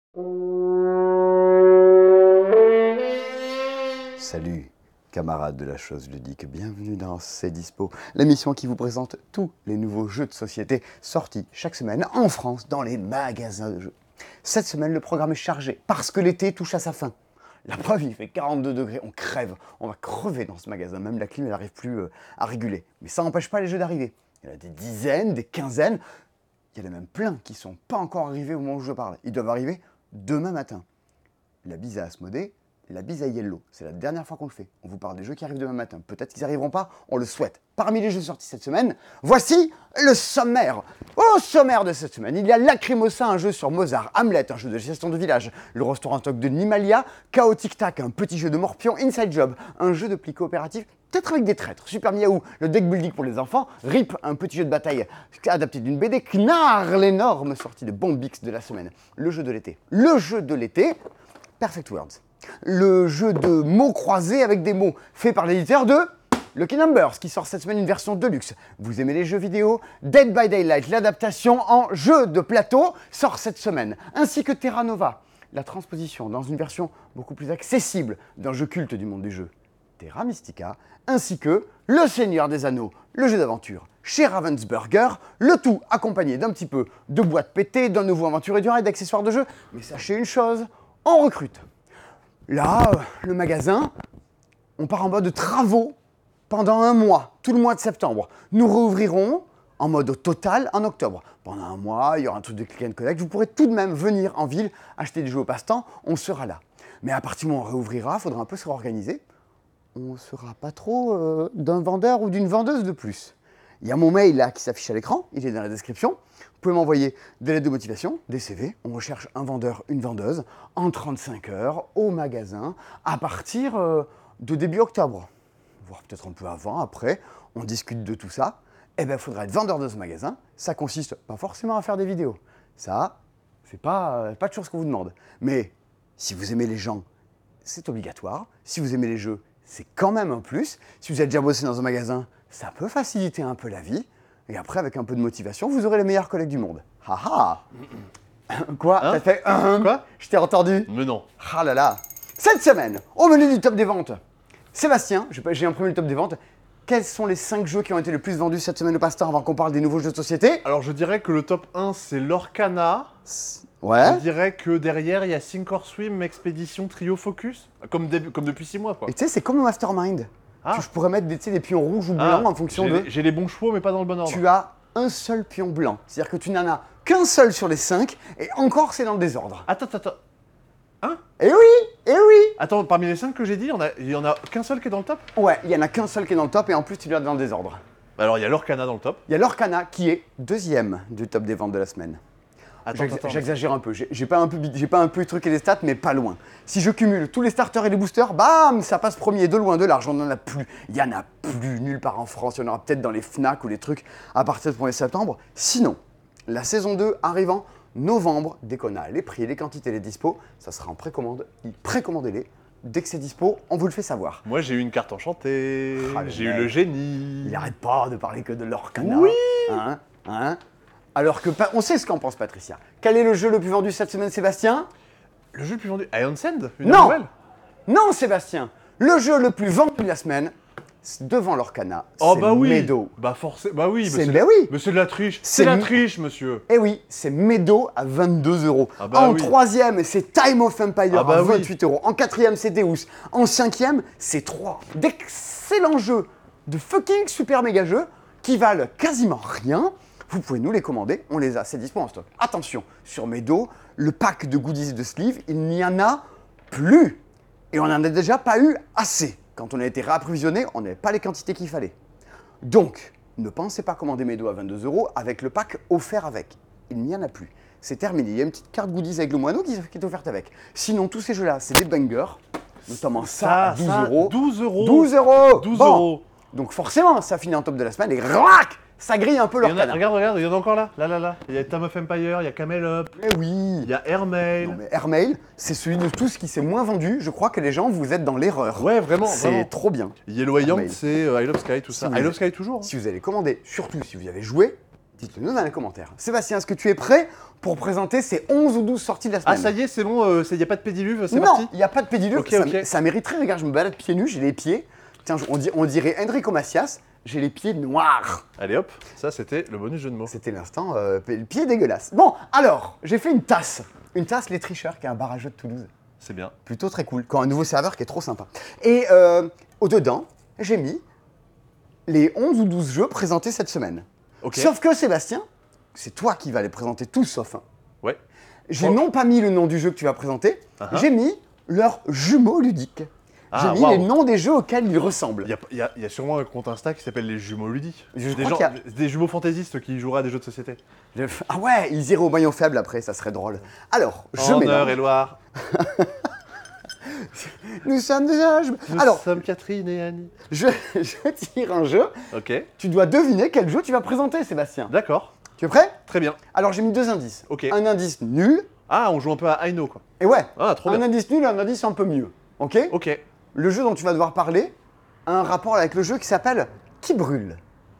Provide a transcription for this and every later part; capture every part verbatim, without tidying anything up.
Salut, camarades de la chose ludique, bienvenue dans C'est Dispo, l'émission qui vous présente tous les nouveaux jeux de société sortis chaque semaine en France dans les magasins de jeux. Cette semaine, le programme est chargé parce que l'été touche à sa fin. La preuve, il fait quarante-deux degrés, on crève, on va crever dans ce magasin, même la clim elle n'arrive plus euh, à réguler. Mais ça n'empêche pas les jeux d'arriver. Il y en a des dizaines, des quinzaines, il y en a même plein qui ne sont pas encore arrivés au moment où je parle. Ils doivent arriver demain matin. La bise à Asmodée, la bise à Yellow, c'est la dernière fois qu'on le fait. On vous parle des jeux qui arrivent demain matin. Peut-être qu'ils n'arriveront pas, on le souhaite. Parmi les jeux sortis cette semaine, voici le sommaire. Au sommaire de cette semaine, il y a Lacrimosa, un jeu sur Mozart, Hamlet, un jeu de gestion de village, le restaurant Toc de Nimalia, Chaotic Tac, un petit jeu de morpion, Inside Job, un jeu de pli coopératif, peut-être avec des traîtres, Super Miaou, le deck building pour les enfants, Rip, un petit jeu de bataille adapté d'une B D, Knarr, l'énorme sortie de Bombix de la semaine, le jeu de l'été. Le jeu de l'été, Perfect Words. Le jeu de mots croisés avec des mots, fait par l'éditeur de Lucky Numbers, qui sort cette semaine une version deluxe. Vous aimez les jeux vidéo? Dead by Daylight, l'adaptation en jeu de plateau, sort cette semaine, ainsi que Terra Nova, la transposition dans une version beaucoup plus accessible d'un jeu culte du monde du jeu, Terra Mystica, ainsi que Le Seigneur des Anneaux, le jeu d'aventure chez Ravensburger, le tout accompagné d'un petit peu de boîtes pétées, d'un nouveau aventurier du raid, d'accessoires de jeu. Mais sachez une chose, on recrute. Là, le magasin, on part en mode travaux pendant un mois, tout le mois de septembre. Nous rouvrirons en mode total en octobre. Pendant un mois, il y aura un truc de click and collect. Vous pourrez tout de même venir en ville, acheter des jeux au passe-temps, on sera là. Mais à partir du moment où on réouvrira, il faudra un peu se réorganiser. On ne sera pas trop euh, d'un vendeur ou d'une vendeuse de plus. Il y a mon mail là qui s'affiche à l'écran, il est dans la description. Vous pouvez m'envoyer des lettres de motivation, des C V. On recherche un vendeur, une vendeuse, en trente-cinq heures, au magasin, à partir euh, de début octobre. Voire peut-être un peu avant, après, on discute de tout ça. Eh bien, il faudra être vendeur de ce magasin. Ça consiste pas forcément à faire des vidéos. Ça, c'est pas, euh, pas toujours ce qu'on vous demande. Mais si vous aimez les gens, c'est obligatoire. Si vous aimez les jeux, c'est quand même un plus. Si vous avez déjà bossé dans un magasin, ça peut faciliter un peu la vie. Et après, avec un peu de motivation, vous aurez les meilleurs collègues du monde. Ha ha. Quoi? Hein? T'as fait un? Quoi? Je t'ai entendu? Mais non. Ah là là. Cette semaine, au menu du top des ventes, Sébastien, j'ai imprimé le top des ventes. Quels sont les cinq jeux qui ont été le plus vendus cette semaine au Passe-Temps avant qu'on parle des nouveaux jeux de société? Alors je dirais que le top un c'est l'Orcana. Ouais. Je dirais que derrière il y a Sink or Swim, Expédition, Trio Focus. Comme, début- comme depuis six mois quoi. Et tu sais, c'est comme un Mastermind. Ah. Tu, je pourrais mettre des, tu sais, des pions rouges ou Ah, blancs en fonction j'ai de... les- J'ai les bons chevaux mais pas dans le bon ordre. Tu as un seul pion blanc. C'est-à-dire que tu n'en as qu'un seul sur les cinq, et encore c'est dans le désordre. Attends, attends, attends. Hein? Eh oui, eh oui. Attends, parmi les cinq que j'ai dit, il y en a, il y en a qu'un seul qui est dans le top? Ouais, il n'y en a qu'un seul qui est dans le top, et en plus tu l'as dans le désordre. Alors il y a l'Orcana dans le top. Il y a l'Orcana qui est deuxième du top des ventes de la semaine. Attends, J'ex- attends. J'exagère un peu, j'ai j'ai pas un peu, bid- j'ai pas un peu truqué les stats, mais pas loin. Si je cumule tous les starters et les boosters, bam, ça passe premier, de loin, de large, on n'en a plus. Il y en a plus nulle part en France, il y en aura peut-être dans les Fnac ou les trucs à partir du premier septembre. Sinon, la saison deux arrive en novembre, dès qu'on a les prix, les quantités, les dispos, ça sera en précommande, précommandez-les. Dès que c'est dispo, on vous le fait savoir. Moi j'ai eu une carte enchantée, Ah, le j'ai eu mec. le génie. Il arrête pas de parler que de l'Orcana. Oui. Hein, hein. Alors que, pa- on sait ce qu'en pense Patricia. Quel est le jeu le plus vendu cette semaine, Sébastien? Le jeu le plus vendu, Iron Sand, une Non. nouvelle. Non, Sébastien. Le jeu le plus vendu de la semaine, c'est devant l'Orcana, Oh c'est bah oui. Meadow. Bah forcément, bah oui. C'est- mais bah de- oui. Mais c'est de la triche. C'est C'est la mi- triche, monsieur. Eh oui, c'est Meadow à vingt-deux euros. Ah bah en oui. troisième, c'est Time of Empire Ah bah à oui. vingt-huit euros. En quatrième, c'est Deus. En cinquième, c'est trois d'excellents jeux de fucking super méga jeux qui valent quasiment rien. Vous pouvez nous les commander, on les a, c'est dispo en stock. Attention, sur Meadow, le pack de goodies de sleeve, il n'y en a plus. Et on n'en a déjà pas eu assez. Quand on a été réapprovisionné, on n'avait pas les quantités qu'il fallait. Donc, ne pensez pas commander Meadow à vingt-deux euros avec le pack offert avec. Il n'y en a plus. C'est terminé. Il y a une petite carte goodies avec le moineau qui, qui est offerte avec. Sinon, tous ces jeux-là, c'est des bangers. Notamment ça, à douze euros. douze euros. douze euros douze Bon. euros. Donc forcément, ça finit en top de la semaine et rac, ça grille un peu Il y leur en a- canard. regarde, regarde, il y en a encore là. Là, là, là. Il y a Time of Empire, il y a Camel Up, Mais oui. il y a Airmail. Non, mais Airmail, c'est celui de tous qui s'est moins vendu. Je crois que les gens, vous êtes dans l'erreur. Ouais, vraiment, C'est vraiment. trop bien. Yellow Young, Airmail. c'est euh, I Love Sky, tout Si ça. vous I avez- Love Sky toujours. hein. Si vous allez commander, surtout si vous y avez joué, Dites-le nous dans les commentaires. Sébastien, est-ce que tu es prêt pour présenter ces onze ou douze sorties de la semaine? Ah, ça y est, c'est bon, il n'y a pas de pédiluve, c'est Non, parti. il n'y a pas de pédiluve. Ok, ça, ok. ça mériterait, regarde, je me balade pieds nus, j'ai les pieds. Tiens, on, dit- on dirait Enrico Macias, j'ai les pieds noirs. Allez hop, ça c'était le bonus jeu de mots. C'était l'instant euh, p- pied dégueulasse. Bon, alors, j'ai fait une tasse. Une tasse Les Tricheurs, qui est un bar à jeux de Toulouse. C'est bien. Plutôt très cool, quand un nouveau serveur qui est trop sympa. Et euh, au-dedans, j'ai mis les onze ou douze jeux présentés cette semaine. Ok. Sauf que Sébastien, c'est toi qui vas les présenter tous sauf un. Ouais. J'ai Oh. non pas mis le nom du jeu que tu vas présenter, Uh-huh. j'ai mis leurs jumeaux ludiques. Ah, j'ai mis waouh. les noms des jeux auxquels ils ressemblent. Il y a, il y a- il y a sûrement un compte Insta qui s'appelle les jumeaux ludiques. Je des, crois gens, qu'il y des jumeaux fantaisistes qui joueraient à des jeux de société. Le- Ah ouais, ils iraient au maillon faible après, ça serait drôle. Alors, je En mélange. Eure et Loire, Nous sommes déjà... je- nous Alors, sommes Catherine et Annie. je, je tire un jeu. Ok, Tu dois deviner quel jeu tu vas présenter, Sébastien. d'accord, Tu es prêt? très bien. Alors, j'ai mis deux indices. Ok. Un indice nul, Ah, on joue un peu à I know quoi. et ouais, Ah, trop un bien. indice nul et un indice un peu mieux. Ok? Ok. Le jeu dont tu vas devoir parler a un rapport avec le jeu qui s'appelle Qui brûle.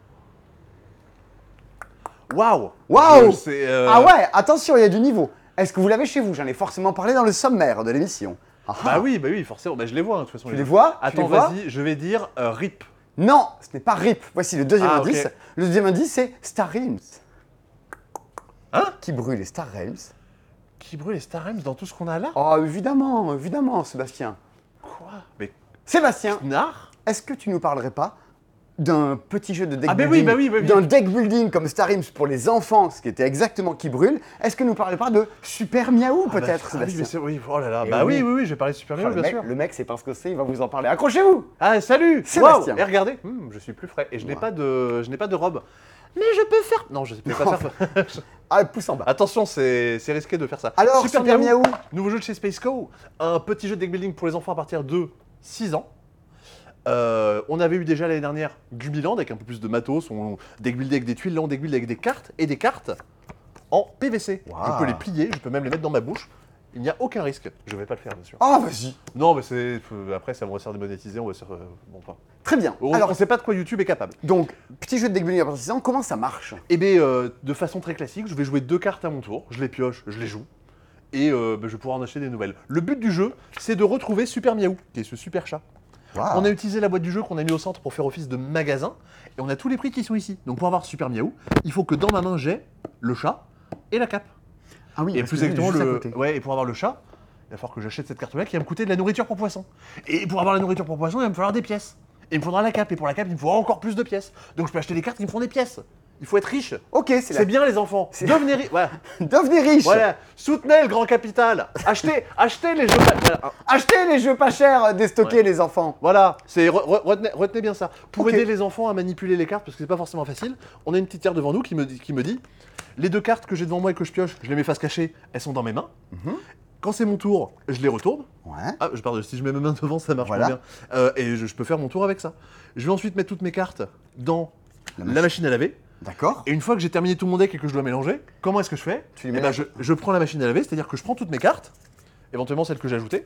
Waouh. Waouh. Je sais, euh, Ah ouais, attention, il y a du niveau. Est-ce que vous l'avez chez vous? J'en ai forcément parlé dans le sommaire de l'émission. Ah ah. Bah oui, bah oui, forcément. Bah je les vois hein, de toute façon. Tu les vois? Tu Attends, les vois vas-y, je vais dire euh, R I P. Non, ce n'est pas R I P. Voici le deuxième Ah, ok. indice. Le deuxième indice, c'est Star Realms. Hein? Qui brûle les Star Realms? Qui brûle les Star Realms dans tout ce qu'on a là? Oh, évidemment, évidemment, Sébastien. Quoi? Mais Sébastien, Nar? est-ce que tu nous parlerais pas d'un petit jeu de deck Ah, bah oui, building, bah oui, bah oui. d'un deck building comme Star Realms pour les enfants, ce qui était exactement Qui brûle? Est-ce que nous parlerais pas de Super Miaou Ah, bah, peut-être, ah oui, mais Sébastien? c'est- oui, oh là là. Eh Bah oui. oui, oui, oui, je vais parler de Super Ah, Mario, le, bien mec, sûr. le mec, c'est parce que c'est, il va vous en parler. Accrochez-vous! Ah, salut. Sébastien. Waouh. Et regardez, hmm, je suis plus frais. Et je n'ai Ouais. pas de, je n'ai pas de robe. Mais je peux faire. Non, je peux pas faire. Ah, pouce en bas. Attention, c'est c'est risqué de faire ça. Alors, Super, Miaou, Nouveau jeu de chez Spaceco, un petit jeu de deck building pour les enfants à partir de six ans. Euh, on avait eu déjà l'année dernière Gubiland avec un peu plus de matos, on deck buildé avec des tuiles, là on deck build avec des cartes et des cartes en P V C. Wow. Je peux les plier, je peux même les mettre dans ma bouche. Il n'y a aucun risque. Je vais pas le faire bien sûr. Ah, vas-y. Non, mais c'est euh, après ça va me faire démonétiser, on va se faire, euh, bon enfin. Très bien. On, Alors, on sait pas de quoi YouTube est capable. donc, petit jeu de deck building à partir de six ans, comment ça marche? Et bien, euh, de façon très classique, je vais jouer deux cartes à mon tour, je les pioche, je les joue, et euh, bah, je vais pouvoir en acheter des nouvelles. Le but du jeu, c'est de retrouver Super Miaou, qui est ce super chat. Waouh. On a utilisé la boîte du jeu qu'on a mis au centre pour faire office de magasin, et on a tous les prix qui sont ici. Donc pour avoir Super Miaou, il faut que dans ma main j'ai le chat et la cape. Ah oui, Et parce plus que lui, il est exactement, juste à le... côté. ouais, et pour avoir le chat, il va falloir que j'achète cette carte-là qui va me coûter de la nourriture pour poisson. Et pour avoir la nourriture pour poisson, il va me falloir des pièces. Et il me faudra la cape, et pour la cape, il me faudra encore plus de pièces. Donc je peux acheter des cartes qui me font des pièces. Il faut être riche. Ok, c'est C'est la... bien les enfants. C'est- Devenez riches. Voilà. Devenez riche. Voilà. Soutenez le grand capital. Achetez, achetez les jeux. Voilà. Achetez les jeux pas chers, euh, déstockés Ouais. les enfants. Voilà, c'est re- re- retenez, retenez bien ça. Pour Ok. aider les enfants à manipuler les cartes, parce que c'est pas forcément facile, on a une petite carte devant nous qui me, dit- qui me dit les deux cartes que j'ai devant moi et que je pioche, je les mets face cachée, elles sont dans mes mains. Mhm. Quand c'est mon tour, je les retourne. Ouais. Ah, je parle de si je mets mes mains devant, ça marche Voilà. pas bien. Euh, et je, je peux faire mon tour avec ça. Je vais ensuite mettre toutes mes cartes dans La la machine. machine à laver. D'accord. Et une fois que j'ai terminé tout mon deck et que je dois mélanger, comment est-ce que je fais Tu les Eh ben, mélanges. je, je prends la machine à laver, c'est-à-dire que je prends toutes mes cartes, éventuellement celles que j'ai ajoutées,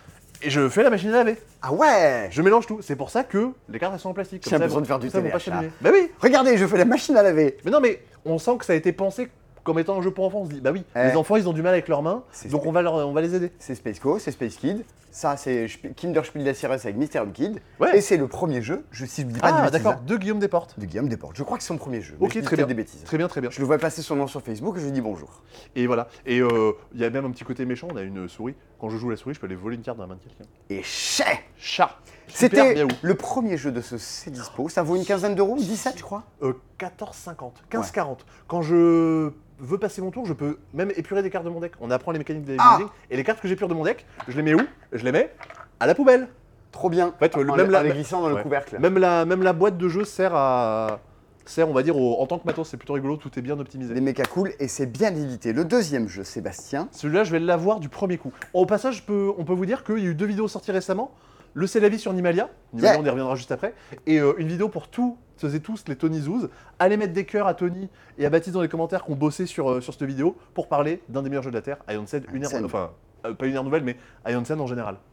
et je fais la machine à laver. Ah ouais. Je mélange tout. C'est pour ça que les cartes elles sont en plastique. J'ai Comme ça, besoin elles de faire vont- du ça, elles vont pas téléachat. s'abîmer. Bah oui. Regardez, je fais la machine à laver. Mais non, mais on sent que ça a été pensé comme étant un jeu pour enfants. On se dit, bah oui, Eh. les enfants ils ont du mal avec leurs mains, C'est donc on va, leur, on va les aider. C'est Spaceco, c'est Space Kid. Ça, c'est Sp- Kinder Spiel des Jahres avec Mysterium Kid. Ouais. Et c'est le premier jeu, je, si je ne dis pas de Ah bêtises, d'accord, hein, de Guillaume Desportes. de Guillaume Desportes. Je crois que c'est son premier jeu. mais Ok, je dis très peut-être bien. des bêtises. Très bien, très bien. Je le vois passer son nom sur Facebook et je lui dis bonjour. Et voilà. Et euh, il y a même un petit côté méchant, on a une souris. Quand je joue la souris, je peux aller voler une carte dans la main de quelqu'un. Et chais. Chat. Super C'était miaou. le premier jeu de ce C Dispo. Ça vaut une quinzaine d'euros, dix-sept je crois. Euh, quatorze cinquante, quinze quarante. Quand je veux passer mon tour, je peux même épurer des cartes de mon deck. On apprend les mécaniques des Ah. building. Et les cartes que j'épure de mon deck, je les mets où? Je les mets à la poubelle. Trop bien. fait, le- en, même en la- les glissant dans le ouais. couvercle. Même la, même la boîte de jeu sert à. Sert, on va dire, au- en tant que matos. C'est plutôt rigolo, tout est bien optimisé. Des méca cool et c'est bien édité. Le deuxième jeu, Sébastien. Celui-là, je vais l'avoir du premier coup. Au passage, je peux- on peut vous dire qu'il y a eu deux vidéos sorties récemment. Le C'est la vie sur Nimalia. Nimalia, Yeah. on y reviendra juste après. Et euh, une vidéo pour tous et tous les Tony Zoos. Allez mettre des cœurs à Tony et à Baptiste dans les commentaires qu'on bossait sur, euh, sur cette vidéo pour parler d'un des meilleurs jeux de la Terre, Ion Sen, une ère, Sen. enfin, euh, pas une ère nouvelle, mais Ion Sen en général.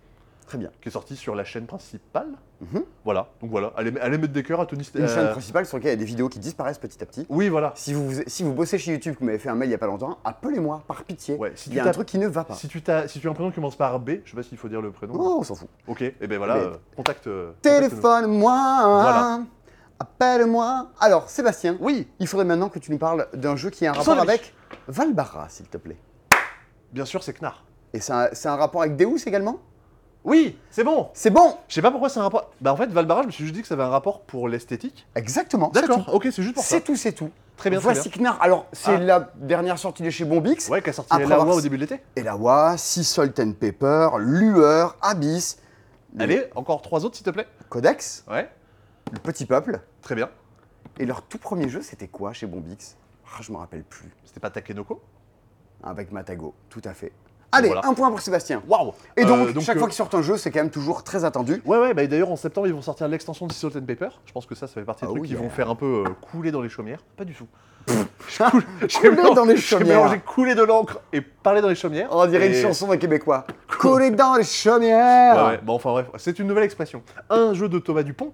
Très bien. qui est sorti sur la chaîne principale. Mhm. Voilà, donc voilà, allez, allez mettre des cœurs à Tony. Une euh, chaîne principale sur laquelle il y a des vidéos qui disparaissent petit à petit. Oui, voilà. Si vous, si vous bossez chez YouTube, que vous m'avez fait un mail il n'y a pas longtemps, appelez-moi, par pitié. Ouais, si il tu y a un tapes- truc qui ne va pas. Si tu, as, si tu as un prénom qui commence par B, je sais pas s'il faut dire le prénom. Oh, on s'en fout. Ok, et ben voilà, Mais- euh, contacte. euh, contacte-nous. Téléphone-moi. Voilà. Appelle-moi. Alors, Sébastien, Oui, il faudrait maintenant que tu nous parles d'un jeu qui a un rapport Sonic. avec Valbara, s'il te plaît. bien sûr, c'est Knar. Et c'est un, c'est un rapport avec Deus également? Oui, c'est bon. C'est bon. Je sais pas pourquoi c'est un rapport. Bah en fait, Valbara, je me suis juste dit que ça avait un rapport pour l'esthétique. Exactement. c'est D'accord, tout. ok, c'est juste pour ça. C'est tout, c'est tout. Très bien, très Voici Knar. Alors, c'est Ah. la dernière sortie de chez Bombix. Ouais, qui a sorti Après la avoir- Wa au début de l'été. Et la Wa, Sea Salt and Pepper, Lueur, Abyss, le Allez, encore trois autres s'il te plaît. Codex, Ouais, le Petit Peuple. très bien. Et leur tout premier jeu, c'était quoi chez Bombix? Ah, je me rappelle plus. C'était pas Takenoko. Avec Matago, tout à fait. Allez, Voilà. un point pour Sébastien. Waouh. Et donc, Euh, chaque euh, fois qu'ils sortent un jeu, c'est quand même toujours très attendu. Ouais, ouais, bah et d'ailleurs en septembre ils vont sortir l'extension de Sea Salt and Pepper. Je pense que ça, ça fait partie des Oh trucs qui yeah. vont faire un peu euh, couler dans les chaumières. Pas du tout. Je coule- j'ai Couler mélan- dans les J'ai chaumières. mélangé couler de l'encre et parler dans les chaumières. On dirait Et- une chanson d'un Québécois. Couler dans les chaumières. Ouais, ouais. Bon, enfin bref, c'est une nouvelle expression. Un jeu de Thomas Dupont,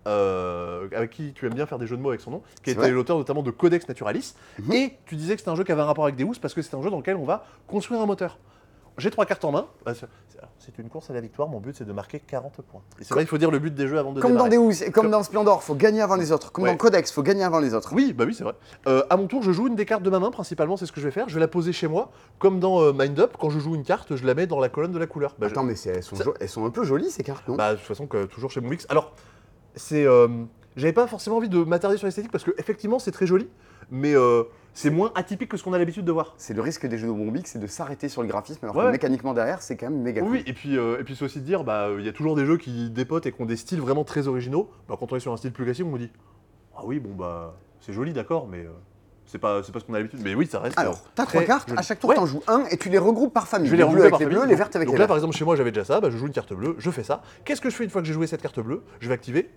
euh, avec qui tu aimes bien faire des jeux de mots avec son nom, qui a C'est été vrai. l'auteur notamment de Codex Naturalis. Mhm. Et tu disais que c'était un jeu qui avait un rapport avec Deus parce que c'est un jeu dans lequel on va construire un moteur. J'ai trois cartes en main. Bah, c'est- C'est une course à la victoire. Mon but, c'est de marquer quarante points. Et c'est vrai, il faut dire le but des jeux avant de Comme dans démarrer. Deus et comme Comme- dans Splendor, faut gagner avant les autres. Comme Ouais. dans Codex, faut gagner avant les autres. Oui, bah oui, c'est vrai. Euh, à mon tour, je joue une des cartes de ma main, principalement, c'est ce que je vais faire. Je vais la poser chez moi. Comme dans euh, Mind Up, quand je joue une carte, je la mets dans la colonne de la couleur. Bah, je- Attends, mais c'est- elles sont, Ça- jo- elles sont un peu jolies ces cartes, non? Bah, de toute façon, que, toujours chez Moomix. Alors, c'est. euh, J'avais pas forcément envie de m'attarder sur l'esthétique parce que, effectivement, c'est très joli, mais euh, c'est moins atypique que ce qu'on a l'habitude de voir. C'est le risque des jeux de Bombix, c'est de s'arrêter sur le graphisme, alors Ouais, que ouais. mécaniquement derrière, c'est quand même méga Oui, cool. oui, et puis, euh, et puis c'est aussi de dire, bah, il y a toujours des jeux qui dépotent et qui ont des styles vraiment très originaux. Bah, quand on est sur un style plus classique, on me dit, ah oui, bon, bah, c'est joli, d'accord, mais euh, c'est pas, c'est pas ce qu'on a l'habitude. Mais oui, ça reste. Alors, euh, t'as très trois cartes, joli. à chaque tour Ouais. t'en joues un et tu les regroupes par famille. Je vais les bleus regrouper avec par les famille. bleus, les vertes avec Donc les là, verts. par exemple, chez moi, j'avais déjà ça. Bah, je joue une carte bleue, je fais ça. Qu'est-ce que je fais une fois que j'ai joué cette carte bleue? Je vais activer.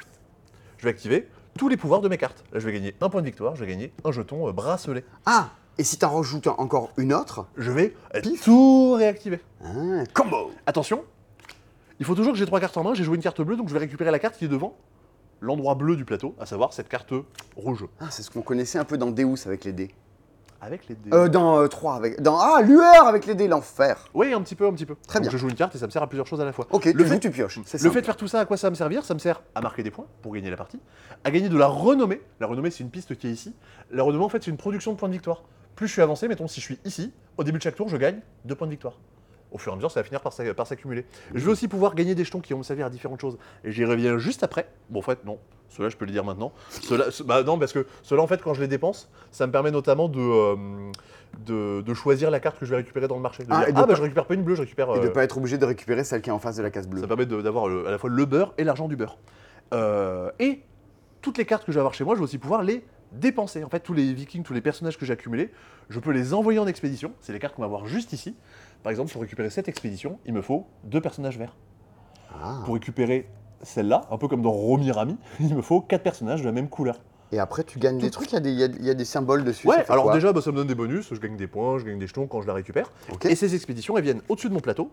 Je vais activer tous les pouvoirs de mes cartes. Là, je vais gagner un point de victoire, je vais gagner un jeton euh, bracelet. Ah, et si t'en rajoutes encore une autre, Je vais euh, Pif. tout réactiver. ah, combo. Attention, il faut toujours que j'ai trois cartes en main. J'ai joué une carte bleue, donc je vais récupérer la carte qui est devant l'endroit bleu du plateau, à savoir cette carte rouge. Ah, c'est ce qu'on connaissait un peu dans Deus avec les dés. Avec les dés. Euh, dans euh, trois avec. Dans Ah, Lueur avec les dés, l'enfer. Oui, un petit peu, un petit peu. Très Donc bien. je joue une carte et ça me sert à plusieurs choses à la fois. Ok, Le tu fait- joues, tu pioches. C'est Le simple. fait de faire tout ça, à quoi ça va me servir? Ça me sert à marquer des points pour gagner la partie, à gagner de la renommée. La renommée, c'est une piste qui est ici. La renommée, en fait, c'est une production de points de victoire. Plus je suis avancé, mettons, si je suis ici, au début de chaque tour, je gagne deux points de victoire. Au fur et à mesure, ça va finir par s'a- par s'accumuler. Je vais aussi pouvoir gagner des jetons qui vont me servir à différentes choses. Et j'y reviens juste après. Bon, en fait, non. Ceux-là, je peux les dire maintenant. Ceux-là, ce- bah non, parce que ceux-là, en fait, quand je les dépense, ça me permet notamment de, euh, de, de choisir la carte que je vais récupérer dans le marché. De Ah, dire, et de ah, bah pas- je récupère pas une bleue, je récupère. Et de euh, pas être obligé de récupérer celle qui est en face de la case bleue. Ça permet de- d'avoir le- à la fois le beurre et l'argent du beurre. Euh, et toutes les cartes que je vais avoir chez moi, je vais aussi pouvoir les dépenser. En fait, tous les vikings, tous les personnages que j'ai accumulés, je peux les envoyer en expédition. C'est les cartes qu'on va voir juste ici. Par exemple, pour récupérer cette expédition, il me faut deux personnages verts. Ah. Pour récupérer celle-là, un peu comme dans Romirami, il me faut quatre personnages de la même couleur. Et après, tu gagnes des trucs, il y, a des- il y a- il y a des symboles dessus. ça Ouais, fait alors quoi? déjà, bah, ça me donne des bonus, je gagne des points, je gagne des jetons quand je la récupère. Ok. Et ces expéditions, elles viennent au-dessus de mon plateau.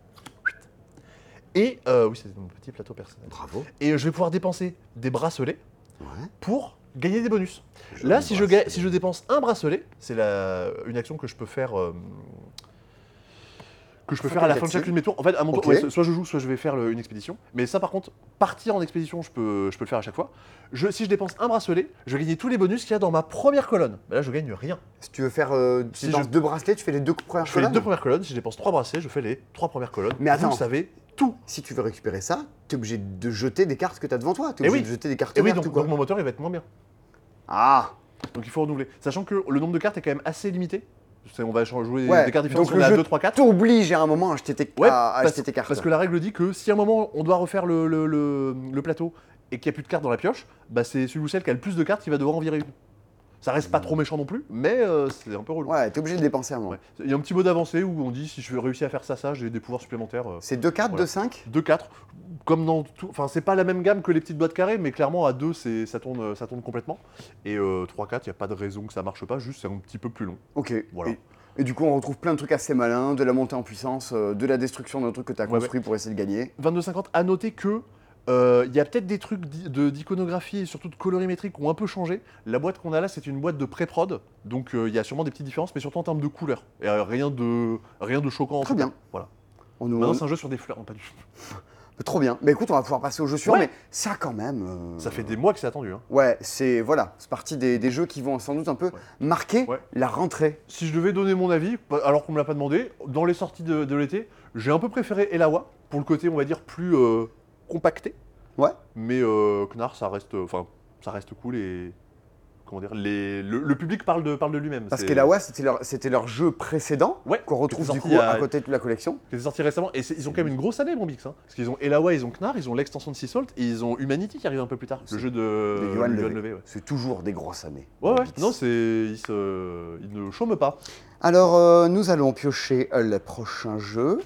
Et, euh, oui, c'est mon petit plateau personnel. Bravo. Et euh, je vais pouvoir dépenser des bracelets Ouais. pour gagner des bonus. Joli Là, si je, bracelet. ga- si je dépense un bracelet, c'est la- une action que je peux faire, euh, que je peux Fin faire à la fin de qualitative. chacune de mes tours. En fait, à mon tour, Ok. ouais, so- soit je joue, soit je vais faire le- une expédition. Mais ça, par contre, partir en expédition, je peux, je peux le faire à chaque fois. Je, si je dépense un bracelet, je vais gagner tous les bonus qu'il y a dans ma première colonne. Mais là, je gagne rien. Si tu veux faire euh, tu Si dépenses je- deux bracelets, tu fais les deux premières Je fais les colonnes. deux premières colonnes. Si je dépense trois bracelets, je fais les trois premières colonnes. Mais attends. Vous savez tout. Si tu veux récupérer ça, tu es obligé de jeter des cartes que tu as devant toi. Tu es Eh obligé oui. de jeter des cartes Et oui, vertes donc, ou quoi. donc mon moteur, il va être moins bien. Ah. Donc il faut renouveler. Sachant que le nombre de cartes est quand même assez limité. C'est- On va jouer Ouais, des cartes différentes, donc on le est à jeu deux, trois, quatre. T'obliges à un moment à acheter tes, Ouais, à parce, acheter tes cartes. parce que la règle dit que si à un moment on doit refaire le, le- le- le plateau et qu'il n'y a plus de cartes dans la pioche, bah c'est celui ou celle qui a le plus de cartes qui va devoir en virer une. Ça reste pas trop méchant non plus, mais euh, c'est un peu relou. Ouais, t'es obligé de dépenser un moment. Ouais. Il y a un petit mot d'avancée où on dit si je réussis à faire ça, ça, j'ai des pouvoirs supplémentaires. euh, C'est deux cartes Voilà. de cinq. deux, quatre, comme dans tout. Enfin, c'est pas la même gamme que les petites boîtes carrées, mais clairement à deux, c'est, ça, tourne, ça tourne complètement. Et euh, trois, quatre, il n'y a pas de raison que ça marche pas, juste c'est un petit peu plus long. Ok. Voilà. Et Et du coup, on retrouve plein de trucs assez malins, de la montée en puissance, euh, de la destruction d'un truc que tu as Ouais, construit pour essayer de gagner. vingt-deux cinquante, à noter que euh, il y a peut-être des trucs d'i- de- d'iconographie et surtout de colorimétrie qui ont un peu changé. La boîte qu'on a là, c'est une boîte de pré-prod, donc euh, il y a sûrement des petites différences, mais surtout en termes de couleurs. Et euh, rien de rien de choquant. en Très tout cas. bien. Voilà. On nous... Maintenant, c'est un jeu sur des fleurs, non, pas du tout. Trop bien. Bah écoute, on va pouvoir passer au jeu suivant, Ouais. mais ça quand même... euh, Ça fait des mois que c'est attendu. Hein. Ouais, c'est voilà, c'est partie des, des jeux qui vont sans doute un peu marquer Ouais. la rentrée. Si je devais donner mon avis, bah, alors qu'on me l'a pas demandé, dans les sorties de, de l'été, j'ai un peu préféré Elawa pour le côté, on va dire, plus euh, compacté. Ouais. Mais euh, Knarr, ça reste, enfin, ça reste cool et comment dire, les, le, le public parle de, parle de lui-même. Parce C'est- qu'Elawa, c'était leur, c'était leur jeu précédent, Ouais, qu'on retrouve qui était du coup sorti à- à côté de toute la collection. qui est sorti récemment et c'est- ils ont quand même une grosse année, Bombix. Hein, parce qu'ils ont Elawa, ils ont Knarr, ils ont l'extension de Sea Salt et ils ont Humanity qui arrive un peu plus tard. Le C'est jeu de, des Johan le Levé. Johan Levé, ouais. C'est toujours des grosses années. Ouais, ouais. Bix. Non, c'est, ils, se, ils ne chôment pas. Alors, euh, nous allons piocher euh, le prochain jeu.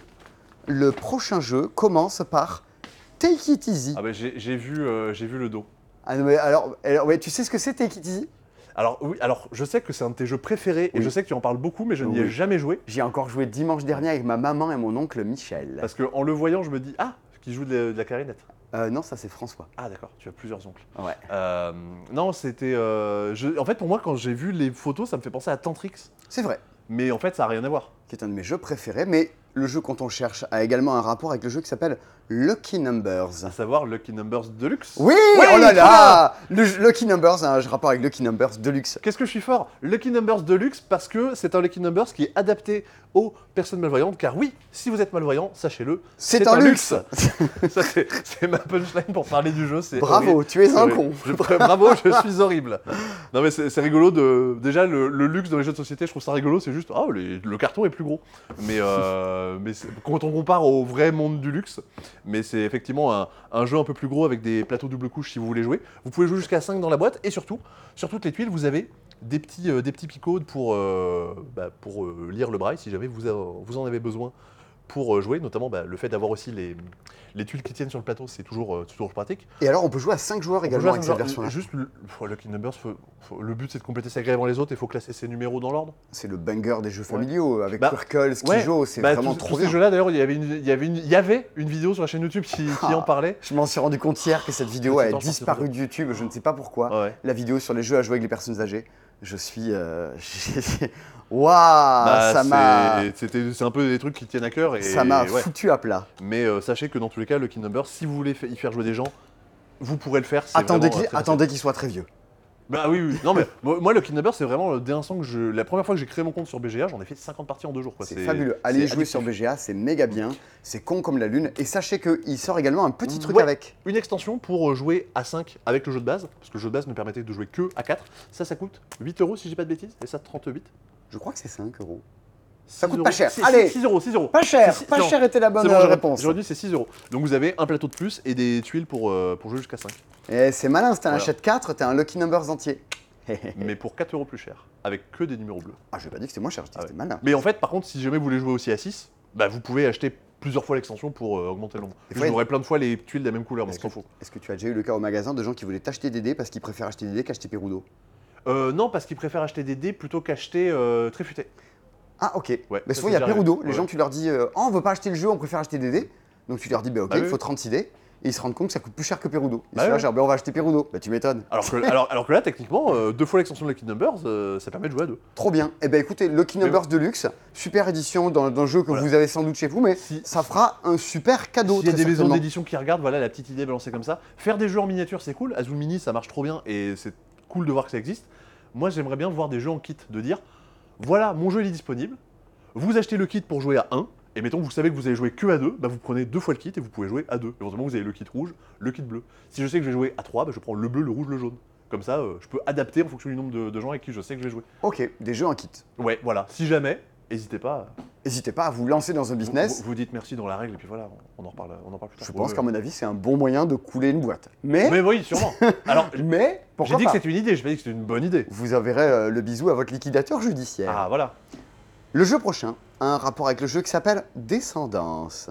Le prochain jeu commence par Take It Easy. Ah bah j'ai j'ai vu, euh, j'ai vu le dos. Ah, non, mais alors, alors, ouais, tu sais ce que c'est Take It Easy? Alors oui, alors je sais que c'est un de tes jeux préférés et Oui. je sais que tu en parles beaucoup, mais je n'y ai Oui. jamais joué J'y ai encore joué dimanche dernier avec ma maman et mon oncle Michel. parce que en le voyant, je me dis ah, qui joue de la, de la clarinette. Euh, non, ça c'est François. Ah d'accord, tu as plusieurs oncles. Ouais. Euh, non, c'était. euh, je- En fait, pour moi, quand j'ai vu les photos, ça me fait penser à Tantrix, C'est vrai, mais en fait, ça a rien à voir. qui est un de mes jeux préférés, mais le jeu quand on cherche a également un rapport avec le jeu qui s'appelle Lucky Numbers. À savoir Lucky Numbers Deluxe. Oui, Oui, oh là trop là le jeu Lucky Numbers a un rapport avec Lucky Numbers Deluxe. Qu'est-ce que je suis fort? Lucky Numbers Deluxe parce que c'est un Lucky Numbers qui est adapté aux personnes malvoyantes. Car oui, si vous êtes malvoyant, sachez-le, C'est un luxe. Ça, c'est c'est ma punchline pour parler du jeu. c'est Bravo, horrible. tu es C'est un horrible. con. Je- bravo, je suis horrible. Non mais c'est c'est rigolo de... Déjà, le, le luxe dans les jeux de société, je trouve ça rigolo, c'est juste, oh, les- le carton est plus gros. Mais, euh, mais c'est- quand on compare au vrai monde du luxe, mais c'est effectivement un, un jeu un peu plus gros avec des plateaux double couche si vous voulez jouer. Vous pouvez jouer jusqu'à cinq dans la boîte, et surtout, sur toutes les tuiles, vous avez des petits, euh, des petits picots pour, euh, bah, pour euh, lire le braille, si jamais vous, a- vous en avez besoin pour euh, jouer, notamment bah, le fait d'avoir aussi les, les tuiles qui tiennent sur le plateau, c'est toujours, euh, toujours pratique. Et alors on peut jouer à cinq joueurs On peut également jouer à avec cinq cette joueurs. version-là. Juste, le, faut- Lucky Numbers, faut- faut- le but c'est de compléter sa grille avant les autres et il faut classer ses numéros dans l'ordre. C'est le banger des jeux familiaux avec Bah, Quirkle, Skijo, ouais, c'est Bah, vraiment tous- trop tous bien. ces jeux-là, d'ailleurs, il y avait une, il y avait une, il y avait une vidéo sur la chaîne YouTube qui, qui Ah. en parlait. Je m'en suis rendu compte hier que cette vidéo C'est a temps, je pense, disparu c'est de YouTube, je ne sais pas pourquoi. Ouais, ouais. La vidéo sur les jeux à jouer avec les personnes âgées. Je suis... euh, j'ai- Waouh, Bah, ça m'a... c'est- c'était- c'est un peu des trucs qui tiennent à cœur. Et, Ça m'a ouais. foutu à plat. Mais euh, sachez que dans tous les cas, Lucky Numbers, si vous voulez fa- y faire jouer des gens, vous pourrez le faire. c'est Attendez vraiment, qu'il euh, très attendez qu'il soit très vieux. Bah oui, oui. Non mais moi, moi, Lucky Numbers, c'est vraiment euh, dès l'instant que je. La première fois que j'ai créé mon compte sur B G A, j'en ai fait cinquante parties en deux jours. quoi. C'est fabuleux. Allez c'est jouer sur addictif. B G A, c'est méga bien. C'est con comme la lune. Et sachez qu'il sort également un petit truc Ouais. avec. Une extension pour euh, jouer à cinq avec le jeu de base, parce que le jeu de base ne permettait de jouer que à quatre. Ça, ça coûte huit euros si j'ai pas de bêtises, et ça trente-huit. Je crois que c'est cinq euros. Ça coûte pas cher. six, Allez. six euros, six euros. Pas cher, C'est- pas non. cher était la bonne C'est bon, euh, j'aurais- réponse. J'aurais dit c'est six euros. Donc vous avez un plateau de plus et des tuiles pour, euh, pour jouer jusqu'à cinq. Et c'est malin, si t'en Voilà. achètes quatre, t'as un Lucky Numbers entier. Mais pour quatre euros plus cher, avec que des numéros bleus. Ah, je vais pas dire que c'était moins cher, je dis Ah que ouais. c'était malin. Mais en fait, par contre, si jamais vous voulez jouer aussi à six, bah, vous pouvez acheter plusieurs fois l'extension pour euh, augmenter le nombre. Des Vous fois, il- aurez plein de fois les tuiles de la même couleur, mais Est-ce c'est que, s'en fout. est-ce que tu as déjà eu le cas au magasin de gens qui voulaient t'acheter des dés parce qu'ils préfèrent acheter des dés qu'acheter Perudo? Euh, non, parce qu'ils préfèrent acheter des dés plutôt qu'acheter euh, Tréfuté. Ah, ok. Ouais, Mais ça, souvent, c'est il y a déjà Perudo. arrivé. Les Ouais. gens, tu leur dis euh, oh, on veut pas acheter le jeu, on préfère acheter des dés. Donc tu leur dis bah, ok, Bah il oui. faut trente-six dés. Et ils se rendent compte que ça coûte plus cher que Perudo. Ils Bah sont là, oui. genre, bah, on va acheter Perudo. Bah, tu m'étonnes. Alors que, alors, alors que là, techniquement, euh, deux fois l'extension de Lucky Numbers, euh, ça permet de jouer à deux. Trop bien. Eh ben écoutez, Lucky Mais Numbers Deluxe, super édition dans, dans le jeu que Voilà. vous avez sans doute chez vous, mais Si- ça fera un super cadeau. S'il y a très des maisons certainement. d'édition qui regardent, voilà la petite idée balancée comme ça. Faire des jeux en miniature, c'est cool. Azul Mini, ça marche trop bien et c'est cool de voir que ça existe. Moi, j'aimerais bien voir des jeux en kit, de dire voilà, mon jeu il est disponible. Vous achetez le kit pour jouer à un. Et mettons, vous savez que vous allez jouer que à deux, bah vous prenez deux fois le kit et vous pouvez jouer à deux. Éventuellement, vous avez le kit rouge, le kit bleu. Si je sais que je vais jouer à trois, bah je prends le bleu, le rouge, le jaune. Comme ça, euh, je peux adapter en fonction du nombre de, de gens avec qui je sais que je vais jouer. Ok, des jeux en kit. Ouais, voilà. Si jamais, n'hésitez pas. N'hésitez pas à vous lancer dans un Vous, business. vous- vous dites merci dans la règle et puis voilà, on, on en reparle, on en parle plus tard. Je pense Ouais, qu'à mon avis, c'est un bon moyen de couler une boîte. Mais, Mais oui, sûrement. Alors, mais j'ai pourquoi dit pas que c'était une idée, je pas dit que c'était une bonne idée. Vous enverrez euh, le bisou à votre liquidateur judiciaire. Ah, voilà. Le jeu prochain a un rapport avec le jeu qui s'appelle Descendance.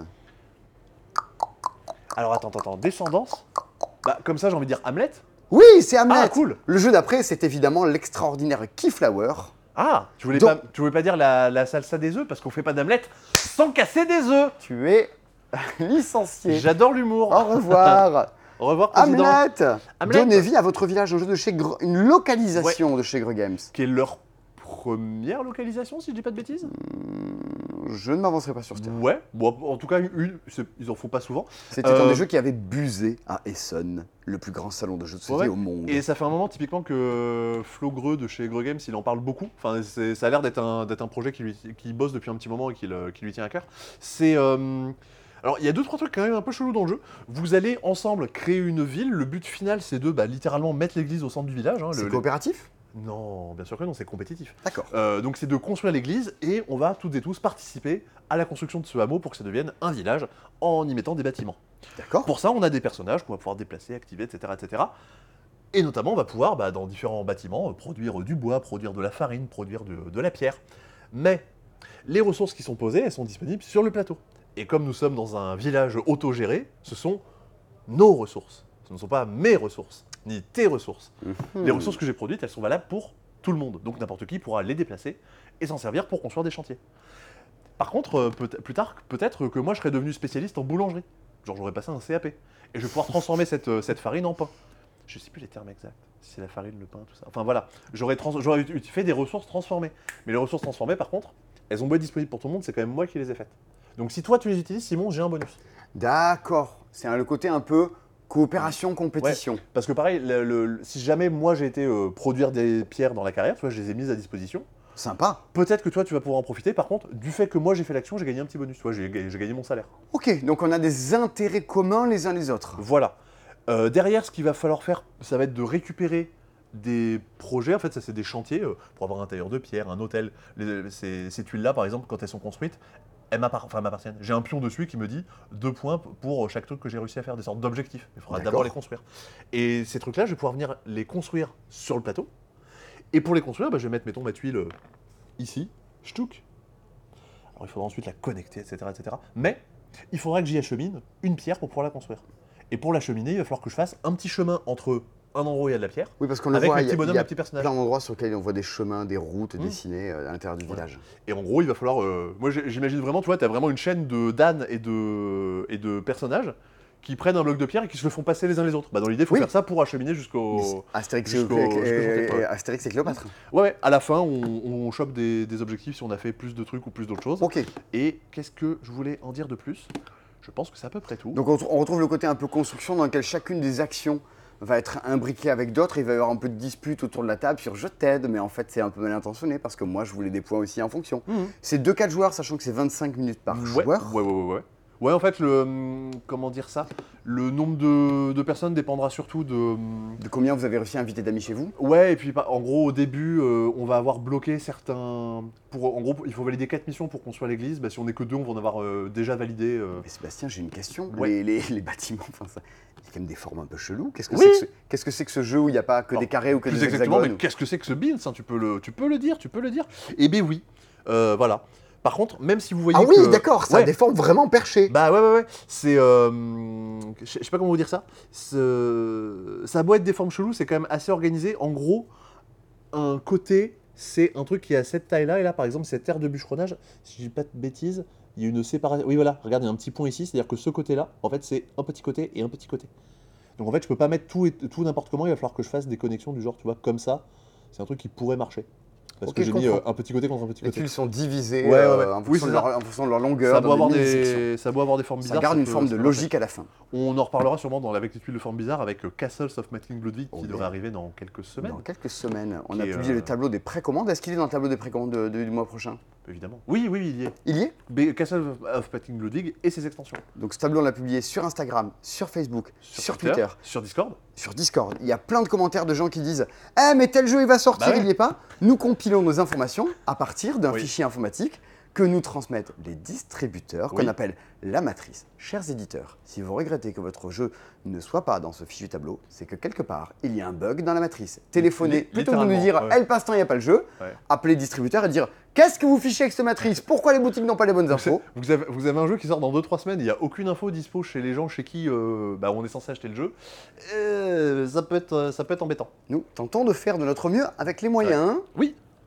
Alors attends, attends, attends, Descendance. Bah, comme ça, j'ai envie de dire Hamlet. Oui, c'est Hamlet. Ah, cool. Le jeu d'après, c'est évidemment l'extraordinaire Keyflower. Ah, tu voulais, Donc- pas, tu voulais pas dire la, la salsa des œufs parce qu'on fait pas d'omelette sans casser des œufs. Tu es licencié. J'adore l'humour. Au revoir. Au revoir, président. Hamlet. Hamlet. Donnez vie à votre village, un jeu de chez Gre- une localisation de chez Gre Games. Qui est leur première localisation, si je dis pas de bêtises. Je ne m'avancerai pas sur ce terrain. Ouais, bon, en tout cas, une, c'est- ils en font pas souvent. C'était Euh, un des jeux qui avait busé à Essen, le plus grand salon de jeux de société Ouais, au monde. Et ça fait un moment typiquement que Flo Greux de chez Greux Games, il en parle beaucoup. Enfin, c'est- ça a l'air d'être un, d'être un projet qui, lui, qui bosse depuis un petit moment et qui, le- qui lui tient à cœur. C'est euh, alors il y a deux trois trucs quand même un peu chelous dans le jeu. Vous allez ensemble créer une ville. Le but final, c'est de bah, littéralement mettre l'église au centre du village. hein. C'est Le- coopératif? Non, bien sûr que non, c'est compétitif. D'accord. Euh, donc c'est de construire l'église et on va toutes et tous participer à la construction de ce hameau pour que ça devienne un village en y mettant des bâtiments. D'accord. Pour ça, on a des personnages qu'on va pouvoir déplacer, activer, et cetera, et cetera. Et notamment, on va pouvoir, bah, dans différents bâtiments, euh, produire du bois, produire de la farine, produire de, de la pierre. Mais les ressources qui sont posées, elles sont disponibles sur le plateau. Et comme nous sommes dans un village autogéré, ce sont nos ressources. Ce ne sont pas mes ressources, ni tes ressources. Mhm. Les ressources que j'ai produites, elles sont valables pour tout le monde. Donc n'importe qui pourra les déplacer et s'en servir pour construire des chantiers. Par contre, euh, peut- plus tard, peut-être que moi je serais devenu spécialiste en boulangerie. Genre j'aurais passé un C A P. Et je vais pouvoir transformer cette, euh, cette farine en pain. Je sais plus les termes exacts. Si c'est la farine, le pain, tout ça. Enfin voilà, j'aurais trans- j'aurais ut- fait des ressources transformées. Mais les ressources transformées, par contre, elles ont beau être disponibles pour tout le monde, c'est quand même moi qui les ai faites. Donc si toi tu les utilises, Simon, j'ai un bonus. D'accord. C'est un- le côté un peu coopération, compétition. Parce que pareil, le- le- le- si jamais moi j'ai été euh, produire des pierres dans la carrière, tu vois, je les ai mises à disposition. Sympa. Peut-être que toi tu vas pouvoir en profiter. Par contre, du fait que moi j'ai fait l'action, j'ai gagné un petit bonus. Tu vois, j'ai ga- j'ai gagné mon salaire. Ok, donc on a des intérêts communs les uns les autres. Voilà. Euh, derrière, ce qu'il va falloir faire, ça va être de récupérer des projets. En fait, ça c'est des chantiers euh, pour avoir un tailleur de pierre, un hôtel. Les- ces, ces tuiles-là, par exemple, quand elles sont construites, elles m'appar- enfin, m'appartiennent. J'ai un pion dessus qui me dit deux points p- pour chaque truc que j'ai réussi à faire, des sortes d'objectifs. Il faudra D'accord. d'abord les construire. Et ces trucs-là, je vais pouvoir venir les construire sur le plateau. Et pour les construire, bah, je vais mettre, mettons, ma tuile euh, ici, ch'touk. Alors il faudra ensuite la connecter, et cetera, et cetera. Mais il faudra que j'y achemine une pierre pour pouvoir la construire. Et pour l'acheminer, il va falloir que je fasse un petit chemin entre un endroit où il y a de la pierre, Oui, parce qu'on le avec voit, mes il y a, petits bonhommes il y et a mes petits personnages. plein d'endroits sur lesquels on voit des chemins, des routes Mmh. dessinées euh, à l'intérieur du Voilà. village. Et en gros, il va falloir. euh, moi, j'ai- j'imagine vraiment, tu vois, tu as vraiment une chaîne de d'ânes et de, et de personnages qui prennent un bloc de pierre et qui se le font passer les uns les autres. Bah, dans l'idée, il faut Oui. faire ça pour acheminer jusqu'au. Astérix et, jusqu'au- et- jusqu'au chantier, et- ouais. Astérix et Cléopâtre. Ouais, ouais, à la fin, on, on chope des, des objectifs si on a fait plus de trucs ou plus d'autres choses. Ok, Et qu'est-ce que je voulais en dire de plus? Je pense que c'est à peu près tout. donc on, on retrouve le côté un peu construction dans lequel chacune des actions va être imbriquée avec d'autres. Il va y avoir un peu de dispute autour de la table sur je t'aide, mais en fait c'est un peu mal intentionné parce que moi je voulais des points aussi en fonction. Mhm. C'est deux quatre joueurs, sachant que c'est vingt-cinq minutes par Ouais, joueur. ouais, ouais, ouais, ouais. Ouais, en fait, le. hum, Comment dire ça? Le nombre de, de personnes dépendra surtout de. hum, De combien vous avez réussi à inviter d'amis chez vous? Ouais, et puis bah, en gros, au début, euh, on va avoir bloqué certains. Pour, en gros, il faut valider quatre missions pour construire l'église. Bah, si on est que deux, on va en avoir euh, déjà validé. euh. Mais Sébastien, j'ai une question. Ouais. Les, les- les bâtiments, enfin ça, il y a quand même des formes un peu cheloues. Qu'est-ce que Oui. c'est que, ce- qu'est-ce que c'est que ce jeu où il n'y a pas que Alors, des carrés ou que Plus des exactement, hexagones mais qu'est-ce que c'est que ce beans hein, tu, peux le, tu peux le dire, tu peux le dire. Eh bien oui, Euh, voilà. Par contre, même si vous voyez Ah oui, que- d'accord, ça Ouais. a des formes vraiment perchées. Bah ouais, ouais, ouais. C'est. euh, je sais je sais pas comment vous dire ça. C'est- Ça a beau être des formes cheloues, c'est quand même assez organisé. En gros, un côté, c'est un truc qui est à cette taille-là. Et là, par exemple, cette aire de bûcheronnage, si je dis pas de bêtises, il y a une séparation. Oui, voilà, regarde, il y a un petit point ici. C'est-à-dire que ce côté-là, en fait, c'est un petit côté et un petit côté. Donc en fait, je peux pas mettre tout, et, tout n'importe comment. Il va falloir que je fasse des connexions du genre, tu vois, comme ça. C'est un truc qui pourrait marcher. Parce Ok, que je j'ai mis euh, comprends. un petit côté contre un petit Les côté. tuiles sont divisées Ouais, ouais, euh, ouais. En, Oui, fonction c'est de ça. leur, en fonction de leur longueur. Ça a dans beau, des avoir mini-sections. des... ça a beau avoir des formes Ça bizarres. garde une peut- forme ça de peut logique à la fin. marcher. On en reparlera sûrement dans avec les tuiles de forme bizarre avec euh, Castles of Mettling Bloodwig qui Oh, devrait bien. arriver dans quelques semaines, Dans quelques semaines, on Qui a est, publié euh, le tableau des précommandes. Est-ce qu'il est dans le tableau des précommandes de- de- du mois prochain? évidemment. Oui, oui, oui, il y est. Il y est. B- Castles of Mettling Bloodwig et ses extensions. Donc ce tableau, on l'a publié sur Instagram, sur Facebook, sur, Twitter, sur Discord. sur Discord. Il y a plein de commentaires de gens qui disent « Eh, mais tel jeu, il va sortir, Bah ouais. il n'y est pas !» Nous compilons nos informations à partir d'un Oui. fichier informatique que nous transmettent les distributeurs, Oui. qu'on appelle la matrice. Chers éditeurs, si vous regrettez que votre jeu ne soit pas dans ce fichu tableau, c'est que quelque part, il y a un bug dans la matrice. Téléphonez, Li- plutôt que de nous dire littéralement, « ouais. Elle passe temps, il n'y a pas le jeu Ouais. », appelez le distributeur et dire « Qu'est-ce que vous fichez avec cette matrice? Pourquoi les boutiques n'ont pas les bonnes infos ?» Vous avez, vous avez un jeu qui sort dans deux trois semaines, il n'y a aucune info dispo chez les gens chez qui euh, bah, on est censé acheter le jeu. Euh, ça, peut être, ça peut être embêtant. Nous tentons de faire de notre mieux avec les moyens Oui,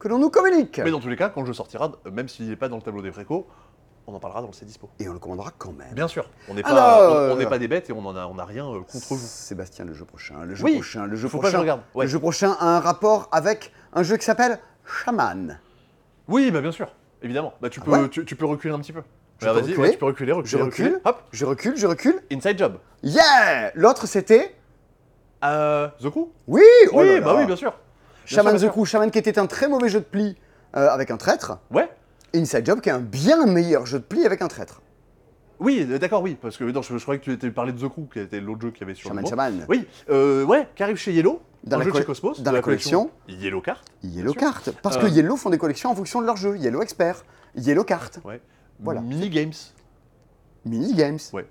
que l'on nous communique. Mais dans tous les cas, quand le jeu sortira, euh, même s'il n'est pas dans le tableau des précos, on en parlera dans le C'est Dispo. Et on le commandera quand même. Bien sûr, on n'est Alors, pas, on, on euh, n'est pas des bêtes et on n'a on a rien euh, contre vous. Sébastien, le jeu prochain, le jeu Oui, prochain, le jeu faut pas que je prochain. regarde. Ouais. Le jeu prochain a un rapport avec un jeu qui s'appelle Shaman. Oui, bah bien sûr, évidemment. Bah, tu, Ah peux, ouais tu, tu peux reculer un petit peu. Je Bah, peux vas-y, reculer ouais, tu peux reculer, reculer, Je reculer. recule. Hop, Je recule, je recule. Inside Job. Yeah. L'autre c'était. Euh, The Crew. Oui. oh Oui, là bah là. oui, bien sûr. Bien Shaman sûr, bien the Crew, Shaman qui était un très mauvais jeu de pli euh, avec un traître. Ouais. Et Inside Job qui est un bien meilleur jeu de pli avec un traître. Oui, euh, d'accord, oui, parce que non, je, je croyais que tu étais parlé de The Crew, qui était l'autre jeu qu'il y avait sur Shaman le mot. Shaman. Oui, euh, ouais, qui arrive chez Yellow, Dans un la jeu de colle- chez Cosmos, dans de la collection Yellow Card. Yellow sûr. Card. Parce Euh. que Yellow font des collections en fonction de leur jeu. Yellow Expert, Yellow Card, Ouais. Voilà. Mini Games. Mini Games. Ouais.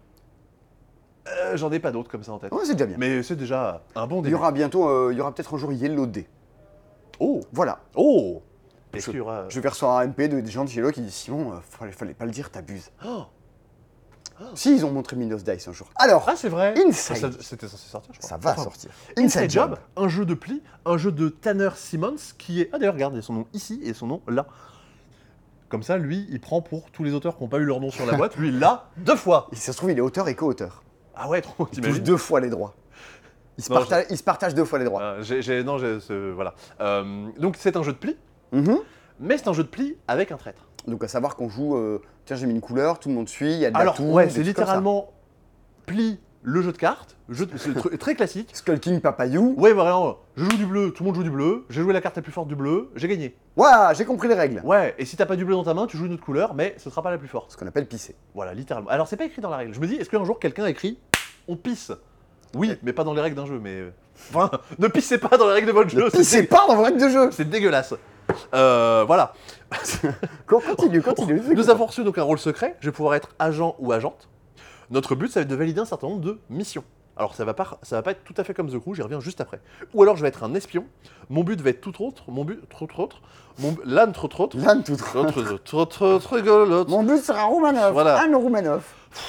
Euh, J'en ai pas d'autres comme ça en tête. Ouais, c'est déjà bien. Mais c'est déjà un bon Il y début. aura bientôt, euh, il y aura peut-être un jour Yellow D. Oh, Voilà. oh. Est-ce Je- qu'il y aura Je vais recevoir un M P de des gens de Yellow qui disent Simon, euh, fallait, fallait pas le dire, t'abuses. Oh. Si, ils ont montré Minos Dice un jour. Alors, Ah, c'est vrai. Inside. Ça- C'était censé sortir, je crois. ça va Enfin, sortir. Inside Job, un jeu de pli, un jeu de Tanner Simmons qui est. Ah d'ailleurs, regarde, il y a son nom ici et son nom là. Comme ça, lui, il prend pour tous les auteurs qui n'ont pas eu leur nom sur la boîte. Lui, il l'a deux fois. Et si ça se trouve, il est auteur et co-auteur. Ah ouais, trop, Il touche t'imagines. deux fois les droits. Il se, Non, partage, il se partage deux fois les droits. Ah, j'ai- j'ai- non, j'ai ce- voilà. Euh, donc c'est un jeu de pli, Mhm. mais c'est un jeu de pli avec un traître. Donc à savoir qu'on joue, euh, tiens j'ai mis une couleur, tout le monde suit, il y a de Alors, l'atout, ouais, des c'est trucs comme ça. littéralement pli, le jeu de cartes, jeu de- c'est tr- très classique. Skull King Papayou. Ouais, vraiment, je joue du bleu, tout le monde joue du bleu, j'ai joué la carte la plus forte du bleu, j'ai gagné. Ouah, j'ai compris les règles. Ouais, et si t'as pas du bleu dans ta main, tu joues une autre couleur, mais ce sera pas la plus forte. Ce qu'on appelle pisser. Voilà, littéralement. Alors, c'est pas écrit dans la règle. Je me dis, est-ce qu'un jour quelqu'un a écrit on pisse? Oui, mais pas dans les règles d'un jeu, mais. euh, Enfin, ne pissez pas dans les règles de votre jeu, Ne c'est pissez dé- pas dans vos règles de jeu. c'est dégueulasse. Euh, voilà. Con- Continue, continue. Nous avons reçu donc un rôle secret. Je vais pouvoir être agent ou agente. Notre but, ça va être de valider un certain nombre de missions. Alors, ça va pas, ça va pas être tout à fait comme The Crew. J'y reviens juste après. Ou alors, je vais être un espion. Mon but va être tout autre. Mon but, trop trop autre. Mon l'âne trop trop autre. L'âne tout Trop trop trop trop trop trop rigolote. Mon but sera Romanov. Voilà. Anne Romanov.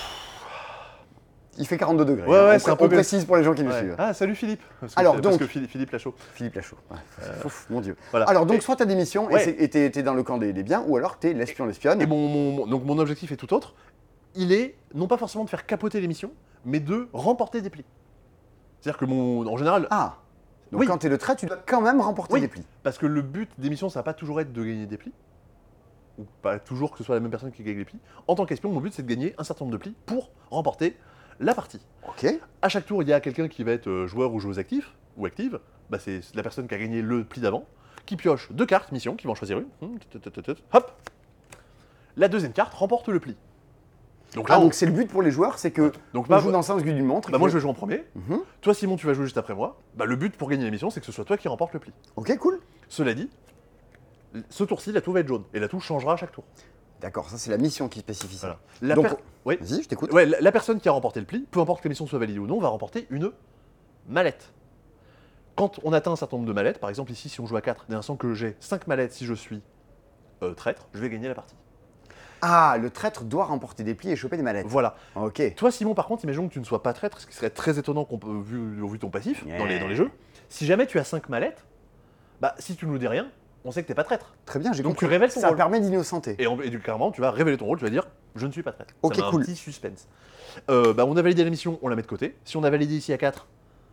Il fait quarante-deux degrés. Ouais, hein. ouais, on, c'est un on peu bien. précise pour les gens qui nous Ouais. suivent. Ah, salut Philippe. Parce que Alors, c'est- donc- Parce que Philippe, Philippe Lachaud. Philippe Lachaud. Ouais. Ouf, mon Dieu. Voilà. Alors donc, Et- soit t'as des missions Ouais. et c'est- et t'es t'es dans le camp des, des biens, ou alors t'es l'espion l'espionne. Et mon, mon- mon- donc mon objectif est tout autre. Il est non pas forcément de faire capoter les missions, mais de remporter des plis. C'est-à-dire que mon, en général, Ah. Donc Oui. quand t'es le trait, tu dois quand même remporter Oui. des plis. parce que le but des missions, ça va pas toujours être de gagner des plis, ou pas toujours que ce soit la même personne qui gagne les plis. En tant qu'espion, mon but c'est de gagner un certain nombre de plis pour remporter la partie. Ok. À chaque tour, il y a quelqu'un qui va être euh, joueur ou joueuse actif ou active. Bah, c'est la personne qui a gagné le pli d'avant, qui pioche deux cartes mission, qui va en choisir une. Hum, tut, tut, tut, tut. Hop. La deuxième carte remporte le pli. Donc là, Ah, on- donc c'est le but pour les joueurs, c'est que donc on bah, joue dans le sens d'une montre. et bah, que- moi je vais jouer en premier. Mhm. Toi, Simon, tu vas jouer juste après moi. Bah, le but pour gagner l'émission, c'est que ce soit toi qui remporte le pli. Ok, cool. Cela dit, ce tour-ci, la tour va être jaune. Et la tour changera à chaque tour. D'accord, ça c'est la mission qui spécifie ça. Voilà. La, Donc, per- oui. Vas-y, je t'écoute. Ouais, la, la personne qui a remporté le pli, peu importe que la mission soit validée ou non, va remporter une mallette. Quand on atteint un certain nombre de mallettes, par exemple ici, si on joue à quatre, dès l'instant que j'ai cinq mallettes si je suis euh, traître, je vais gagner la partie. Ah, le traître doit remporter des plis et choper des mallettes. Voilà. Ok. Toi, Simon, par contre, imaginons que tu ne sois pas traître, ce qui serait très étonnant qu'on peut, vu, au vu de ton passif dans, les, dans les jeux. Si jamais tu as cinq mallettes, bah si tu ne nous dis rien, on sait que t'es pas traître. Très bien, j'ai Donc compris. tu révèles ton Ça rôle. permet d'innocenter. Et, en- et du- clairement, tu vas révéler ton rôle, tu vas dire je ne suis pas traître. Ok, Ça met cool. un petit suspense. Euh, bah, on a validé la mission, on la met de côté. Si on a validé ici à quatre,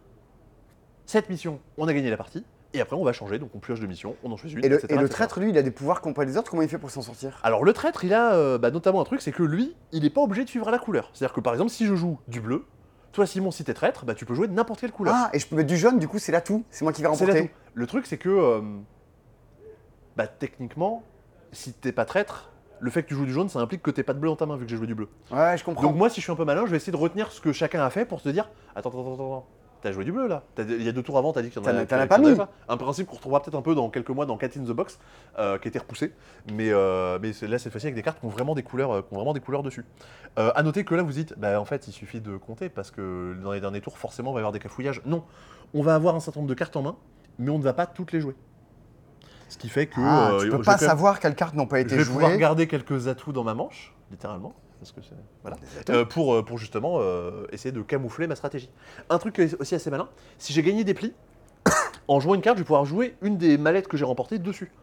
cette mission, on a gagné la partie. Et après, on va changer, donc on pioche de mission, on en choisit une, Et le, et cetera, et le et cetera. traître, lui, il a des pouvoirs qu'ont pas les autres. Comment il fait pour s'en sortir? Alors le traître, il a euh, bah, notamment un truc, c'est que lui, il n'est pas obligé de suivre la couleur. C'est-à-dire que par exemple, si je joue du bleu, toi Simon, si t'es traître, bah, tu peux jouer de n'importe quelle couleur. Ah, et je peux mettre du jaune, du coup, c'est l'atout. C'est moi qui vais C'est remporter. l'atout. Le truc, c'est que, euh, bah, techniquement, si t'es pas traître, le fait que tu joues du jaune, ça implique que t'es pas de bleu dans ta main vu que j'ai joué du bleu. Ouais, je comprends. Donc moi, si je suis un peu malin, je vais essayer de retenir ce que chacun a fait pour se dire attends, attends, attends, attends, t'as joué du bleu là. T'as- Il y a deux tours avant, t'as dit qu'il y en T'en a as- t'en as qu'il pas y en avait mis. Un principe qu'on retrouvera peut-être un peu dans quelques mois dans Cat in the Box, euh, qui a été repoussé. Mais, euh, mais c'est- là, cette fois-ci avec des cartes qui ont vraiment des couleurs, euh, qui ont vraiment des couleurs dessus. Euh, à noter que là, vous dites, bah en fait, il suffit de compter parce que dans les derniers tours, forcément, on va y avoir des cafouillages. Non, on va avoir un certain nombre de cartes en main, mais on ne va pas toutes les jouer. Ce qui fait que Ah, euh, tu je peux vais pas quand même- savoir quelles cartes n'ont pas je été vais pouvoir jouées. garder quelques atouts dans ma manche, littéralement, parce que c'est voilà, Des atouts. Euh, pour, euh, pour justement euh, essayer de camoufler ma stratégie. Un truc qui est aussi assez malin, si j'ai gagné des plis, en jouant une carte, je vais pouvoir jouer une des mallettes que j'ai remportées dessus.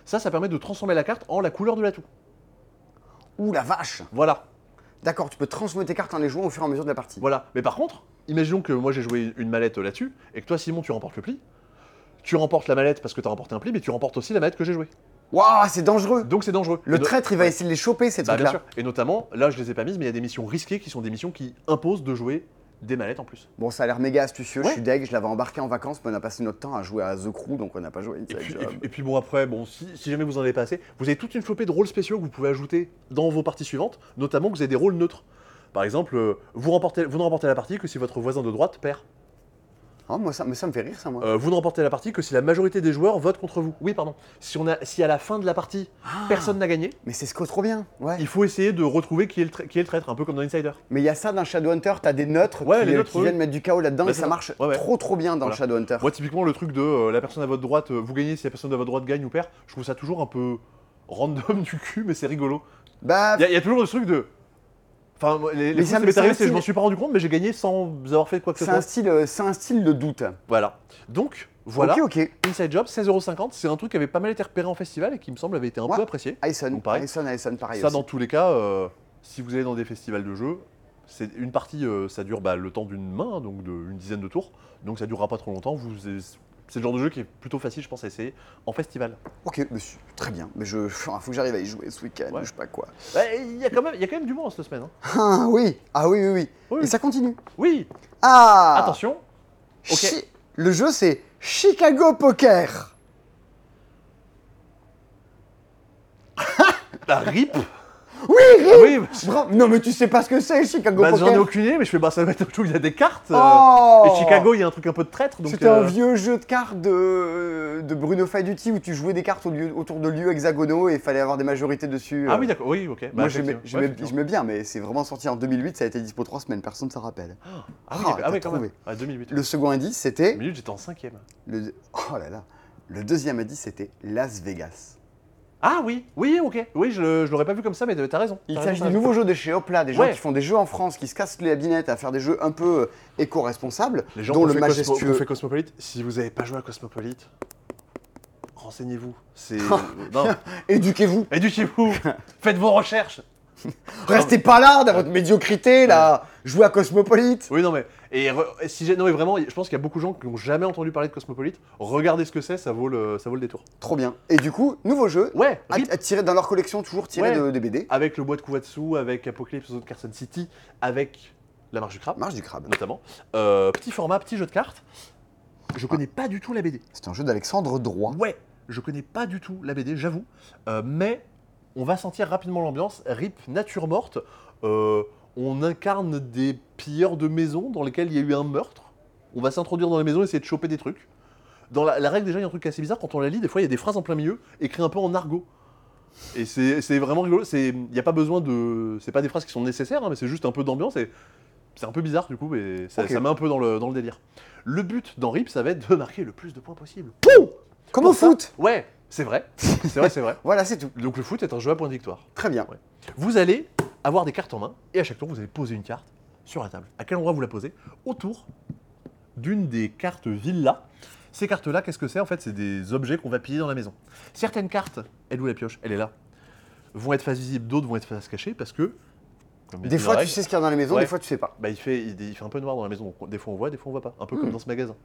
Ça, ça permet de transformer la carte en la couleur de l'atout. Ouh la vache. Voilà. D'accord, tu peux transformer tes cartes en les jouant au fur et à mesure de la partie. Voilà. Mais par contre, imaginons que moi j'ai joué une mallette là-dessus, et que toi, Simon, tu remportes le pli. Tu remportes la mallette parce que tu as remporté un pli, mais tu remportes aussi la mallette que j'ai jouée. Waouh, c'est dangereux. Donc c'est dangereux. Le Et no- traître, il va Ouais. essayer de les choper, ces Bah, bien trucs-là. sûr. Et notamment, là, je les ai pas mises, mais il y a des missions risquées qui sont des missions qui imposent de jouer des mallettes en plus. Bon, ça a l'air méga astucieux, je Ouais. suis deg, je l'avais embarqué en vacances, mais on a passé notre temps à jouer à The Crew, donc on n'a pas joué à Et Inside puis, Job. et puis- et puis bon, après, bon, si, si jamais vous en avez pas assez, vous avez toute une flopée de rôles spéciaux que vous pouvez ajouter dans vos parties suivantes, notamment que vous avez des rôles neutres. Par exemple, euh, vous, remportez, vous ne remportez la partie que si votre voisin de droite perd. Oh, moi, ça, mais ça me fait rire, ça, moi. Euh, vous ne remportez la partie que si la majorité des joueurs votent contre vous. Oui, pardon. Si, on a, si à la fin de la partie, Ah. personne n'a gagné, Mais c'est ce que trop bien, ouais. il faut essayer de retrouver qui est le, tra- qui est le traître, un peu comme dans Insider. Mais il y a ça dans Shadowhunter, t'as des neutres Ouais, qui, les euh, neutres, qui oui. viennent mettre du chaos là-dedans Bah, et c'est ça ça. marche Ouais, ouais. trop trop bien dans Voilà. Shadowhunter. Moi, typiquement, le truc de euh, la personne à votre droite, euh, vous gagnez si la personne à votre droite gagne ou perd, je trouve ça toujours un peu random du cul, mais c'est rigolo. Bah, Il y, a- il y a toujours ce truc de. Enfin, moi, les, les Mais fois ça où me- ça m'est c'est un arrivé, c'est que je style- m'en suis pas rendu compte, mais j'ai gagné sans avoir fait quoi que ce c'est un soit. style, euh, c'est un style de doute. Voilà. Donc, voilà. Ok, ok. Inside Job, seize euros cinquante, c'est un truc qui avait pas mal été repéré en festival et qui me semble avait été un Ouais. peu apprécié. Ayson, Donc, pareil. Ayson, Ayson, pareil Ça, aussi. dans tous les cas, euh, si vous allez dans des festivals de jeux, c'est une partie, euh, ça dure bah, le temps d'une main, donc de, une dizaine de tours, donc ça durera pas trop longtemps. Vous, c'est le genre de jeu qui est plutôt facile, je pense, à essayer en festival. Ok, monsieur, très bien. Mais je, faut que j'arrive à y jouer ce week-end, Ouais. ou je sais pas quoi. Bah, Il y, a quand même- il y a quand même du monde cette semaine. hein. Ah oui, ah oui, oui, oui. Oui. Et ça continue. Oui, Ah attention. Ok. Chi- Le jeu, c'est Chicago Poker. Bah, RIP. Oui, Rip. Ah oui, bah, Bra- Non, mais tu sais pas ce que c'est, Chicago bah, j'en ai Poker. aucune idée, mais je fais bah ça va être un truc, il y a des cartes. euh, Oh Et Chicago, il y a un truc un peu de traître. donc. C'était un euh, vieux jeu de cartes de, de Bruno Faiduti où tu jouais des cartes au lieu- autour de lieux hexagonaux et il fallait avoir des majorités dessus. Ah euh. oui, d'accord, oui, ok. Bah, Moi j'aimais effectivement. j'aimais- Ouais, effectivement. j'aimais bien, mais c'est vraiment sorti en deux mille huit, ça a été dispo trois semaines, personne ne s'en rappelle. Ah oui, Ah, d'accord. ah t'as oui, quand même. trouvé. Ah, deux mille huit. Le second indice c'était. deux mille huit, j'étais en cinquième. Le... Oh là là. Le deuxième indice c'était Las Vegas. Ah oui, oui, ok. Oui, je, le- je l'aurais pas vu comme ça, mais t'as raison. Il t'as s'agit raison, du t'as nouveau raison. jeu de chez Hopla, des gens Ouais. qui font des jeux en France, qui se cassent les habinettes à faire des jeux un peu euh, éco-responsables, Les gens dont qui ont le fait, Cosmo- qui ont majestueux. fait Cosmopolite, si vous avez pas joué à Cosmopolite, renseignez-vous. C'est. non, Éduquez-vous. éduquez-vous, faites vos recherches. Restez pas là dans votre médiocrité, là. Jouez à Cosmopolite. Oui, non, mais. Et, re- et si j'ai- non, mais vraiment, je pense qu'il y a beaucoup de gens qui n'ont jamais entendu parler de Cosmopolite. Regardez ce que c'est, ça, vaut le- ça vaut le détour. Trop bien. Et du coup, nouveau jeu. Ouais, À, RIP, à tirer dans leur collection, toujours tiré Ouais. de, des B D. avec le bois de Kuwatsu, avec Apocalypse of Carson City, avec la marche du crabe, Marche du crabe. notamment. Euh, petit format, petit jeu de cartes. Je connais pas du tout la B D. C'est un jeu d'Alexandre Droit. Ouais, je connais pas du tout la B D, j'avoue. Euh, mais on va sentir rapidement l'ambiance. RIP, nature morte. Euh, on incarne des pilleurs de maisons dans lesquelles il y a eu un meurtre. On va s'introduire dans les maisons et essayer de choper des trucs. Dans la, la règle, déjà, il y a un truc assez bizarre. Quand on la lit, des fois, il y a des phrases en plein milieu, écrites un peu en argot. Et c'est c'est vraiment rigolo. C'est- Il n'y a pas besoin de. C'est pas des phrases qui sont nécessaires, hein, mais c'est juste un peu d'ambiance. Et c'est un peu bizarre, du coup, et ça, Ok. ça met un peu dans le, dans le délire. Le but dans RIP, ça va être de marquer le plus de points possible. Comme Pour au ça- foot. Ouais, c'est vrai. C'est vrai, c'est vrai. Voilà, c'est tout. Donc le foot est un jeu à points de victoire. Très bien. Ouais. Vous allez avoir des cartes en main et à chaque tour vous allez poser une carte sur la table. À quel endroit vous la posez? Autour d'une des cartes villas. Ces cartes-là, qu'est-ce que c'est? En fait, c'est des objets qu'on va piller dans la maison. Certaines cartes, elle est où la pioche? Elle est là. Vont être face visible, d'autres vont être face cachée parce que. comme Des dit fois, la tu règle, sais ce qu'il y a dans les maisons, Ouais. des fois, tu sais pas. bah, il, fait, il, il fait un peu noir dans la maison. Donc, des fois on voit, des fois on voit pas. Un peu Hmm. comme dans ce magasin.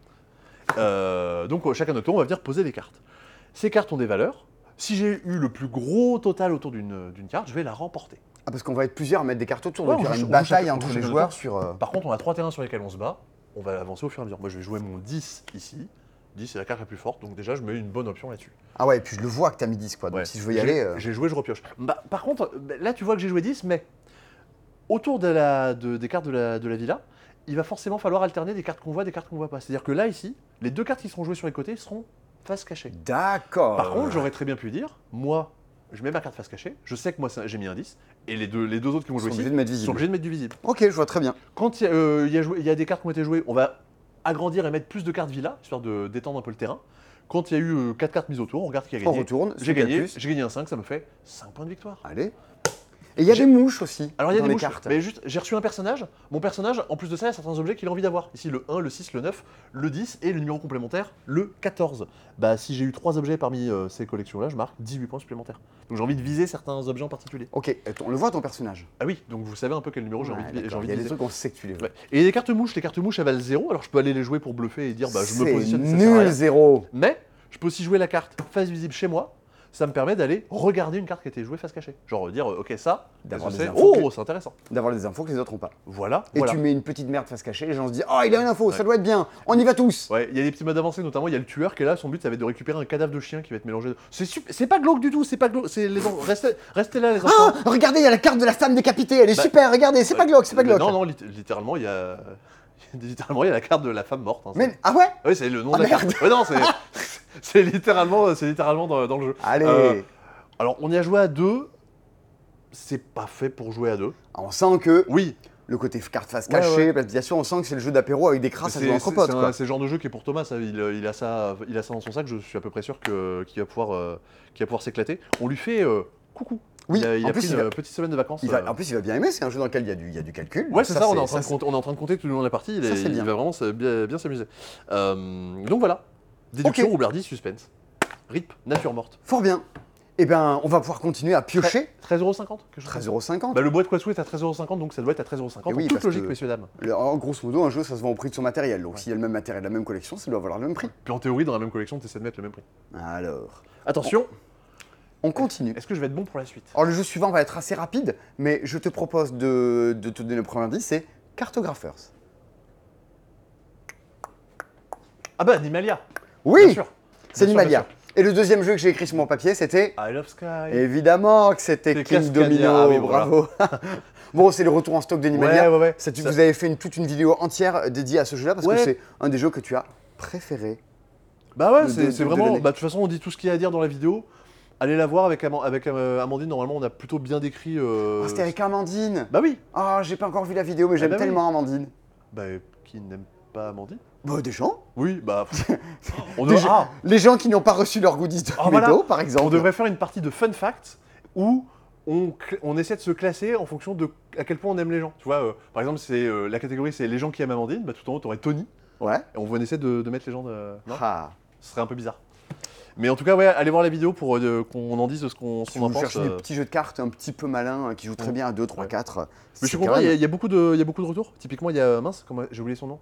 Euh, donc euh, chacun notre tour, on va venir poser des cartes. Ces cartes ont des valeurs. Si j'ai eu le plus gros total autour d'une d'une carte, je vais la remporter. Ah, parce qu'on va être plusieurs à mettre des cartes autour, Ouais, donc il y on aura joue- une on joue bataille chacun- on entre joue les chacun joueurs notre sur. euh, Par contre, on a trois terrains sur lesquels on se bat. On va avancer au fur et à mesure. Moi, je vais jouer mon dix ici. dix, c'est la carte la plus forte. Donc déjà, je mets une bonne option là-dessus. Ah ouais, et puis je le vois que t'as mis dix, quoi. Donc Ouais. si je veux y J'ai- aller. euh, J'ai joué, je repioche. Bah, par contre, bah, là, tu vois que j'ai joué dix, mais autour de la, de- des cartes de la, de la villa, il va forcément falloir alterner des cartes qu'on voit, des cartes qu'on voit pas. C'est-à-dire que là, ici, les deux cartes qui seront jouées sur les côtés seront face cachée. D'accord. Par contre, j'aurais très bien pu dire, moi, je mets ma carte face cachée, je sais que moi, ça- j'ai mis un dix, et les deux, les deux autres qui vont Ils sont jouer ici obligés de mettre sont visible. obligés de mettre du visible. Ok, je vois très bien. Quand il y, a, euh, il y a joué- il y a des cartes qui ont été jouées, on va agrandir et mettre plus de cartes villa, histoire de détendre un peu le terrain. Quand il y a eu quatre cartes mises autour, on regarde qui a On gagné. retourne. J'ai celui qui a le gagné, plus. j'ai gagné un cinq, ça me fait cinq points de victoire. Allez. Et il y a J'ai- des mouches aussi Alors il y a dans des les mouches, cartes. mais juste, j'ai reçu un personnage. Mon personnage, en plus de ça, il y a certains objets qu'il a envie d'avoir. Ici, le un, le six, le neuf, le dix et le numéro complémentaire, le quatorze. Bah, si j'ai eu trois objets parmi euh, ces collections-là, je marque dix-huit points supplémentaires. Donc j'ai envie de viser certains objets en particulier. Ok, et on le voit ton personnage. Ah oui, donc vous savez un peu quel numéro j'ai Ouais, envie de, j'ai d'accord. envie Il y a de des viser. trucs, on sait que tu les veux. Ouais. Et les cartes mouches, les cartes mouches elles valent zéro, alors je peux aller les jouer pour bluffer et dire bah je me C'est positionne. ça sert à rien. nul, zéro. Mais je peux aussi jouer la carte face visible chez moi. Ça me permet d'aller regarder une carte qui a été jouée face cachée. Genre euh, dire, euh, ok, ça, D'avoir je des sais. infos Oh, que- c'est intéressant. D'avoir des infos que les autres n'ont pas. Voilà. Et voilà. tu mets une petite merde face cachée, les gens se disent oh, il a une info, ça Ouais. doit être bien, on y va tous. Ouais, il y a des petits modes avancés, notamment il y a le tueur qui est là, son but ça va être de récupérer un cadavre de chien qui va être mélangé. C'est sup- c'est pas glauque du tout, c'est pas glauque, c'est les en- restez, restez là les enfants. Ah, regardez, il y a la carte de la femme décapitée, elle est Bah, super, regardez, c'est pas glauque, c'est pas Mais glauque. Non, non, lit- littéralement il y a. Littéralement, il y a la carte de la femme morte. Hein, Mais, ah ouais c'est- oui, c'est le nom Ah, de la merde. carte. Ouais, non, c'est c'est littéralement, c'est littéralement dans, dans le jeu. Allez. Euh, Alors, on y a joué à deux. C'est pas fait pour jouer à deux. On sent que Oui, le côté carte face Ouais, cachée, ouais. planification, on sent que c'est le jeu d'apéro avec des crasses à c'est jouer entre c'est- potes. c'est un- quoi. c'est le genre de jeu qui est pour Thomas. ça, il, il a ça, il a ça dans son sac. Je suis à peu près sûr que qu'il va pouvoir, euh, qu'il va pouvoir s'éclater. On lui fait euh, coucou. Oui, il a, il en a plus, pris il une va- petite semaine de vacances. Il va- euh, en plus, il va bien aimer, c'est un jeu dans lequel il y a du, il y a du calcul. Ouais, Donc c'est ça, on est, en c'est- train de ça, compter, on est en train de compter tout le long de la partie. Il, Ça, est- c'est il bien. va vraiment se- bien, bien s'amuser. Euh, donc voilà. Déduction, Ok. roublardie, suspense. R I P, nature morte. Fort bien. Eh ben, on va pouvoir continuer à piocher. treize euros cinquante quelque chose comme treize ça. euros cinquante. Bah, le boîte Quest est à treize euros cinquante, donc ça doit être à treize euros cinquante. Et oui, en toute parce logique, que- messieurs, dames. Le- en grosso modo, un jeu, ça se vend au prix de son matériel. Donc, s'il y a le même matériel, la même collection, ça doit valoir le même prix. Puis en théorie, dans la même collection, tu essaies de mettre le même prix. Alors, Attention, on continue. est-ce que je vais être bon pour la suite? Alors, le jeu suivant va être assez rapide, mais je te propose de, de te donner le premier indice, c'est Cartographers. Ah bah, Animalia. Oui, Bien sûr. c'est Bien sûr, Animalia. bien Et le deuxième jeu que j'ai écrit sur mon papier, c'était I Love Sky. évidemment que c'était C'est King Cascadia. Domino. Ah oui, voilà. Bravo. Bon, c'est le retour en stock d'Animalia. Ouais, ouais, ouais. Ça, tu- Ça- Vous avez fait une- toute une vidéo entière dédiée à ce jeu-là parce Ouais. que c'est un des jeux que tu as préféré. Bah ouais, de- c'est de- c'est de vraiment. l'année. Bah, de toute façon, on dit tout ce qu'il y a à dire dans la vidéo. Allez la voir avec, Ama- avec euh, Amandine. Normalement, on a plutôt bien décrit. euh, Ah, c'était avec Amandine. Bah oui. Ah, j'ai pas encore vu la vidéo, mais j'aime bah oui. tellement Amandine. Bah, qui n'aime pas Amandine? Bah, des gens. Oui, bah. on, Des a- gens- ah, Les gens qui n'ont pas reçu leur goodies de Ah, voilà. météo, par exemple. on devrait faire une partie de fun facts où on, cl- on essaie de se classer en fonction de à quel point on aime les gens. Tu vois, euh, par exemple, c'est euh, la catégorie c'est les gens qui aiment Amandine. Bah, tout en haut, t'aurais Tony. Ouais. Et on va essayer de, de mettre les gens de. Non, Ah. ce serait un peu bizarre. Mais en tout cas, ouais, allez voir la vidéo pour euh, qu'on en dise ce qu'on ce Si qu'on en vous pense. cherchez euh. des petits jeux de cartes un petit peu malins euh, qui jouent très Ouais. bien à deux, trois, Ouais. quatre. Mais je suis c'est content, quand il y, a- même- il y a beaucoup de, il y a beaucoup de retours. Typiquement, il y a, mince, comment- j'ai oublié son nom.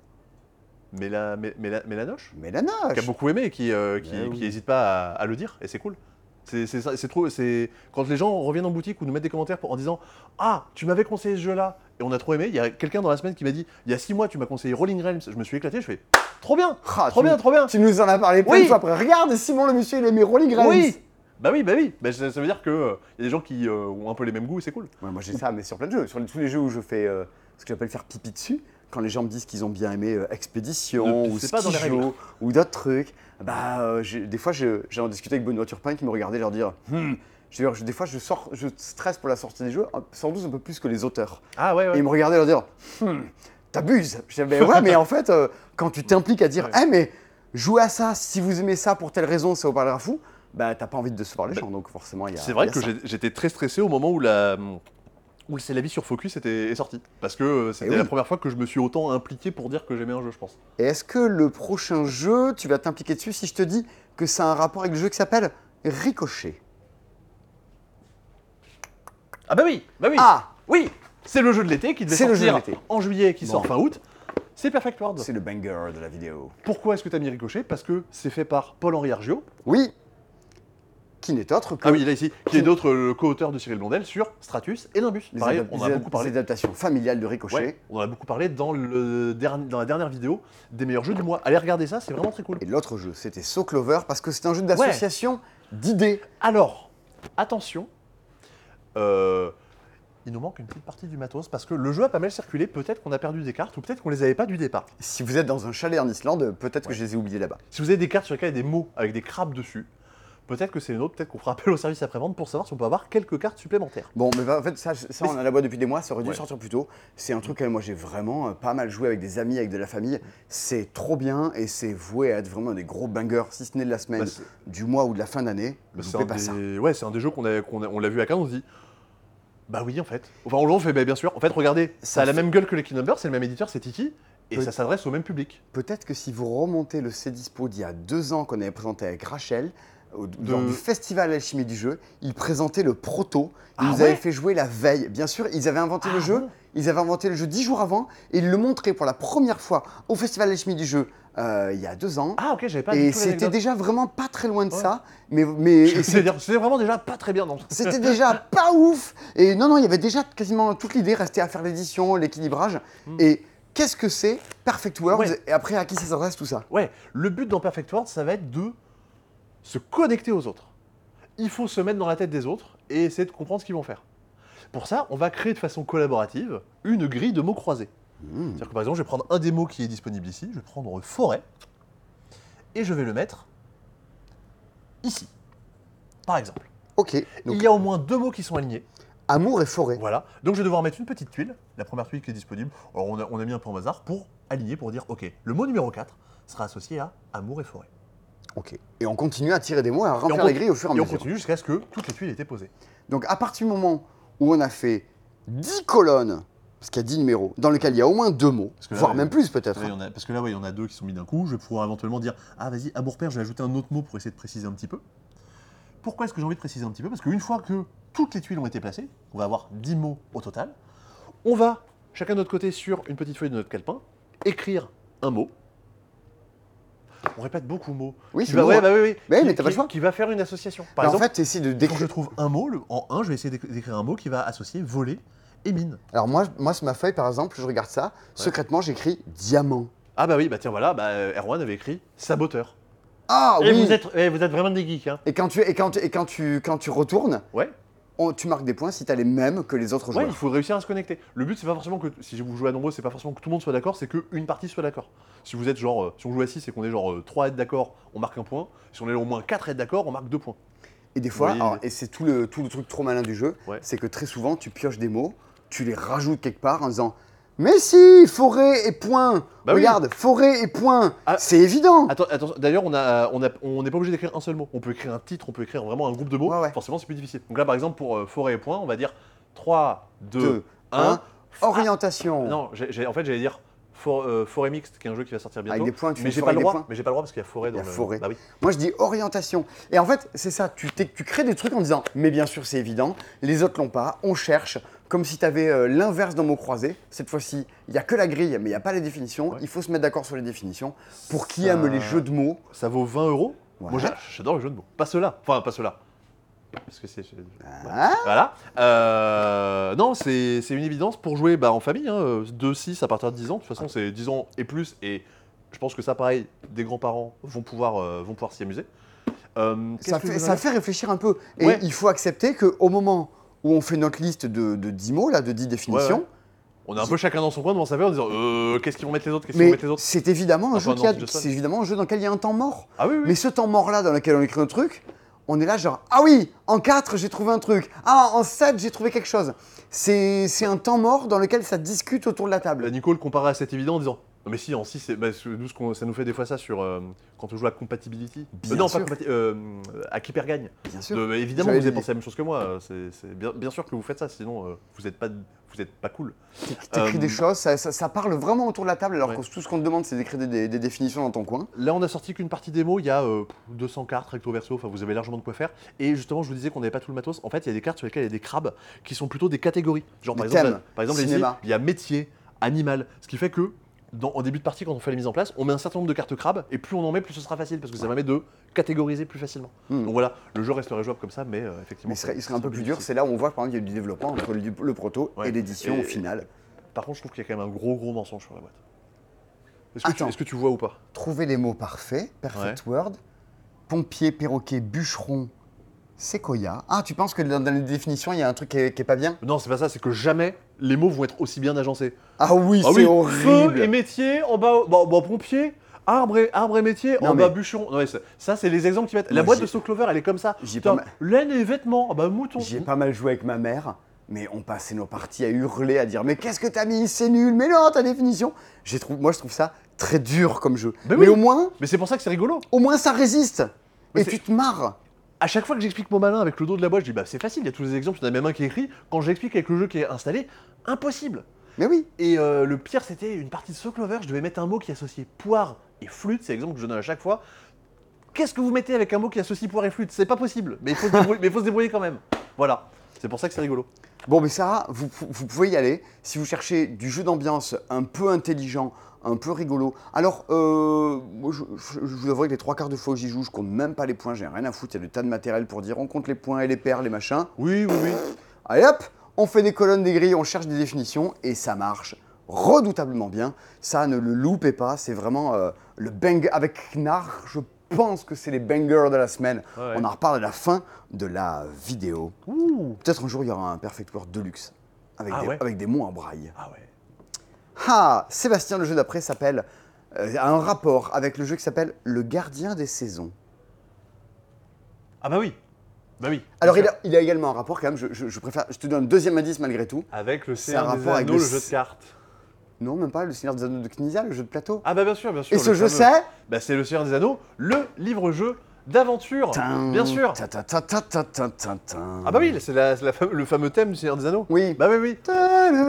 Méla, Mé- Méla- Mélanoche, Mais la nage. qui a beaucoup aimé et qui, euh, qui, Ben oui. qui hésite pas à, à le dire, et c'est cool. C'est c'est ça- c'est trop, c'est quand les gens reviennent en boutique ou nous mettent des commentaires pour, en disant ah tu m'avais conseillé ce jeu-là et on a trop aimé. Il y a quelqu'un dans la semaine qui m'a dit il y a six mois tu m'as conseillé Rolling Realms. Je me suis éclaté. Je fais trop bien, Ah, trop tu- bien, trop bien. Tu nous en as parlé plein Oui. de fois après. Regarde, Simon le monsieur, il aimait Rolling Realms. Oui. Bah oui, bah oui. Bah, ça, ça veut dire que euh, y a des gens qui euh, ont un peu les mêmes goûts et c'est cool. Ouais, moi j'ai ça, mais sur plein de jeux. Sur les- tous les jeux où je fais euh, ce que j'appelle faire pipi dessus, quand les gens me disent qu'ils ont bien aimé euh, Expédition Ne ou pissez pas dans les règles. Skijo ou d'autres trucs, bah euh, j'ai- des fois je- j'ai en discuté avec Benoît Turpin qui me regardait leur dire hmm. Je veux dire, je- des fois je sors, je stresse pour la sortie des jeux, un- sans doute un peu plus que les auteurs. Ah ouais, Et ouais. ils me regardaient leur dire hmm, t'abuses. Je disais, mais ouais, mais en fait, euh, quand tu t'impliques à dire, Ouais. eh mais jouez à ça, si vous aimez ça pour telle raison, ça vous parlera fou, bah t'as pas envie de décevoir les Bah, gens, donc forcément il y a. C'est vrai il y a que ça. j'ai- j'étais très stressé au moment où la où c'est la vie sur Focus était, est sortie. Parce que euh, c'était Eh la oui. première fois que je me suis autant impliqué pour dire que j'aimais un jeu, je pense. Et est-ce que le prochain jeu, tu vas t'impliquer dessus si je te dis que ça a un rapport avec le jeu qui s'appelle Ricochet? Ah bah oui, bah oui. Ah, Oui, c'est le jeu de l'été qui devait C'est le sortir jeu de l'été. en juillet, qui Bon. sort fin août. C'est Perfect World. c'est le banger de la vidéo. Pourquoi est-ce que t'as mis Ricochet? Parce que c'est fait par Paul-Henri Argio. Oui, qui n'est autre que Ah oui, là ici, qui est d'autre le co-auteur de Cyril Blondel sur Stratus et Nimbus. les, Pareil, adap- on en a les beaucoup parlé. adaptations familiales de Ricochet. Ouais, on en a beaucoup parlé dans, le dernier, dans la dernière vidéo des meilleurs jeux du mois. Allez regarder ça, c'est vraiment très cool. Et l'autre jeu, c'était So Clover, parce que c'est un jeu d'association d'idées. Alors, attention, euh, il nous manque une petite partie du matos parce que le jeu a pas mal circulé. Peut-être qu'on a perdu des cartes ou peut-être qu'on les avait pas du départ. Si vous êtes dans un chalet en Islande, peut-être que Ouais. je les ai oubliés là-bas. Si vous avez des cartes sur lesquelles il y a des mots avec des crabes dessus, peut-être que c'est une autre, peut-être qu'on fera appel au service après-vente pour savoir si on peut avoir quelques cartes supplémentaires. Bon, mais en fait, ça, ça Mais on en a la boîte depuis des mois, ça aurait dû Ouais. sortir plus tôt. C'est un truc que moi j'ai vraiment euh, pas mal joué avec des amis, avec de la famille. C'est trop bien et c'est voué à être vraiment des gros bangers, si ce n'est de la semaine, Bah, c'est- du mois ou de la fin d'année. Bah, c'est Loupez un pas ça. des... Ouais, c'est un des jeux qu'on a, qu'on a- on l'a vu à Cannes, on se dit Bah oui, en fait. Enfin, on le fait, bah, bien sûr. En fait, regardez, ça, Ça a la fait- même gueule que les Key Numbers, c'est le même éditeur, c'est Tiki, et Peut- ça s'adresse au même public. Peut-être que si vous remontez le Cdispo d'il y a deux ans qu'on avait présenté avec Rachel, au- De- lors du festival Alchimie du jeu, ils présentaient le proto. Ils Ah nous ouais avaient fait jouer la veille. Bien sûr, ils avaient inventé Ah le jeu. bon Ils avaient inventé le jeu dix jours avant et ils le montraient pour la première fois au festival Alchimie du jeu euh, il y a deux ans. Ah ok, j'avais pas Et du tout c'était l'anecdote. déjà vraiment pas très loin de Ouais. ça. Mais, mais et c'est- C'est-à-dire, c'était vraiment déjà pas très bien, non. c'était déjà pas ouf. Et non, non, il y avait déjà quasiment toute l'idée, restait à faire l'édition, l'équilibrage. Mm. Et qu'est-ce que c'est Perfect Worlds Ouais. et après à qui ça s'adresse tout ça? Ouais, le but dans Perfect World, ça va être de se connecter aux autres. Il faut se mettre dans la tête des autres et essayer de comprendre ce qu'ils vont faire. Pour ça, on va créer de façon collaborative une grille de mots croisés. Hmm. C'est-à-dire que par exemple, je vais prendre un des mots qui est disponible ici, je vais prendre forêt, et je vais le mettre ici, par exemple. Ok, donc Il y a au moins deux mots qui sont alignés, amour et forêt. voilà. Donc je vais devoir mettre une petite tuile, la première tuile qui est disponible. Alors on a, on a mis un peu en hasard pour aligner, pour dire, ok, le mot numéro quatre sera associé à amour et forêt. Ok. Et on continue à tirer des mots et à Et on remplir con- les grilles au fur et à Et on mesure. continue jusqu'à ce que toutes les tuiles aient été posées. Donc à partir du moment où on a fait dix colonnes, parce qu'il y a dix numéros, dans lesquels il y a au moins deux mots, que là, voire ouais, même plus peut-être. Là, il y en a- parce que là, ouais, il y en a deux qui sont mis d'un coup. Je vais pouvoir éventuellement dire, ah vas-y, amour-père, je vais ajouter un autre mot pour essayer de préciser un petit peu. Pourquoi est-ce que j'ai envie de préciser un petit peu? Parce qu'une fois que toutes les tuiles ont été placées, on va avoir dix mots au total, on va, chacun de notre côté, sur une petite feuille de notre calepin, écrire un mot. On répète beaucoup de mots. Oui, Qui c'est va, bon, ouais, hein. bah oui, oui. Mais- Qui- mais t'as pas qui- le choix. Qui va faire une association. Par Alors, en exemple, fait, tu essaies de quand je décrire. trouve un mot, le- en un, je vais essayer d'éc- d'écrire un mot qui va associer voler et mine. Alors moi, moi, sur ma feuille, par exemple, je regarde ça. Secrètement, j'écris diamant. Ah bah oui, bah tiens, voilà, bah, euh, Erwan avait écrit saboteur. Ah Et oui. vous êtes, eh, vous êtes vraiment des geeks, hein. Et quand tu et quand et quand tu quand tu retournes, Ouais. on- tu marques des points si tu as les mêmes que les autres Ouais, joueurs. il faut réussir à se connecter. Le but, c'est pas forcément que, si vous jouez à nombreux, c'est pas forcément que tout le monde soit d'accord, c'est qu'une partie soit d'accord. Si vous êtes genre, euh, si on joue à six et qu'on est genre euh, trois à être d'accord, on marque un point. Si on est au moins quatre à être d'accord, on marque deux points. Et des fois, voyez alors, l'idée. et c'est tout le tout le truc trop malin du jeu, Ouais. c'est que très souvent, tu pioches des mots, tu les rajoutes quelque part en disant. Mais si, forêt et point. Bah oui. Regarde, forêt et point. Ah. C'est évident. Attends, attends, d'ailleurs, on a, on a, on n'est pas obligé d'écrire un seul mot. On peut écrire un titre, on peut écrire vraiment un groupe de mots. Ouais, ouais. Forcément, c'est plus difficile. Donc là, par exemple, pour euh, forêt et point, on va dire trois, deux, Deux, un. un. Orientation. Non, j'ai- j'ai- en fait, j'allais dire for- euh, forêt mixte, qui est un jeu qui va sortir bientôt. Avec des points, tu mais fais j'ai forêt pas le avec des droit. points. Mais j'ai pas le droit parce qu'il y a forêt dans Il y a le. forêt. Bah oui. Moi, je dis orientation. Et en fait, c'est ça. Tu, t'es- tu crées des trucs en disant, mais bien sûr, c'est évident. Les autres l'ont pas. On cherche. Comme si tu avais l'inverse d'un mot croisé. Cette fois-ci, il n'y a que la grille, mais il n'y a pas les définitions. Ouais. Il faut se mettre d'accord sur les définitions. Pour qui Ça- aime les jeux de mots, Ça vaut vingt euros. Ouais. Moi, j'a- j'adore le jeu de mots. Pas ceux-là. Enfin, pas ceux-là. Parce que c'est. c'est- hein, Voilà. Euh, non, c'est c'est une évidence pour jouer bah, en famille. Hein, de six à partir de dix ans. De toute façon, c'est dix ans et plus. Et je pense que ça, pareil, des grands-parents vont pouvoir, euh, vont pouvoir s'y amuser. Euh, qu'est-ce ça que fait, je ça veux fait réfléchir un peu. Et Ouais. il faut accepter qu'au moment où on fait notre liste de, de dix mots, là, de dix définitions, Ouais, ouais. On est un peu chacun dans son coin devant sa feuille en disant euh, qu'est-ce qu'ils vont mettre les autres, qu'est-ce qu'ils vont mais mettre les autres. c'est évidemment, un Enfin, jeu non, qui a- c'est Justin. c'est évidemment un jeu dans lequel il y a un temps mort. Ah oui, oui. Mais ce temps mort-là dans lequel on écrit un truc, on est là genre, ah oui, en quatre, j'ai trouvé un truc. Ah, en sept, j'ai trouvé quelque chose. C'est c'est un temps mort dans lequel ça discute autour de la Bah, table. Nicole comparait à cet évident en disant non mais si en six, c'est- bah, ce- nous, ce qu'on- ça nous fait des fois ça sur euh, quand on joue à compatibility. Bien non sûr. pas compati- euh, à qui perd gagne. Bien sûr. De- bah, évidemment J'avais vous avez dit. pensé la même chose que moi. euh, C'est c'est bien, bien sûr que vous faites ça, sinon euh, vous n'êtes pas vous êtes pas cool. T'écris Euh, des choses, ça, ça- ça parle vraiment autour de la table, alors Ouais. que tout ce qu'on te demande, c'est d'écrire des, des- des définitions dans ton coin. Là, on a sorti qu'une partie démo, il y a euh, deux cents cartes recto verso, enfin vous avez largement de quoi faire. Et justement, je vous disais qu'on n'avait pas tout le matos. En fait, il y a des cartes sur lesquelles il y a des crabes qui sont plutôt des catégories. Genre Des par exemple, thèmes, là- par exemple ici, cinéma. il y a métier, animal, ce qui fait que dans- en début de partie, quand on fait les mises en place, on met un certain nombre de cartes crabes et plus on en met, plus ce sera facile parce que ça permet de catégoriser plus facilement. Hmm. Donc voilà, le jeu resterait jouable comme ça, mais euh, effectivement. Mais il serait, il serait un c'est peu plus dur, difficile. c'est là où on voit par exemple qu'il y a du développement entre le, le proto Ouais. et l'édition Et- au final. Par contre, je trouve qu'il y a quand même un gros gros mensonge sur la boîte. Est-ce que, tu, Attends. est-ce que tu vois ou pas? Trouver les mots parfaits, perfect word, pompier, perroquet, bûcheron, séquoia. Ah, tu penses que dans, dans les définitions, il y a un truc qui est, qui est pas bien? Non, c'est pas ça, c'est que jamais les mots vont être aussi bien agencés. Ah oui, Ah c'est oui, horrible. feu et métier, en bas, bon, bon, pompier, arbre et, arbre et métier, Non, en bas mais- bûcheron. Non, mais ça, ça, c'est les exemples qui mettent. La Moi, boîte j'y- de So Clover, elle est comme ça. j'y ai Putain, pas mal- laine et vêtements, ah bah mouton. J'y ai pas mal joué avec ma mère, mais on passait nos parties à hurler, à dire mais qu'est-ce que t'as mis, c'est nul, mais non, ta définition. J'ai trouvé, moi je trouve ça très dur comme jeu. Ben mais oui. au moins, Mais c'est pour ça que c'est rigolo. au moins ça résiste. Mais Et c'est- tu te marres. à chaque fois que j'explique mon malin avec le dos de la boîte, je dis bah c'est facile, il y a tous les exemples, il y en a même un qui est écrit. Quand j'explique avec le jeu qui est installé, impossible. Mais oui. Et euh, le pire, c'était une partie de So Clover, je devais mettre un mot qui associait poire et flûte, c'est l'exemple que je donne à chaque fois. Qu'est-ce que vous mettez avec un mot qui associe poire et flûte? C'est pas possible, mais il faut se débrouiller, mais il faut se débrouiller quand même. Voilà, c'est pour ça que c'est rigolo. Bon, mais Sarah, vous, vous pouvez y aller. Si vous cherchez du jeu d'ambiance un peu intelligent, un peu rigolo. Alors, euh, moi, je, je, je vous avouerai que les trois quarts de fois où j'y joue, je compte même pas les points, j'ai rien à foutre. Il y a des tas de matériel pour dire on compte les points et les paires, les machins. Oui, oui, oui. Allez hop, on fait des colonnes, des grilles, on cherche des définitions et ça marche redoutablement bien. Ça, ne le loupez pas, c'est vraiment euh, le bang avec Knar. Je pense que c'est les bangers de la semaine. Ouais, ouais. On en reparle à la fin de la vidéo. Ouh. Peut-être un jour, il y aura un Perfect World Deluxe avec, Ah des, ouais. avec des mots en braille. Ah ouais. Ah, Sébastien, le jeu d'après s'appelle, euh, a un rapport avec le jeu qui s'appelle Le Gardien des Saisons. Ah bah oui. Bah oui. Alors, bien il sûr. a, il a également un rapport quand même, je, je- je préfère, je te donne un deuxième indice malgré tout. Avec le C'est un Seigneur des rapport avec Anneaux, le le jeu de s- cartes. Non, même pas, le Seigneur des Anneaux de Knizia, le jeu de plateau. Ah bah bien sûr, bien sûr. Et ce le jeu, fameux- c'est Bah c'est le Seigneur des Anneaux, le livre-jeu d'aventure. Bien sûr. Ta ta ta ta ta ta ta ta. Ah bah oui, c'est la- c'est la fam- le fameux thème du Seigneur des Anneaux. Oui. Bah oui, oui. On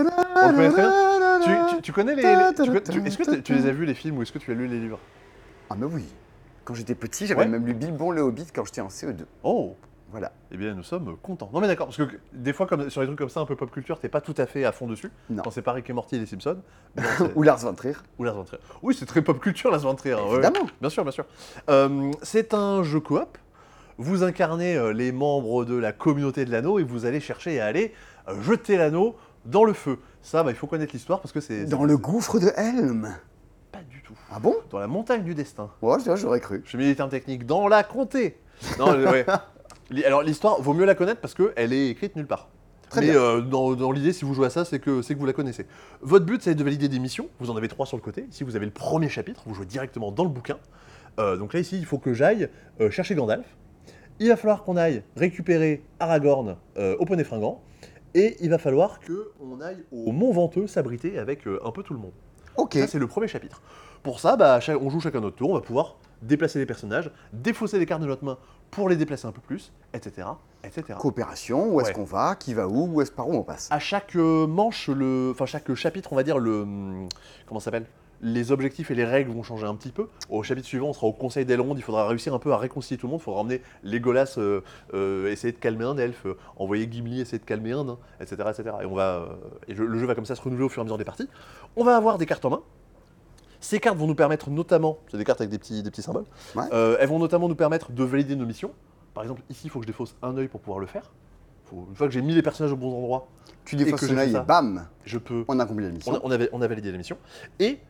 le connaît très bien. Tu, tu- tu connais les... les- tu co- tu- Est-ce que tu- tu les as vus les films ou est-ce que tu as lu les livres? Ah mais oui. Quand j'étais petit, j'avais Ouais. même lu Bilbon le Hobbit quand j'étais en C E deux. Oh. Voilà. Eh bien, nous sommes contents. Non mais d'accord, parce que des fois, comme, sur les trucs comme ça, un peu pop culture, t'es pas tout à fait à fond dessus. Non. Quand c'est pas Rick et Morty et les Simpsons. Mais non, c'est- Ou Lars von Trier. Ou Lars von Trier. Oui, c'est très pop culture, Lars von Trier. hein, ouais, Évidemment. ouais. Bien sûr, bien sûr. Euh, c'est un jeu coop. Vous incarnez euh, les membres de la communauté de l'anneau et vous allez chercher à aller euh, jeter l'anneau dans le feu. Ça, bah, il faut connaître l'histoire parce que c'est... Dans c'est- le gouffre de Helm. Pas du tout. Ah bon? Dans la montagne du destin. Ouais, j'aurais cru. Je mets les termes techniques. Dans la comté. Non, euh, ouais. Li- Alors, l'histoire, vaut mieux la connaître parce qu'elle est écrite nulle part. Très Mais bien. euh, dans, dans l'idée, si vous jouez à ça, c'est que, c'est que vous la connaissez. Votre but, c'est de valider des missions. Vous en avez trois sur le côté. Ici, vous avez le premier chapitre. Vous jouez directement dans le bouquin. Euh, donc là, ici, il faut que j'aille euh, chercher Gandalf. Il va falloir qu'on aille récupérer Aragorn euh, au poney fringant. Et il va falloir qu'on aille au Mont Venteux s'abriter avec euh, un peu tout le monde. Ok. Ça, c'est le premier chapitre. Pour ça, bah, chaque- on joue chacun notre tour. On va pouvoir déplacer les personnages, défausser les cartes de notre main pour les déplacer un peu plus, et cetera, et cetera. Coopération, où est-ce Ouais. qu'on va, qui va où, où est-ce par où on passe. À chaque euh, manche, le, enfin chaque chapitre, on va dire le, hum, comment ça s'appelle? Les objectifs et les règles vont changer un petit peu. Au chapitre suivant, on sera au Conseil d'Elrond. Il faudra réussir un peu à réconcilier tout le monde. Il faudra emmener Legolas euh, euh, essayer de calmer un elfe, euh, envoyer Gimli essayer de calmer un nain, et cetera, et cetera. Et on va, euh, et je- le jeu va comme ça se renouveler au fur et à mesure des parties. On va avoir des cartes en main. Ces cartes vont nous permettre notamment, c'est des cartes avec des petits, des petits symboles, Ouais. euh, elles vont notamment nous permettre de valider nos missions. Par exemple, ici, il faut que je défausse un œil pour pouvoir le faire. Faut- une fois que j'ai mis les personnages au bon endroit, Tu et défausses que un j'ai fait œil et ça. bam, je peux... on a accompli la On mission. a, on avait, on a validé la mission. Et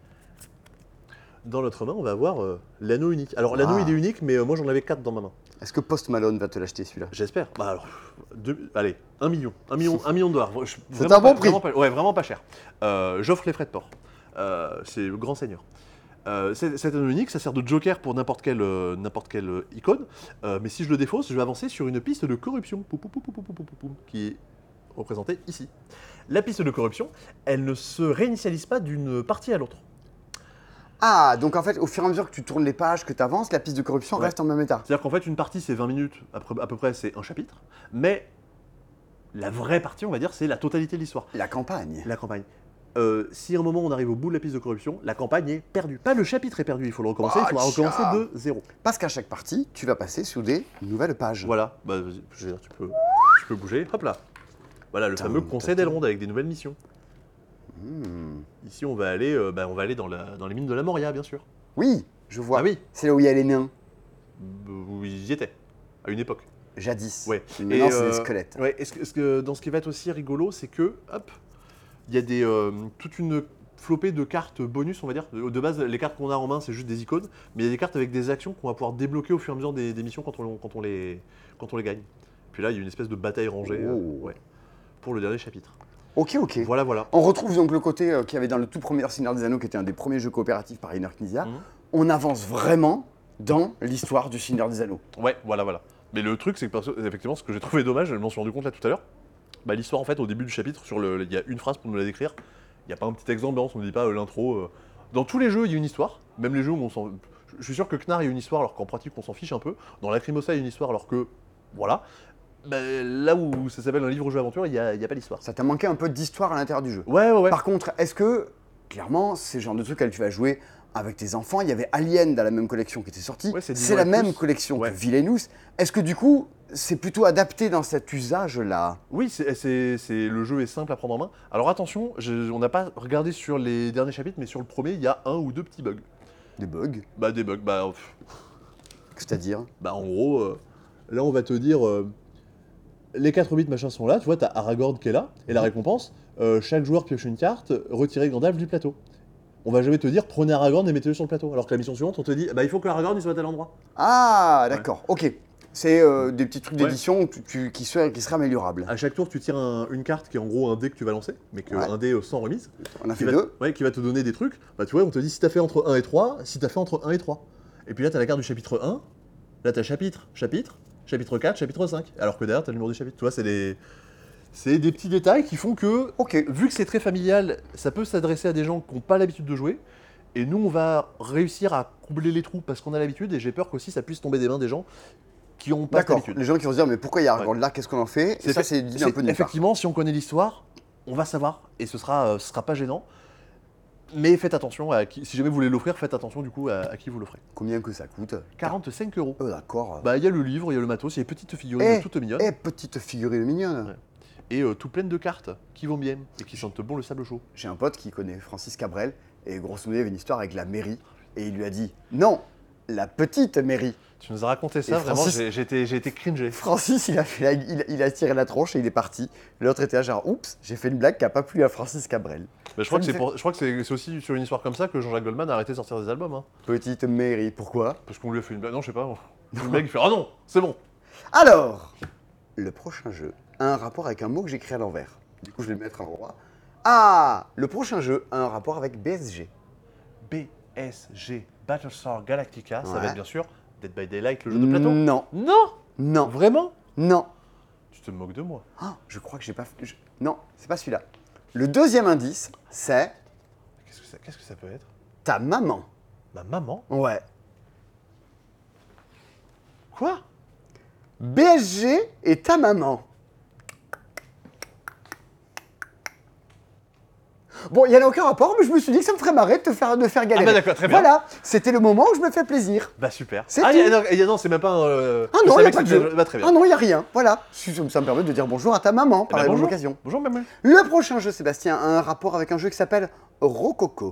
dans notre main, on va avoir euh, l'anneau unique. Alors, l'anneau, Ah. il est unique, mais euh, moi, j'en avais quatre dans ma main. Est-ce que Post Malone va te l'acheter celui-là? J'espère. Bah alors, deux- allez, un million. Un million, un million de dollars. Je- C'est vraiment un bon pas- prix. Vraiment pas, ouais, vraiment pas cher. Euh, J'offre les frais de port. Euh, c'est le grand seigneur. Euh, c'est- cet anneau unique, ça sert de joker pour n'importe quelle, euh, n'importe quelle euh, icône. Euh, mais si je le défausse, je vais avancer sur une piste de corruption, Pou, pou, pou, pou, pou, pou, pou, pou, pou, qui est représentée ici. La piste de corruption, elle ne se réinitialise pas d'une partie à l'autre. Ah, donc en fait, au fur et à mesure que tu tournes les pages, que tu avances, la piste de corruption Ouais. reste en même état. C'est-à-dire qu'en fait, une partie, c'est vingt minutes, à peu, à peu près, c'est un chapitre. Mais la vraie partie, on va dire, c'est la totalité de l'histoire. La campagne. La campagne. Euh, si à un moment on arrive au bout de la piste de corruption, la campagne est perdue. Pas le chapitre est perdu, il faut le recommencer, Ah, il faudra recommencer tiens. de zéro. Parce qu'à chaque partie, tu vas passer sous des nouvelles pages. Voilà, bah, vas-y, je veux dire, tu peux, tu peux bouger, hop là. Voilà, le Tum, fameux tum, conseil tum. d'Elrond avec des nouvelles missions. Hmm. Ici, on va aller, euh, bah, on va aller dans, la- dans les mines de la Moria, bien sûr. Oui, je vois. Ah oui, C'est là où il y a les nains, euh, où ils y étaient, à une époque. jadis. Ouais. Maintenant, Et, c'est euh, des squelettes. Ouais, est-ce que, est-ce que dans ce qui va être aussi rigolo, c'est que, hop, il y a des, euh, toute une flopée de cartes bonus, on va dire. De, de base, les cartes qu'on a en main, c'est juste des icônes, mais il y a des cartes avec des actions qu'on va pouvoir débloquer au fur et à mesure des, des missions quand on, quand, on les, quand on les gagne. Puis là, il y a une espèce de bataille rangée euh, Oh. ouais, pour le dernier chapitre. Ok, ok. Voilà, voilà. On retrouve donc le côté euh, qu'il y avait dans le tout premier Seigneur des Anneaux, qui était un des premiers jeux coopératifs par Reiner Knizia. Mhm. On avance vraiment dans l'histoire du Seigneur des Anneaux. Ouais, voilà, voilà. Mais le truc, c'est que, parce que, effectivement, ce que j'ai trouvé dommage, je m'en suis rendu compte là tout à l'heure, bah, l'histoire, en fait, au début du chapitre, sur le, il y a une phrase pour nous la décrire. Il n'y a pas un petit texte d'ambiance, on ne dit pas euh, l'intro. euh. Dans tous les jeux, il y a une histoire. Même les jeux où on s'en. Je suis sûr que Knar, il y a une histoire, alors qu'en pratique, on s'en fiche un peu. Dans Lacrimosa, il y a une histoire, alors que voilà. Bah, là où ça s'appelle un livre-jeu aventure, il n'y a, il y a pas d'histoire. Ça t'a manqué un peu d'histoire à l'intérieur du jeu. Ouais, ouais, ouais. Par contre, est-ce que, clairement, c'est le genre de truc que tu vas jouer avec tes enfants? Il y avait Alien dans la même collection qui était sortie. Ouais, c'est dix c'est ans la et même plus. collection Ouais. que Villainous. Est-ce que du coup, c'est plutôt adapté dans cet usage-là? Oui, c'est, c'est, c'est- le jeu est simple à prendre en main. Alors attention, je- on n'a pas regardé sur les derniers chapitres, mais sur le premier, il y a un ou deux petits bugs. Des bugs? Bah, des bugs, bah, pff, C'est-à-dire? bah en gros, euh, là on va te dire, euh, les quatre bits machin sont là, tu vois, t'as Aragorn qui est là, et la récompense, euh, chaque joueur pioche une carte, retirez Gandalf du plateau. On va jamais te dire, prenez Aragorn et mettez-le sur le plateau. Alors que la mission suivante, on te dit, bah il faut que Aragorn il soit à tel endroit. Ah, d'accord, ok. C'est euh, des petits trucs Ouais. d'édition tu- tu- qui, seraient, qui seraient améliorables. À chaque tour, tu tires un- une carte qui est en gros un dé que tu vas lancer, mais que, Ouais. un dé euh, sans remise. On a qui fait va, deux. ouais, qui va te donner des trucs. Bah tu vois, on te dit si t'as fait entre un et trois, si t'as fait entre un et trois. Et puis là, t'as la carte du chapitre un, là t'as chapitre, chapitre, chapitre quatre, chapitre cinq. Alors que derrière, t'as le numéro du chapitre. Tu vois, c'est des... c'est des petits détails qui font que, Ok. vu que c'est très familial, ça peut s'adresser à des gens qui n'ont pas l'habitude de jouer. Et nous, on va réussir à combler les trous parce qu'on a l'habitude, et j'ai peur qu'aussi ça puisse tomber des mains des gens qui n'ont pas D'accord. l'habitude. Les gens qui vont se dire, mais pourquoi il y a Aragorn là? Qu'est-ce qu'on en fait? Et ça, c'est dit un peu nulle part. Effectivement, si on connaît l'histoire, on va savoir, et ce sera, euh, ce sera pas gênant. Mais faites attention, à qui, si jamais vous voulez l'offrir, faites attention du coup à, à qui vous l'offrez. Combien que ça coûte? quarante-cinq euros. Oh, d'accord. Bah il y a le livre, il y a le matos, il y a les petites figurines Eh, toutes mignonnes, Eh, petite figurine mignonne. Ouais. et euh, tout pleines de cartes qui vont bien, et qui sentent bon le sable chaud. J'ai un pote qui connaît Francis Cabrel, et grosso modo, il y avait une histoire avec la mairie, et il lui a dit, non, la petite mairie. Tu nous as raconté ça, Et vraiment, Francis- j'ai j'ai été, j'ai été cringé. Francis, il a, fait la- il, il a tiré la tronche et il est parti. L'autre était là, genre, oups, j'ai fait une blague qui a pas plu à Francis Cabrel. Bah, je crois Ça que me c'est pour- je crois que c'est c'est aussi sur une histoire comme ça que Jean-Jacques Goldman a arrêté de sortir des albums. Hein. Petite mairie, pourquoi? Parce qu'on lui a fait une blague, non je sais pas. Le mec il fait ah non, c'est bon. Alors, le prochain jeu a un rapport avec un mot que j'ai écrit à l'envers. Du coup, je vais le mettre à l'endroit. Ah, le prochain jeu a un rapport avec B S G. B S G, Battlestar Galactica, ça Ouais. va être bien sûr Dead by Daylight, le jeu de plateau. Non, Non, non, vraiment? non. Tu te moques de moi. Ah, je crois que j'ai pas... fait- je- Non, c'est pas celui-là. Le deuxième indice, c'est Qu'est-ce que ça, qu'est-ce que ça peut être? ta maman. Ma maman? Ouais. Quoi? B S G et ta maman. Bon, il n'y en a aucun rapport, mais je me suis dit que ça me ferait marrer de te faire, de faire galérer. bah d'accord, très bien. Voilà, c'était le moment où je me fais plaisir. Bah super. C'est ah, tout. y a- non, y a- non, c'est même pas un. euh, Ah je non, il savais n'y a que pas de c'était- jeu. Bah très bien. Ah non, il n'y a rien. Voilà, ça ça me permet de dire bonjour à ta maman Eh par ben, la même bonjour. occasion. Bonjour maman. Le prochain jeu, Sébastien, a un rapport avec un jeu qui s'appelle Rococo.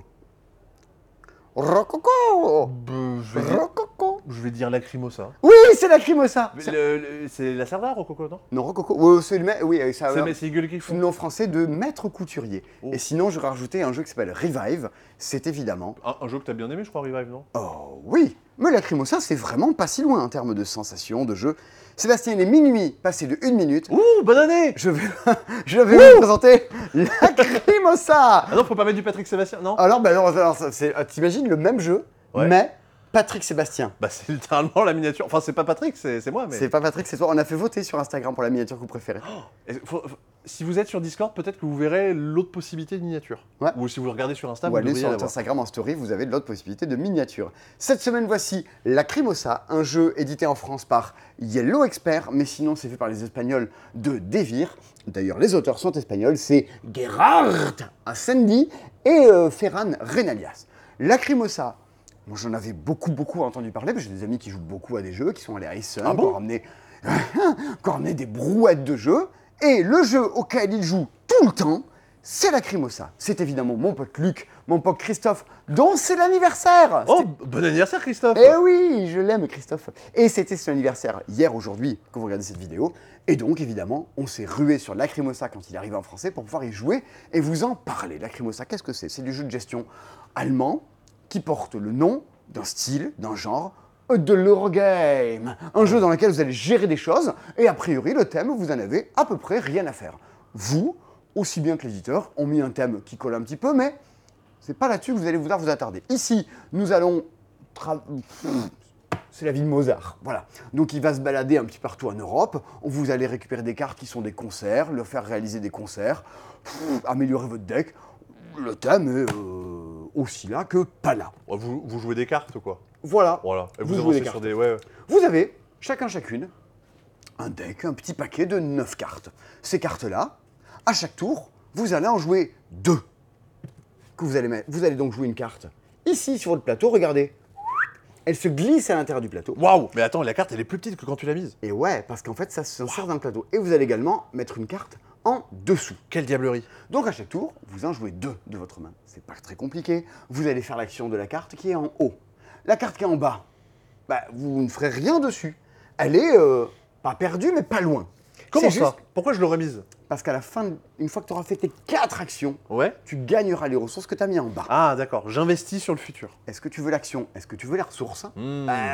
Rococo je, vais dire, Rococo je vais dire Lacrimosa. Oui, c'est la Crimosa. Mais le- le- C'est la Serda, Rococo, non? Non, Rococo, euh, c'est le ma- oui, euh, ça C'est a mais c'est Gueule qui un nom français de maître couturier. Oh. Et sinon, j'aurais rajouté un jeu qui s'appelle Revive. C'est évidemment... Un, un jeu que t'as bien aimé, je crois, Revive, non? Oh oui, mais la Crimosa, c'est vraiment pas si loin en termes de sensations, de jeu. Sébastien, il est minuit, passé de une minute. Ouh, bonne année! Je vais, je vais vous présenter la Crimosa. Ah non, faut pas mettre du Patrick Sébastien, non? Alors, bah, alors, alors, ça, c'est- t'imagines le même jeu, Ouais. mais Patrick Sébastien. Bah c'est littéralement la miniature. Enfin, c'est pas Patrick, c'est c'est moi, mais. C'est pas Patrick, c'est toi. On a fait voter sur Instagram pour la miniature que vous préférez. Et faut- faut- Si vous êtes sur Discord, peut-être que vous verrez l'autre possibilité de miniature. Ouais. Ou si vous le regardez sur Insta, Ou vous allez devriez sur la notre voir. Instagram en story, vous avez de l'autre possibilité de miniature. Cette semaine, voici La Crimosa, un jeu édité en France par Yellow Expert, mais sinon c'est fait par les Espagnols de Devir. D'ailleurs, les auteurs sont espagnols, c'est Gerard Ascendi et euh, Ferran Renalias. La Crimosa, moi j'en avais beaucoup, beaucoup entendu parler, parce que j'ai des amis qui jouent beaucoup à des jeux, qui sont allés à Essen, Ah bon qui ont ramené, qui ont ramené des brouettes de jeux, et le jeu auquel ils jouent tout le temps, c'est la Crimosa. C'est évidemment mon pote Luc, mon pote Christophe, dont c'est l'anniversaire. Oh, bon anniversaire, Christophe! Eh oui, je l'aime Christophe. Et c'était son anniversaire hier, aujourd'hui, que vous regardez cette vidéo. Et donc, évidemment, on s'est rué sur Lacrimosa quand il est arrivé en français pour pouvoir y jouer et vous en parler. Lacrimosa, qu'est-ce que c'est? C'est du jeu de gestion allemand qui porte le nom d'un style, d'un genre, de l'Eurogame. Un jeu dans lequel vous allez gérer des choses et a priori, le thème, vous en avez à peu près rien à faire. Vous, aussi bien que l'éditeur, ont mis un thème qui colle un petit peu, mais c'est pas là-dessus que vous allez vouloir vous attarder. Ici, nous allons... tra- C'est la vie de Mozart, voilà. Donc il va se balader un petit partout en Europe, vous allez récupérer des cartes qui sont des concerts, leur faire réaliser des concerts, pff, améliorer votre deck. Le thème est euh, aussi là que pas là. Oh, vous, vous jouez des cartes, quoi. Voilà. Voilà. Et Vous vous, jouez avancez des sur cartes. des. Ouais. Vous avez, chacun chacune, un deck, un petit paquet de neuf cartes. Ces cartes-là, à chaque tour, vous allez en jouer deux. Que vous, allez mettre. Vous allez donc jouer une carte ici sur votre plateau, regardez. Elle se glisse à l'intérieur du plateau. Waouh! Mais attends, la carte, elle est plus petite que quand tu l'as mise. Et ouais, parce qu'en fait, ça s'insère dans le plateau. Et vous allez également mettre une carte en dessous. Quelle diablerie! Donc à chaque tour, vous en jouez deux de votre main. C'est pas très compliqué. Vous allez faire l'action de la carte qui est en haut. La carte qui est en bas, bah, vous ne ferez rien dessus. Elle est euh, pas perdue, mais pas loin. Comment C'est ça? juste Pourquoi je l'aurais mise? Parce qu'à la fin, une fois que tu auras fait tes quatre actions, Ouais. tu gagneras les ressources que tu as mis en bas. Ah, d'accord. J'investis sur le futur. Est-ce que tu veux l'action? Est-ce que tu veux les ressources? Hmm. Bah,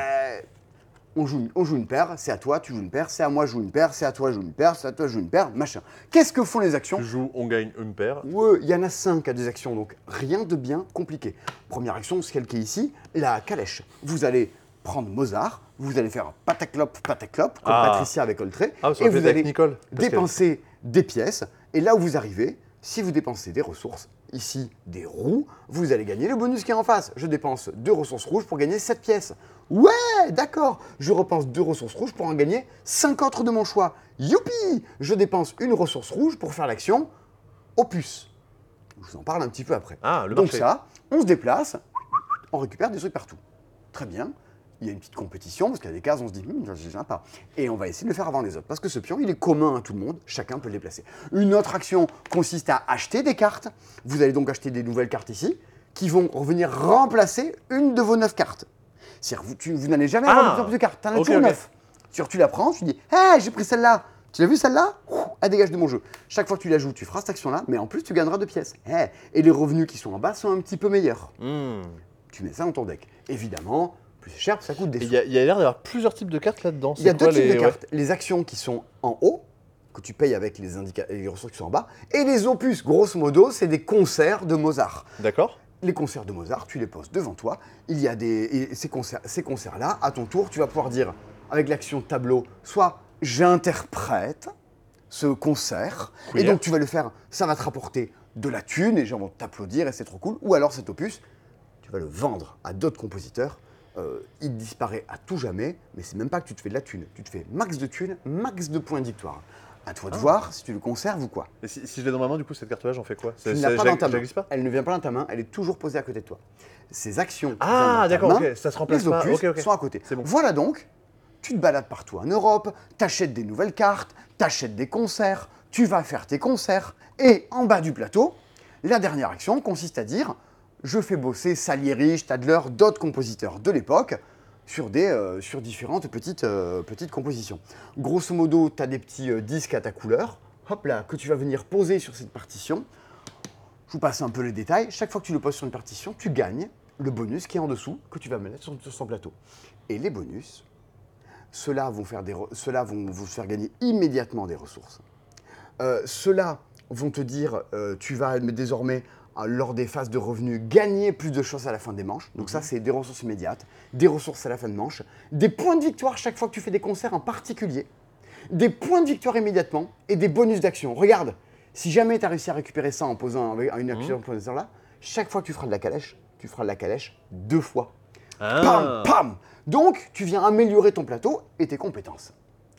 on, joue, on joue une paire, c'est à toi, tu joues une paire, c'est à moi, je joue une paire, c'est à toi, je joue une paire, c'est à toi, je joue une paire, machin. Qu'est-ce que font les actions? Tu joues, on gagne une paire. Ouais, il y en a cinq à des actions, donc rien de bien compliqué. Première action, c'est celle qui est ici, la calèche. Vous allez prendre Mozart, vous allez faire pataclop, pataclop, comme Ah. Patricia avec Oltré, Ah, ça et aurait pu vous être avec allez Nicole. parce dépenser des pièces, et là où vous arrivez, si vous dépensez des ressources, ici des roues, vous allez gagner le bonus qui est en face. Je dépense deux ressources rouges pour gagner sept pièces. Ouais, d'accord. Je repense deux ressources rouges pour en gagner cinq autres de mon choix. Youpi! Je dépense une ressource rouge pour faire l'action opus. Je vous en parle un petit peu après. Ah, le Donc marché. ça, on se déplace, on récupère des trucs partout. Très bien. Il y a une petite compétition, parce qu'il y a des cases, on se dit, hum, j'ai sympa. Et on va essayer de le faire avant les autres, parce que ce pion, il est commun à tout le monde, chacun peut le déplacer. Une autre action consiste à acheter des cartes. Vous allez donc acheter des nouvelles cartes ici, qui vont revenir remplacer une de vos neuf cartes. C'est-à-dire, vous, tu- vous n'allez jamais Ah, avoir plus de cartes, t'en as ok, toujours ok. neuf. C'est-à-dire, tu la prends, tu dis, hé, j'ai pris celle-là. Tu l'as vu celle-là? Ouh, elle dégage de mon jeu. Chaque fois que tu la joues, tu feras cette action-là, mais en plus, tu gagneras deux pièces. Eh, et les revenus qui sont en bas sont un petit peu meilleurs. Hmm. Tu mets ça dans ton deck. Évidemment, plus c'est cher, plus ça coûte des Et sous. Il y a, il y a l'air d'avoir plusieurs types de cartes là-dedans. Il y a C'est deux quoi, types les- de ouais. cartes. Les actions qui sont en haut, que tu payes avec les, indica- les ressources qui sont en bas, et les opus, grosso modo, c'est des concerts de Mozart. D'accord. Les concerts de Mozart, tu les poses devant toi. Il y a des et ces concerts, ces concerts-là, à ton tour, tu vas pouvoir dire avec l'action tableau, soit j'interprète ce concert, et Queer. donc tu vas le faire, ça va te rapporter de la thune, et les gens vont t'applaudir, et c'est trop cool. Ou alors cet opus, tu vas le vendre à d'autres compositeurs. Euh, il disparaît à tout jamais, mais c'est même pas que tu te fais de la thune. Tu te fais max de thune, max de points de victoire. À toi de Ah. voir si tu le conserves ou quoi. Et si, si je l'ai dans ma main, du coup, cette carte-là, j'en fais quoi? Tu C'est- ne c'est- l'as pas je la- dans ta je la main. glisse pas? Elle ne vient pas dans ta main, elle est toujours posée à côté de toi. Ces actions qui Ah, viennent dans ta d'accord, main, ok, ça se remplace les pas. opus Ok, ok. sont à côté. C'est bon. Voilà donc, tu te balades partout en Europe, t'achètes des nouvelles cartes, t'achètes des concerts, tu vas faire tes concerts, et en bas du plateau, la dernière action consiste à dire je fais bosser Salieri, Stadler, d'autres compositeurs de l'époque sur, des, euh, sur différentes petites, euh, petites compositions. Grosso modo, tu as des petits euh, disques à ta couleur, hop là, que tu vas venir poser sur cette partition. Je vous passe un peu les détails. Chaque fois que tu le poses sur une partition, tu gagnes le bonus qui est en dessous, que tu vas mettre sur, sur son plateau. Et les bonus, ceux-là vont, faire des re- ceux-là vont vous faire gagner immédiatement des ressources. Euh, ceux-là vont te dire, euh, tu vas désormais, euh, lors des phases de revenus, gagner plus de choses à la fin des manches. Donc ça, c'est des ressources immédiates, des ressources à la fin de manche, des points de victoire chaque fois que tu fais des concerts en particulier, des points de victoire immédiatement et des bonus d'action. Regarde, si jamais tu as réussi à récupérer ça en posant avec une action pour ce là, chaque fois que tu feras de la calèche, tu feras de la calèche deux fois. Ah. Pam, pam. Donc, tu viens améliorer ton plateau et tes compétences.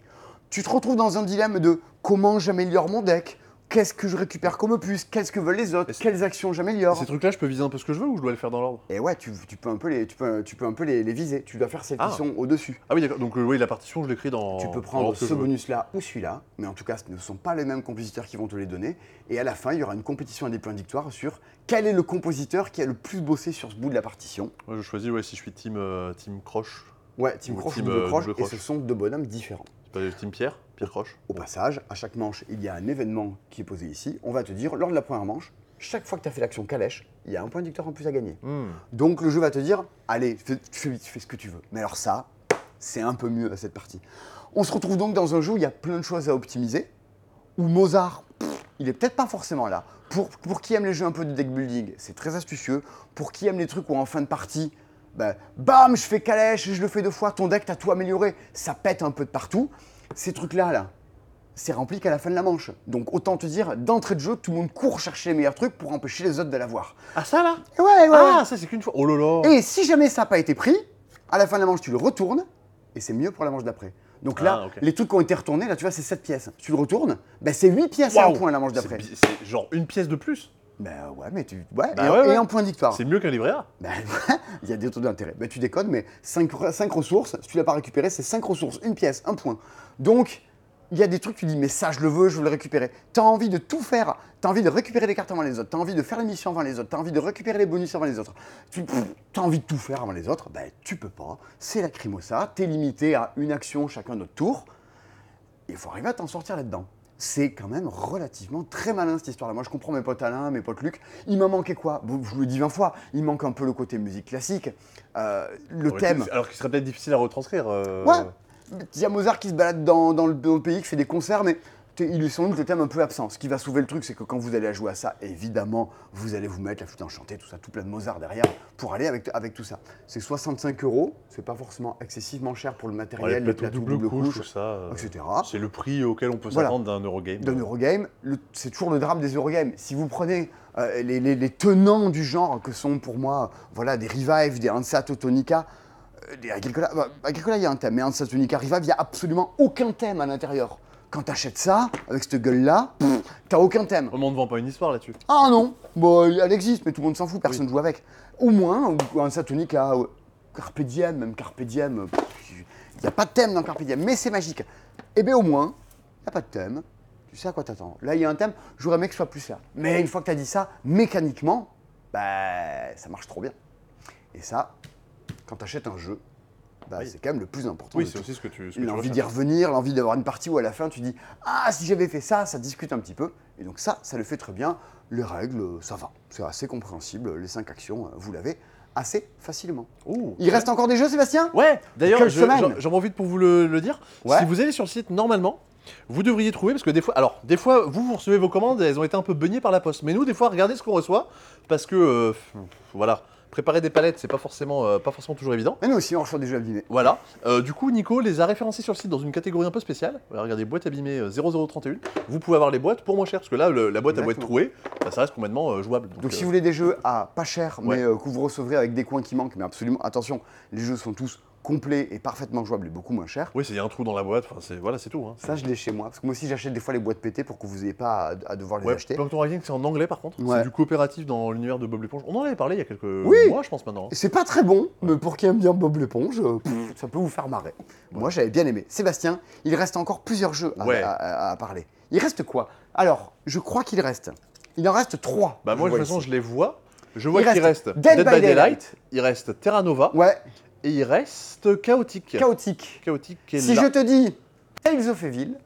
Tu te retrouves dans un dilemme de comment j'améliore mon deck, qu'est-ce que je récupère comme opus, qu'est-ce que veulent les autres, Et c'est- quelles actions j'améliore. Ces trucs-là, je peux viser un peu ce que je veux ou je dois les faire dans l'ordre? Et ouais, tu, tu peux un peu, les, tu peux, tu peux un peu les, les viser. Tu dois faire celles Ah. qui sont au-dessus. Ah oui, d'accord. Donc, euh, oui, la partition, je l'écris dans. Tu peux dans prendre l'ordre que ce je veux. bonus-là ou celui-là, mais en tout cas, ce ne sont pas les mêmes compositeurs qui vont te les donner. Et à la fin, il y aura une compétition à des points de victoire sur quel est le compositeur qui a le plus bossé sur ce bout de la partition. Moi, je choisis ouais, si je suis team, euh, team Croche. Ouais, Team Ou Croche ou team, Double euh, Croche, double et croche. ce sont deux bonhommes différents. C'est pas team Pierre? Pierre Croche? Au passage, à chaque manche, il y a un événement qui est posé ici. On va te dire, lors de la première manche, chaque fois que tu as fait l'action calèche, il y a un point de victoire en plus à gagner. Hmm. Donc le jeu va te dire, allez, fais, fais- fais ce que tu veux. Mais alors ça, c'est un peu mieux à cette partie. On se retrouve donc dans un jeu où il y a plein de choses à optimiser, où Mozart, pff, il est peut-être pas forcément là. Pour, pour qui aime les jeux un peu de deck building, c'est très astucieux. Pour qui aime les trucs où en fin de partie, ben, bam, je fais calèche et je le fais deux fois, ton deck, t'as tout amélioré, ça pète un peu de partout. Ces trucs-là, là, c'est rempli qu'à la fin de la manche. Donc autant te dire, d'entrée de jeu, tout le monde court chercher les meilleurs trucs pour empêcher les autres de l'avoir. Ah, ça là? Et ouais, ouais, Ah, ouais. ça, c'est qu'une fois. Oh là là! Et si jamais ça n'a pas été pris, à la fin de la manche, tu le retournes, et c'est mieux pour la manche d'après. Donc là, Ah, ok. les trucs qui ont été retournés, là, tu vois, c'est sept pièces. Tu le retournes, ben, c'est huit pièces et Waouh. un point la manche C'est d'après. bi- C'est genre une pièce de plus. Ben ouais, mais tu. Ouais, Bah et, ouais, et ouais. un point de victoire. C'est mieux qu'un livret A. Ben, il y a des taux d'intérêt. Ben, tu déconnes, mais cinq ressources, si tu l'as pas récupéré, c'est cinq ressources, une pièce, un point. Donc, il y a des trucs, tu dis, mais ça, je le veux, je veux le récupérer. Tu as envie de tout faire. Tu as envie de récupérer les cartes avant les autres. Tu as envie de faire les missions avant les autres. Tu as envie de récupérer les bonus avant les autres. Tu as envie de tout faire avant les autres. Ben, tu peux pas. C'est la crimosa. Tu es limité à une action chacun notre tour. Il faut arriver à t'en sortir là-dedans. C'est quand même relativement très malin cette histoire-là. Moi, je comprends mes potes Alain, mes potes Luc. Il m'a manqué quoi? Bon, je vous le dis vingt fois. Il manque un peu le côté musique classique, euh, le Ouais, thème. Alors qu'il serait peut-être difficile à retranscrire. euh. Ouais. Il y a Mozart qui se balade dans, dans, le, dans le pays, qui fait des concerts, mais t- il est sans doute le thème un peu absent. Ce qui va sauver le truc, c'est que quand vous allez jouer à ça, évidemment, vous allez vous mettre la flûte enchantée, tout ça, tout plein de Mozart derrière, pour aller avec, avec tout ça. C'est soixante-cinq euros, c'est pas forcément excessivement cher pour le Ouais, matériel, les les plateaux plateaux double, couche, tout couche, ça. euh, et cetera. C'est le prix auquel on peut Voilà. s'attendre d'un Eurogame. D'un Eurogame, le- c'est toujours le drame des Eurogames. Si vous prenez euh, les, les- les tenants du genre, que sont pour moi voilà, des Revive, des Hansa Teutonica, euh, des Agricola, bah, Agricola, il y a un thème, mais Hansa Teutonica Revive, il n'y a absolument aucun thème à l'intérieur. Quand t'achètes ça, avec cette gueule-là, pff, t'as aucun thème. Vraiment, on ne vend pas une histoire là-dessus. Ah non, bon, elle existe, mais tout le monde s'en fout, personne ne joue avec. Au moins, ou Hansa Teutonica, euh, Carpe Diem, même Carpe Diem, euh, pff, il n'y a pas de thème dans Carpe Diem, mais c'est magique. Eh bien au moins, il n'y a pas de thème. Tu sais à quoi t'attends. Là, il y a un thème, j'aurais aimé que ce soit plus clair. Mais une fois que tu as dit ça, mécaniquement, bah, ça marche trop bien. Et ça, quand tu achètes un jeu, bah, Oui. c'est quand même le plus important. Oui, de c'est tout. aussi ce que tu. Ce que tu L'envie recherches. d'y revenir, l'envie d'avoir une partie où à la fin tu dis « Ah, si j'avais fait ça, ça discute un petit peu ». Et donc ça, ça le fait très bien. Les règles, ça va. C'est assez compréhensible. Les cinq actions, vous l'avez assez facilement. Ouh. Il reste encore des jeux, Sébastien? Ouais, d'ailleurs, Quelle je- semaine j'en j'en profite pour vous le, le dire. Ouais. Si vous allez sur le site, normalement, vous devriez trouver, parce que des fois, alors, des fois, vous, vous recevez vos commandes, elles ont été un peu beugnées par la poste. Mais nous, des fois, regardez ce qu'on reçoit, parce que, euh, pff, voilà, préparer des palettes, c'est pas forcément, euh, pas forcément toujours évident. Mais nous aussi, on reçoit des jeux abîmés. Voilà. Euh, du coup, Nico les a référencés sur le site dans une catégorie un peu spéciale. Voilà, regardez, boîte abîmée euh, zéro zéro trente et un. Vous pouvez avoir les boîtes pour moins cher, parce que là, le- la boîte à boîte Exactement. trouée, bah, ça reste complètement euh, jouable. Donc si euh, vous voulez des jeux à pas cher, Ouais. mais euh, que vous recevrez avec des coins qui manquent, mais absolument, attention, les jeux sont tous complets et parfaitement jouables et beaucoup moins chers. Oui, il y a un trou dans la boîte, enfin, c'est voilà, c'est tout. Hein. Ça, je l'ai chez moi, parce que moi aussi j'achète des fois les boîtes pétées pour que vous n'ayez pas à, à devoir les Ouais, acheter. Plankton Rising, c'est en anglais par contre. Ouais. C'est du coopératif dans l'univers de Bob l'éponge. On en avait parlé il y a quelques Oui. mois, je pense maintenant. Et c'est pas très bon, mais pour qui aime bien Bob l'éponge, euh, pff, ça peut vous faire marrer. Moi j'avais bien aimé. Sébastien, il reste encore plusieurs jeux à, Ouais. à- à- à parler. Il reste quoi? Alors, je crois qu'il reste. Il en reste trois. Bah je moi, de vois toute façon, ici. je les vois. Je vois Il qu'il reste reste Dead Dead, by by Daylight, Daylight. il reste Terra Nova, Ouais, et il reste Chaotique. chaotique. Chaotique qui est Si là. je te dis Tales of Evil,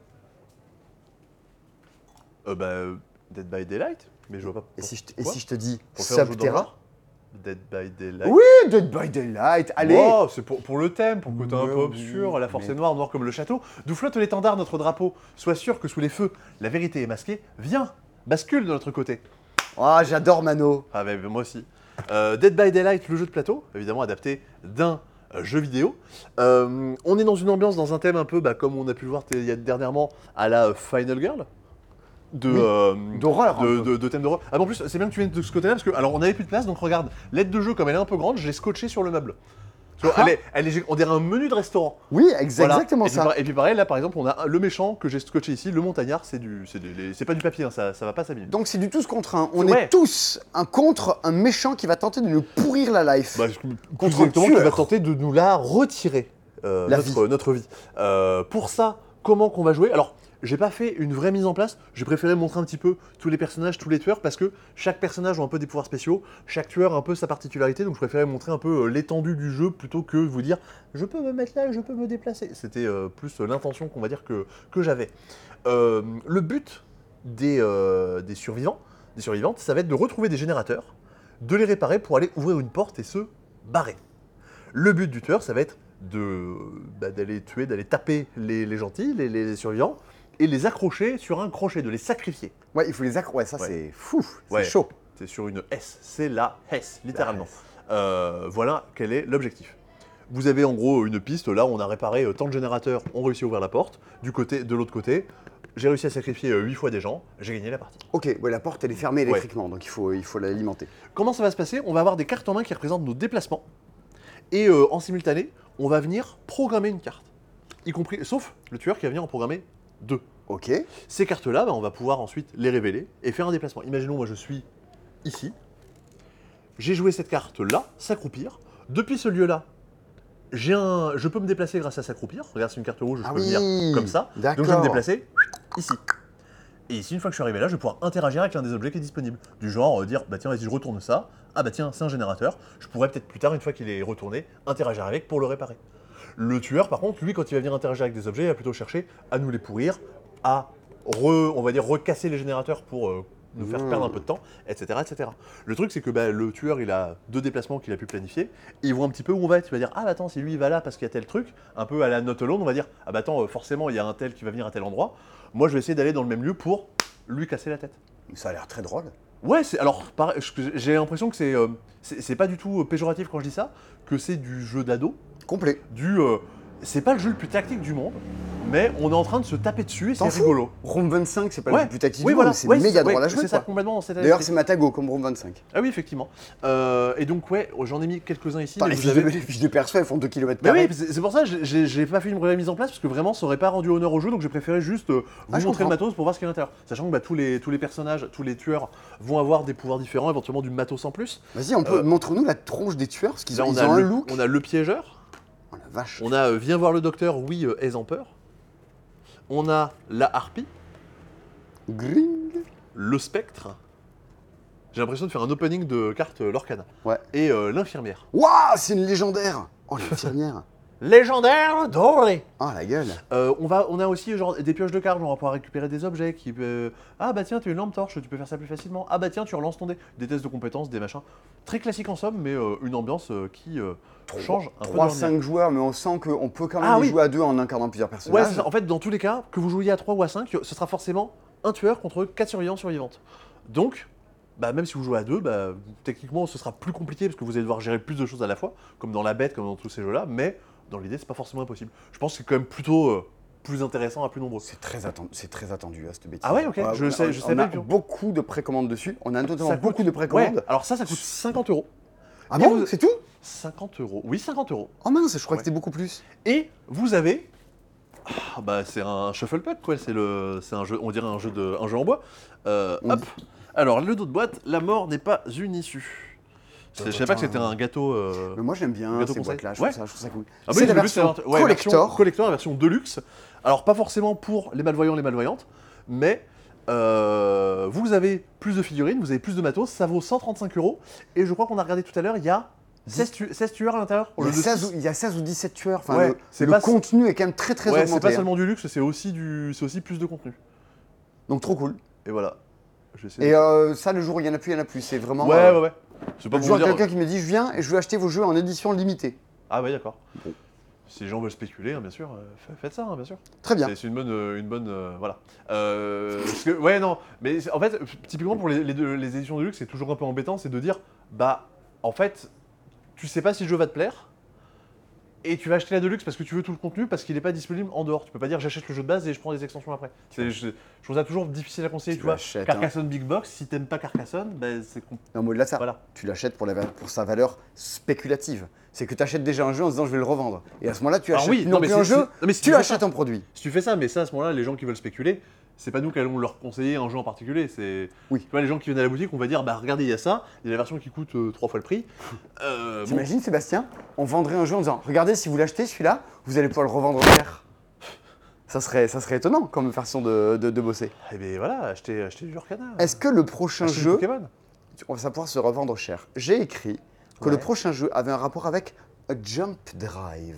Euh, bah, euh, Dead by Daylight, mais je vois pas. et si je te, et Quoi si je te dis Pour faire un jeu Subterra? d'horreur Dead by Daylight. Oui, Dead by Daylight, allez. Wow, c'est pour, pour le thème, pour le côté un Ouais, peu obscur, oui, la force mais- est noire, noire comme le château. D'où flotte l'étendard, notre drapeau. Sois sûr que sous les feux, la vérité est masquée. Viens, bascule de notre côté. Ah, j'adore Mano. Ah bah, moi aussi. Euh, Dead by Daylight, le jeu de plateau, évidemment adapté d'un euh, jeu vidéo. Euh, on est dans une ambiance, dans un thème un peu, bah, comme on a pu le voir t- il y a dernièrement, à la Final Girl. De, Oui, euh, d'horreur, un De, peu. de, de thème d'horreur. Ah, mais en plus, c'est bien que tu viennes de ce côté-là, parce que, alors, on avait plus de place, donc regarde, l'aide de jeu, comme elle est un peu grande, je l'ai scotchée sur le meuble. Parce que Ah. elle est, elle est, on dirait un menu de restaurant. Oui, ex- Voilà. exactement et puis, ça. par- et puis pareil, là par exemple, on a un- le méchant que j'ai scotché ici, le montagnard, c'est du, c'est des- les- c'est pas du papier, hein, ça, ça va pas s'abîmer. Donc c'est du tous contre un. On Ouais. est tous un contre un méchant qui va tenter de nous pourrir la life. Bah, je- plus Contre un exactement, qui tueur. va tenter de nous la retirer, euh, La notre, notre vie. Euh, pour ça, comment qu'on va jouer? Alors, j'ai pas fait une vraie mise en place, j'ai préféré montrer un petit peu tous les personnages, tous les tueurs, parce que chaque personnage a un peu des pouvoirs spéciaux, chaque tueur a un peu sa particularité, donc je préférais montrer un peu euh, l'étendue du jeu plutôt que vous dire je peux me mettre là, je peux me déplacer. C'était euh, plus euh, l'intention qu'on va dire que, que j'avais. Euh, le but des, euh, des survivants, des survivantes, ça va être de retrouver des générateurs, de les réparer pour aller ouvrir une porte et se barrer. Le but du tueur, ça va être de, bah, d'aller tuer, d'aller taper les, les gentils, les, les survivants, et les accrocher sur un crochet, de les sacrifier. Ouais, il faut les accrocher. Ouais, ça Ouais. c'est fou, c'est Ouais. chaud. C'est sur une S, c'est la S, littéralement. S. Euh, voilà quel est l'objectif. Vous avez en gros une piste, là on a réparé euh, tant de générateurs, on réussit à ouvrir la porte. Du côté, de l'autre côté, j'ai réussi à sacrifier huit fois des gens, j'ai gagné la partie. Ok, ouais, la porte elle est fermée Ouais. électriquement, donc il faut, il faut l'alimenter. Comment ça va se passer? On va avoir des cartes en main qui représentent nos déplacements. Et euh, en simultané, on va venir programmer une carte. y compris, sauf le tueur qui va venir en programmer deux. Ok. Ces cartes-là, bah, on va pouvoir ensuite les révéler et faire un déplacement. Imaginons, moi je suis ici, j'ai joué cette carte-là, s'accroupir. Depuis ce lieu-là, j'ai un... je peux me déplacer grâce à s'accroupir. Regarde, c'est une carte rouge, je Ah peux oui, venir comme ça. Donc je vais me d'accord. déplacer ici. Et ici, une fois que je suis arrivé là, je vais pouvoir interagir avec l'un des objets qui est disponible. Du genre, euh, dire, bah tiens, vas-y, je retourne ça. Ah bah tiens, c'est un générateur. Je pourrais peut-être plus tard, une fois qu'il est retourné, interagir avec pour le réparer. Le tueur, par contre, lui, quand il va venir interagir avec des objets, il va plutôt chercher à nous les pourrir, à, re, on va dire, recasser les générateurs pour euh, nous faire Mmh. perdre un peu de temps, et cetera et cetera. Le truc, c'est que bah, le tueur, il a deux déplacements qu'il a pu planifier, et il voit un petit peu où on va être. Il va dire, ah bah attends, si lui, il va là parce qu'il y a tel truc, un peu à la Not Alone, on va dire, ah bah attends, euh, forcément, il y a un tel qui va venir à tel endroit. Moi, je vais essayer d'aller dans le même lieu pour lui casser la tête. Ça a l'air très drôle. Ouais, c'est alors pareil, je- j'ai l'impression que c'est euh, c'est c'est pas du tout euh, péjoratif quand je dis ça, que c'est du jeu d'ado, Complet. du euh, c'est pas le jeu le plus tactique du monde, mais on est en train de se taper dessus et T'en c'est fous rigolo. Room vingt-cinq, c'est pas Ouais. le plus tactique Oui, du voilà, monde, c'est ouais, méga ouais, drôle à jouer. c'est ça quoi. complètement dans cette D'ailleurs, esprit. c'est Matago comme Room vingt-cinq. Ah oui, effectivement. Euh, et donc ouais, j'en ai mis quelques-uns ici. Attends, mais les, vous fiches avez- de, les fiches de perso, elles font deux kilomètres Mais carrés. oui, c'est c'est pour ça que j'ai- j'ai j'ai pas fait une vraie mise en place parce que vraiment ça aurait pas rendu honneur au jeu, donc j'ai préféré juste euh, vous Ah, je montrer le comprends. matos pour voir ce qu'il y a à l'intérieur. Sachant que bah, tous, les, tous les personnages, tous les tueurs vont avoir des pouvoirs différents, éventuellement du matos en plus. Vas-y, on peut Euh, montre-nous la tronche des tueurs, parce qu'ils Là, ont, on, ils a ont un le, look. on a le piégeur, Oh la vache. on a euh, viens voir le docteur, oui, euh, aie-en peur. On a la harpie, Gring. le spectre. J'ai l'impression de faire un opening de carte euh, Lorcana. Ouais. Et euh, l'infirmière. Waouh, c'est une légendaire. Oh, l'infirmière. Légendaire doré. Oh, la gueule. Euh, on, va, on a aussi genre, des pioches de cartes, on va pouvoir récupérer des objets qui euh, ah bah tiens, tu as une lampe torche, tu peux faire ça plus facilement. Ah bah tiens, tu relances ton dé. Des tests de compétences, des machins. Très classique en somme, mais euh, une ambiance euh, qui euh, change un peu. trois de l'ordinaire. cinq joueurs, mais on sent qu'on peut quand même Ah y oui. jouer à deux en incarnant plusieurs Ouais, personnages. c'est ça. En fait, dans tous les cas, que vous jouiez à trois ou à cinq, ce sera forcément un tueur contre quatre survivants survivantes. Donc, bah, même si vous jouez à deux, bah, techniquement, ce sera plus compliqué parce que vous allez devoir gérer plus de choses à la fois, comme dans la bête, comme dans tous ces jeux-là, mais dans l'idée, c'est pas forcément impossible. Je pense que c'est quand même plutôt euh, plus intéressant à plus nombreux. C'est très, attendu, c'est très attendu à cette bêtise. Ah ouais, ok, je on a- sais- je on sais a pas du tout. beaucoup de précommandes dessus. On a notamment Ça beaucoup coûte- de précommandes. Ouais, alors ça, ça coûte cinquante euros. Ah Et bon, vous- c'est tout? cinquante euros. Oui, cinquante euros. Oh mince, je crois Ouais. que c'était beaucoup plus. Et vous avez. Ah, bah, c'est un shuffle pack, quoi. C'est le, c'est un jeu, on dirait un jeu de, un jeu en bois. Euh, On hop. dit- Alors, le dos de boîte, la mort n'est pas une issue. C'est- Je savais pas que c'était un gâteau. euh, Mais moi j'aime bien Gâteau ces conseil. boîtes-là, je, Ouais. trouve ça- je trouve ça cool. Ah c'est oui, la le luxe, version c'est la- ouais, collector. version collector, la version deluxe. Alors, pas forcément pour les malvoyants, les malvoyantes, mais euh, vous avez plus de figurines, vous avez plus de matos, ça vaut cent trente-cinq euros. Et je crois qu'on a regardé tout à l'heure, il y a seize, tu- seize tueurs à l'intérieur. au Il y, a lieu de seize six. ou, il y a seize ou dix-sept tueurs. Enfin, Ouais, le c'est le pas- contenu est quand même très très Ouais, c'est augmenté. pas hein. seulement du luxe, c'est aussi, du, c'est aussi plus de contenu. Donc trop cool. Et voilà. Je vais essayer Et de- euh, ça, le jour où il y en a plus, il y en a plus. C'est vraiment. Ouais, euh, ouais, ouais. C'est pas Le pour jour vous où dire. quelqu'un qui me dit je viens et je veux acheter vos jeux en édition limitée. Ah, ouais, d'accord. Bon. Si les gens veulent spéculer, hein, bien sûr, euh, fa- faites ça, hein, bien sûr. Très bien. C'est c'est une bonne, euh, une bonne, euh, voilà. Euh, parce que, ouais, non, mais c'est- en fait, typiquement pour les, les deux- les éditions de luxe, c'est toujours un peu embêtant, c'est de dire, bah, en fait, tu sais pas si le jeu va te plaire, et tu vas acheter la Deluxe parce que tu veux tout le contenu, parce qu'il n'est pas disponible en dehors. Tu peux pas dire j'achète le jeu de base et je prends des extensions après. C'est- Je, je trouve ça toujours difficile à conseiller, Tu tu, vois. l'achètes, hein. Carcassonne Big Box, si t'aimes pas Carcassonne, ben c'est com- Non, mais au-delà de ça, voilà. tu l'achètes pour, la va- pour sa valeur spéculative. C'est que tu achètes déjà un jeu en se disant je vais le revendre. Et à ce moment-là, tu Alors achètes oui, non, non, mais plus c'est- un jeu, c'est- non, mais si tu tu fais achètes ça- un produit. Si tu fais ça, mais ça à ce moment-là, les gens qui veulent spéculer, c'est pas nous qui allons leur conseiller un jeu en particulier. C'est Oui. tu vois les gens qui viennent à la boutique, on va dire bah regardez il y a ça, il y a la version qui coûte euh, trois fois le prix. Euh, bon. T'imagines, Sébastien, on vendrait un jeu en disant regardez, si vous l'achetez celui-là, vous allez pouvoir le revendre cher. Ça serait, ça serait étonnant comme façon de, de, de bosser. Et bien voilà, achetez, achetez du Arcana. Est-ce que le prochain Achetez du jeu, Pokémon. on va pouvoir se revendre cher? J'ai écrit que Ouais. le prochain jeu avait un rapport avec a Jump Drive.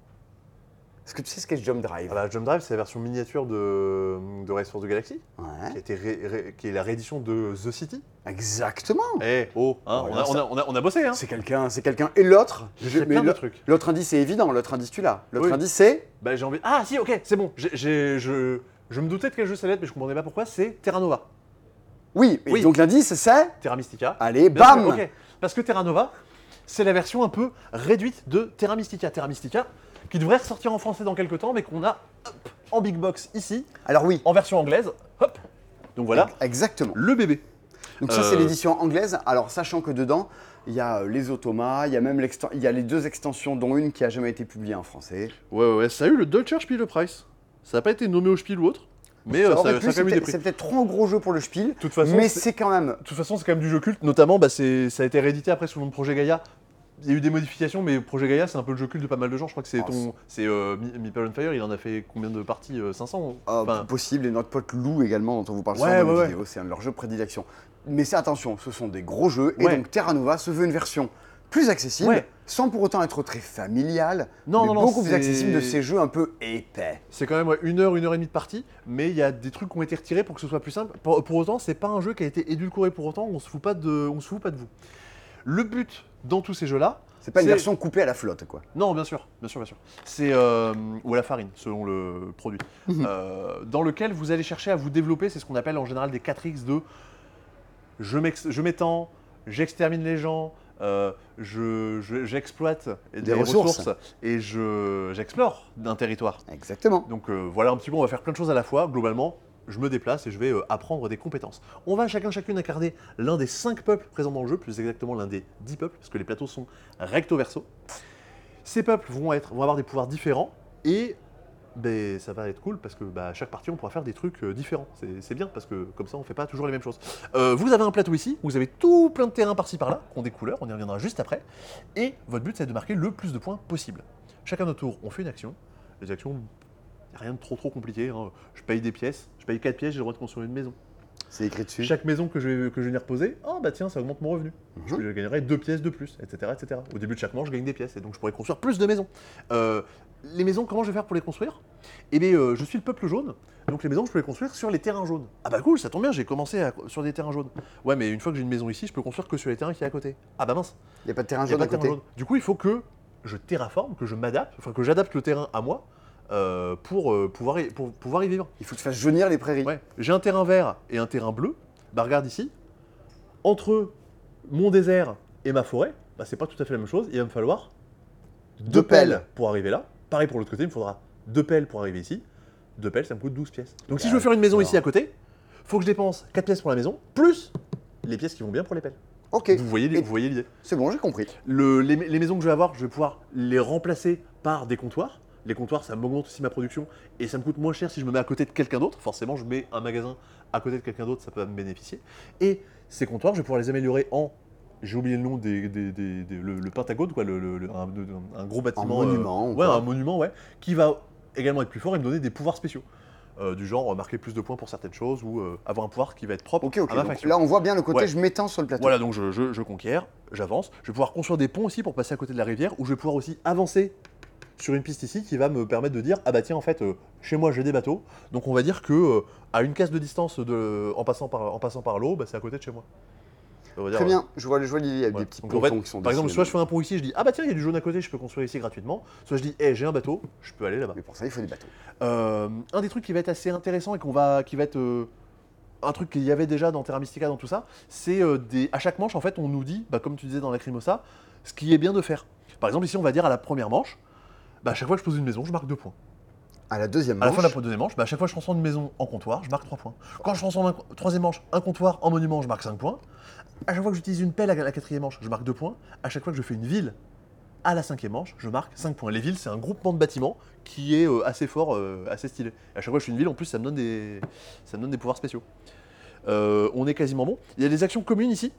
Est-ce que tu sais ce qu'est Jump Drive? Ah bah, Jump Drive, c'est la version miniature de, de Race for the Galaxy, qui, a Ouais, été ré- ré- qui est la réédition de The City. exactement. Eh, oh, hein, Voilà, on, a, on, a, on, a, on a bossé, hein. C'est quelqu'un, c'est quelqu'un. Et l'autre, Il je- y a mais plein de le- trucs. l'autre indice c'est évident, l'autre indice tu l'as. L'autre Oui. indice c'est Bah j'ai envie. Ah si, ok, c'est bon. J'ai- j'ai- je, je me doutais de quel jeu ça allait être, mais je comprenais pas pourquoi. C'est Terra Nova, oui. Et Oui. donc l'indice c'est Terra Mystica. allez Bien bam. sûr, ok. Parce que Terra Nova, c'est la version un peu réduite de Terra Mystica. Terra Mystica, qui devrait ressortir en français dans quelques temps, mais qu'on a hop, en big box ici, Alors oui, en version anglaise. Hop. Donc voilà, exactement. le bébé. Donc ça, c'est Euh, l'édition anglaise. Alors, sachant que dedans, il y a euh, les automas, il y a même l'exten- il y a les deux extensions, dont une qui a jamais été publiée en français. Ouais, ouais, ouais, ça a eu le Deutscher Spielepreis. Ça n'a pas été nommé au Spiel ou autre, mais euh, Ça aurait ça, pu, ça a c'est quand même eu des peut-être prix. c'est peut-être trop gros jeu pour le Spiel, De toute façon, mais c'est- c'est quand même... De toute façon, c'est quand même du jeu culte, notamment, bah, c'est- ça a été réédité après sous le nom de Projet Gaïa. Il y a eu des modifications, mais Projet Gaïa, c'est un peu le jeu culte de pas mal de gens. Je crois que c'est Oh, ton. C'est euh, Mi- Meeple on Fire, il en a fait combien de parties euh, cinq cents Ah, Enfin, possible, et notre pote Lou également, dont on vous parle Ouais, souvent dans ouais, les ouais. vidéos, c'est un de leurs jeux de prédilection. Mais c'est attention, ce sont des gros jeux, et Ouais. donc Terra Nova se veut une version plus accessible, Ouais. sans pour autant être très familiale, Non, mais non, non, beaucoup plus c'est- accessible de ces jeux un peu épais. c'est quand même ouais, une heure, une heure et demie de partie, mais il y a des trucs qui ont été retirés pour que ce soit plus simple. Pour, pour autant, c'est pas un jeu qui a été édulcoré pour autant, on se fout pas de, on se fout pas de vous. Le but dans tous ces jeux-là, C'est pas une C'est- version coupée à la flotte, quoi. non, bien sûr, bien sûr, bien sûr. C'est euh, ou à la farine, selon le produit, Mhm. Euh, dans lequel vous allez chercher à vous développer. C'est ce qu'on appelle en général des quatre X de je m'ex- je m'étends, j'extermine les gens, euh, je- je- j'exploite des, ressources. ressources. et je j'explore d'un territoire. Exactement. Donc euh, voilà un petit peu, on va faire plein de choses à la fois. Globalement, je me déplace et je vais euh, apprendre des compétences. On va chacun chacune incarner l'un des cinq peuples présents dans le jeu, plus exactement l'un des dix peuples, parce que les plateaux sont recto verso. Ces peuples vont, être, vont avoir des pouvoirs différents et ben, ça va être cool parce que bah, à chaque partie on pourra faire des trucs euh, différents. C'est c'est bien parce que comme ça on fait pas toujours les mêmes choses. Euh, vous avez un plateau ici, vous avez tout plein de terrains par-ci par-là, qui ont des couleurs, on y reviendra juste après. Et votre but c'est de marquer le plus de points possible. Chacun notre tour, on fait une action. Les actions, y a rien de trop trop compliqué. Hein. Je paye des pièces, je paye quatre pièces, j'ai le droit de construire une maison. C'est écrit dessus. Chaque maison que je vais, que je vais venir poser, oh bah tiens, ça augmente mon revenu. Je, Mhm. je gagnerai deux pièces de plus, et cetera, et cetera. Au début de chaque manche, je gagne des pièces, et donc je pourrais construire plus de maisons. Euh, les maisons, comment je vais faire pour les construire Eh bien, euh, je suis le peuple jaune, donc les maisons, je peux les construire sur les terrains jaunes. Ah bah cool, ça tombe bien, j'ai commencé à- sur des terrains jaunes. Ouais, mais une fois que j'ai une maison ici, je peux construire que sur les terrains qui est à côté. Ah bah mince, Il n'y a pas de terrain il y a jaune pas à de terrain côté. jaune. Du coup, il faut que je terraforme, que je m'adapte, enfin que j'adapte le terrain à moi euh, pour, euh, pouvoir y, pour pouvoir y vivre. Il faut que tu fasses jaunir les prairies. Ouais. J'ai un terrain vert et un terrain bleu. Bah regarde ici, entre mon désert et ma forêt, bah c'est pas tout à fait la même chose. Il va me falloir Deux pelles. pour arriver là. Pareil pour l'autre côté, il me faudra deux pelles pour arriver ici. Deux pelles, ça me coûte douze pièces. Donc si je veux faire une maison D'accord. ici à côté, faut que je dépense quatre pièces pour la maison, plus les pièces qui vont bien pour les pelles. Ok, Vous voyez, Et- vous voyez l'idée. c'est bon, j'ai compris. Le- les, les maisons que je vais avoir, je vais pouvoir les remplacer par des comptoirs. Les comptoirs, ça m'augmente aussi ma production et ça me coûte moins cher si je me mets à côté de quelqu'un d'autre. Forcément, je mets un magasin à côté de quelqu'un d'autre, ça peut me bénéficier. Et ces comptoirs, je vais pouvoir les améliorer en. J'ai oublié le nom des, des- des- des- le, le Pentagone, quoi, le, le- le- un, un gros bâtiment. monument, euh, ou ouais, quoi. un monument, ouais, qui va également être plus fort et me donner des pouvoirs spéciaux. Euh, du genre euh, marquer plus de points pour certaines choses ou euh, avoir un pouvoir qui va être propre Ok, ok. à ma Donc faction. là, on voit bien le côté Ouais. je m'étends sur le plateau. Voilà, donc je, je, je conquiers, j'avance. Je vais pouvoir construire des ponts aussi pour passer à côté de la rivière, où je vais pouvoir aussi avancer sur une piste ici qui va me permettre de dire ah bah tiens en fait euh, chez moi j'ai des bateaux, donc on va dire que euh, à une case de distance de, en passant par en passant par l'eau, bah, c'est à côté de chez moi. On va dire, Très euh, bien, je vois, je vois l'idée, il y a ouais. des petits Donc, en fait, pontons qui sont par exemple, soit dessinés. je fais un pont ici, je dis ah bah tiens il y a du jaune à côté, je peux construire ici gratuitement. Soit je dis eh j'ai un bateau, je peux aller là-bas. Mais pour ça, il faut des bateaux. Euh, un des trucs qui va être assez intéressant et qu'on va, qui va être euh, un truc qu'il y avait déjà dans Terra Mystica, dans tout ça, c'est euh, des, à chaque manche, en fait, on nous dit, bah, comme tu disais dans Lacrimosa, ce qui est bien de faire. Par exemple, ici, on va dire à la première manche, bah, à chaque fois que je pose une maison, je marque deux points. À la deuxième À la manche, fin de la deuxième manche, bah, à chaque fois que je transforme une maison en comptoir, je marque trois points. Quand je transforme un troisième manche, un comptoir en monument, je marque cinq points. À chaque fois que j'utilise une pelle à la quatrième manche, je marque deux points. À chaque fois que je fais une ville à la cinquième manche, je marque cinq points. Les villes, c'est un groupement de bâtiments qui est euh, assez fort, euh, assez stylé. Et à chaque fois que je fais une ville, en plus, ça me donne des, ça me donne des pouvoirs spéciaux. Euh, on est quasiment bon. Il y a des actions communes ici.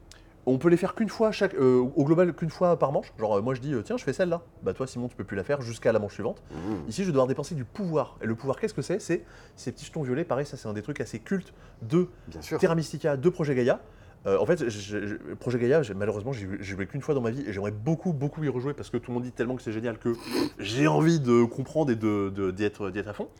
On peut les faire qu'une fois chaque, euh, au global qu'une fois par manche. Genre euh, moi je dis euh, tiens je fais celle-là. Bah toi Simon tu peux plus la faire jusqu'à la manche suivante. Mmh. Ici je vais devoir dépenser du pouvoir. Et le pouvoir qu'est-ce que c'est C'est ces petits jetons violets. Pareil, ça c'est un des trucs assez cultes de bien sûr. Terra Mystica, de Projet Gaïa. Euh, en fait, je- je- Projet Gaïa, j'ai- malheureusement, j'ai j'ai joué qu'une fois dans ma vie et j'aimerais beaucoup, beaucoup y rejouer parce que tout le monde dit tellement que c'est génial que j'ai envie de comprendre et de, de- d'y être, d'y être à fond.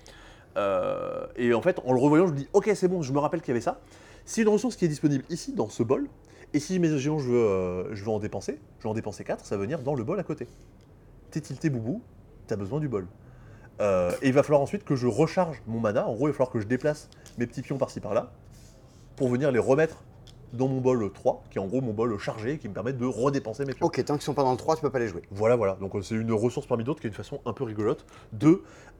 Euh, et en fait, en le revoyant, je me dis, ok, c'est bon, je me rappelle qu'il y avait ça. C'est une ressource qui est disponible ici, dans ce bol. Et si mes géants, je veux, euh, je veux en dépenser, je veux en dépenser quatre, ça va venir dans le bol à côté. T'es tilté, boubou, t'as besoin du bol. Euh, et il va falloir ensuite que je recharge mon mana. En gros, il va falloir que je déplace mes petits pions par-ci par-là pour venir les remettre dans mon bol trois, qui est en gros mon bol chargé, qui me permet de redépenser mes pions. Ok, tant qu'ils sont pas dans le trois, tu peux pas les jouer. Voilà, voilà. Donc euh, c'est une ressource parmi d'autres qui est une façon un peu rigolote de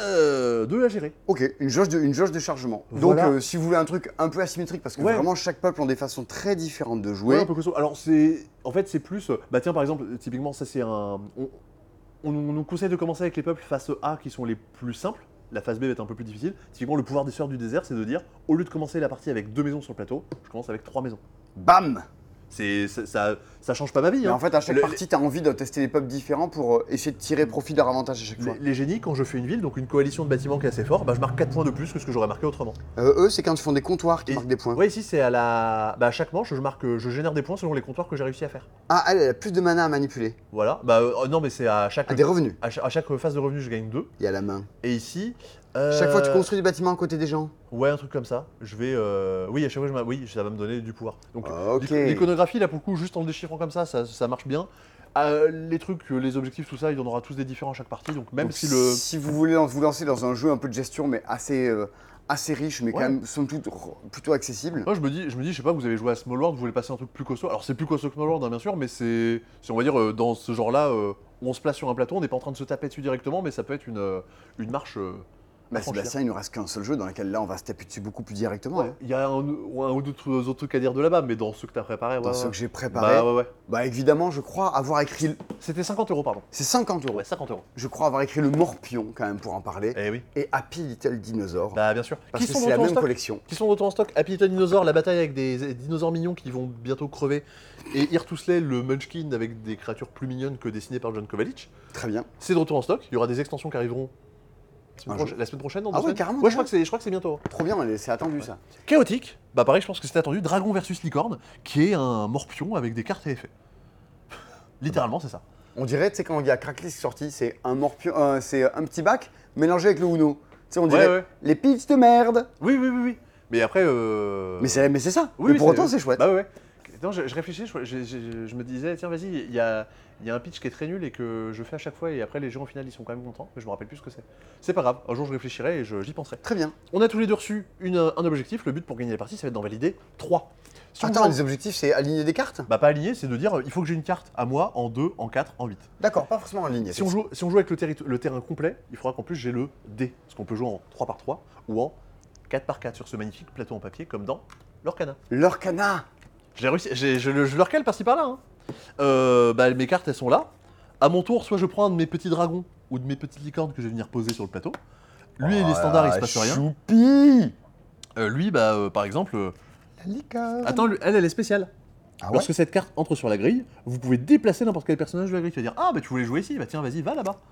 euh, de la gérer. Ok, une jauge de, une jauge de chargement. Voilà. Donc, euh, si vous voulez un truc un peu asymétrique, parce que Ouais. vraiment chaque peuple ont des façons très différentes de jouer. Ouais, un peu costaud. Alors, c'est. En fait, c'est plus. Bah, tiens, par exemple, typiquement, ça, c'est un. On, on nous on nous conseille de commencer avec les peuples phase A qui sont les plus simples. La phase B va être un peu plus difficile. Typiquement, le pouvoir des sœurs du désert, c'est de dire, au lieu de commencer la partie avec deux maisons sur le plateau, je commence avec trois maisons. Bam! C'est, ça, ça, ça change pas ma vie. Mais hein. en fait, à chaque Le- partie, tu as envie de tester des peuples différents pour euh, essayer de tirer profit de leur avantage à chaque fois. Les, les génies, quand je fais une ville, donc une coalition de bâtiments qui est assez fort, bah, je marque quatre points de plus que ce que j'aurais marqué autrement. Euh, eux, c'est quand ils font des comptoirs qui Et- marquent des points. Ouais, ici c'est à la. Bah, à chaque manche, je marque, je génère des points selon les comptoirs que j'ai réussi à faire. Ah, elle, elle a plus de mana à manipuler. Voilà. Bah euh, non, mais c'est à chaque. À des revenus. à chaque, à chaque phase de revenu, je gagne deux. Il y a la main. Et ici. euh, Chaque fois que tu construis des bâtiments à côté des gens. Ouais, un truc comme ça. Je vais. euh, Oui, à chaque fois, je m'a- oui, ça va me donner du pouvoir. Donc, Ok. l'ic- l'iconographie, là, pour le coup, juste en le déchiffrant comme ça, ça, ça marche bien. Euh, les trucs, euh, les objectifs, tout ça, il y en aura tous des différents à chaque partie. Donc, même Donc, si le. si vous voulez vous lancer dans un jeu un peu de gestion, mais assez, euh, assez riche, mais quand Ouais. même, somme toute, r- plutôt accessible. Moi, je me dis, je me dis, je sais pas, vous avez joué à Small World, vous voulez passer un truc plus costaud. Alors, c'est plus costaud que Small World, hein, bien sûr, mais c'est, c'est, on va dire, euh, dans ce genre-là, euh, où on se place sur un plateau, on n'est pas en train de se taper dessus directement, mais ça peut être une, euh, une marche. euh, à Bah, franchir. Sébastien, il nous reste qu'un seul jeu dans lequel là, on va se taper dessus beaucoup plus directement. Ouais. hein. Il y a un, ou un ou deux autres autres trucs à dire de là-bas, mais dans ceux que tu as préparés, ouais. Dans ouais. ceux que j'ai préparés. Bah, ouais, ouais. Bah évidemment, je crois avoir écrit. le- C'était cinquante euros, pardon. C'est cinquante euros. Ouais, cinquante euros. Je crois avoir écrit le Morpion quand même pour en parler. Eh oui. Et Happy Little Dinosaur. Bah, bien sûr. parce Qui que sont c'est de la retour en même stock collection. Qui sont de retour en stock. Happy Little Dinosaur, la bataille avec des, des dinosaures mignons qui vont bientôt crever. Et Irtusley, le Munchkin avec des créatures plus mignonnes que dessinées par John Kovalich. Très bien. C'est de retour en stock. Il y aura des extensions qui arriveront la semaine, Un prochaine, jour. la semaine prochaine, dans Ah deux ouais, semaines. carrément, Ouais, je déjà crois que c'est, je crois que c'est bientôt. Trop bien, c'est attendu ça. Chaotique, bah pareil, je pense que c'était attendu. Dragon versus Licorne, qui est un morpion avec des cartes et effets. Littéralement, c'est ça. On dirait, tu sais, quand il y a Cracklis sorti, c'est un Morpion, euh, c'est un petit bac mélangé avec le Uno. Tu sais, on dirait Ouais, ouais. les pitchs de merde. Oui, oui, oui, oui. Mais après. Euh... Mais c'est mais c'est ça. Oui, mais oui, pour autant, c'est chouette. Bah ouais, ouais. Non, je, je réfléchis, je, je- je- je me disais, tiens, vas-y, il y a, il y a un pitch qui est très nul et que je fais à chaque fois, et après les gens au final ils sont quand même contents, mais je me rappelle plus ce que c'est. C'est pas grave, un jour je réfléchirai et je- j'y penserai. Très bien. On a tous les deux reçu une, un objectif, le but pour gagner la partie, ça va être d'en valider trois. Si on Attends, veut- les objectifs, c'est aligner des cartes. Bah pas aligné, c'est de dire, il faut que j'ai une carte à moi en deux, en quatre, en huit. D'accord, pas forcément en ligne. Si on, joue, si on joue avec le, terri- le terrain complet, il faudra qu'en plus j'ai le dé, parce qu'on peut jouer en trois par trois ou en quatre par quatre sur ce magnifique plateau en papier comme dans l'Orcana. L'Orcana. J'ai réussi, j'ai- je, le- je leur cale par-ci par-là. Hein. Euh, bah, mes cartes elles sont là. À mon tour, soit je prends un de mes petits dragons ou de mes petites licornes que je vais venir poser sur le plateau. Lui et les standards, il se passe rien. Choupi. Euh, lui, bah, euh, par exemple. euh, La licorne. Attends, lui- elle, elle est spéciale. Ah ouais. Lorsque cette carte entre sur la grille, vous pouvez déplacer n'importe quel personnage de la grille. Tu vas dire, ah, bah tu voulais jouer ici, bah tiens, vas-y, va là-bas.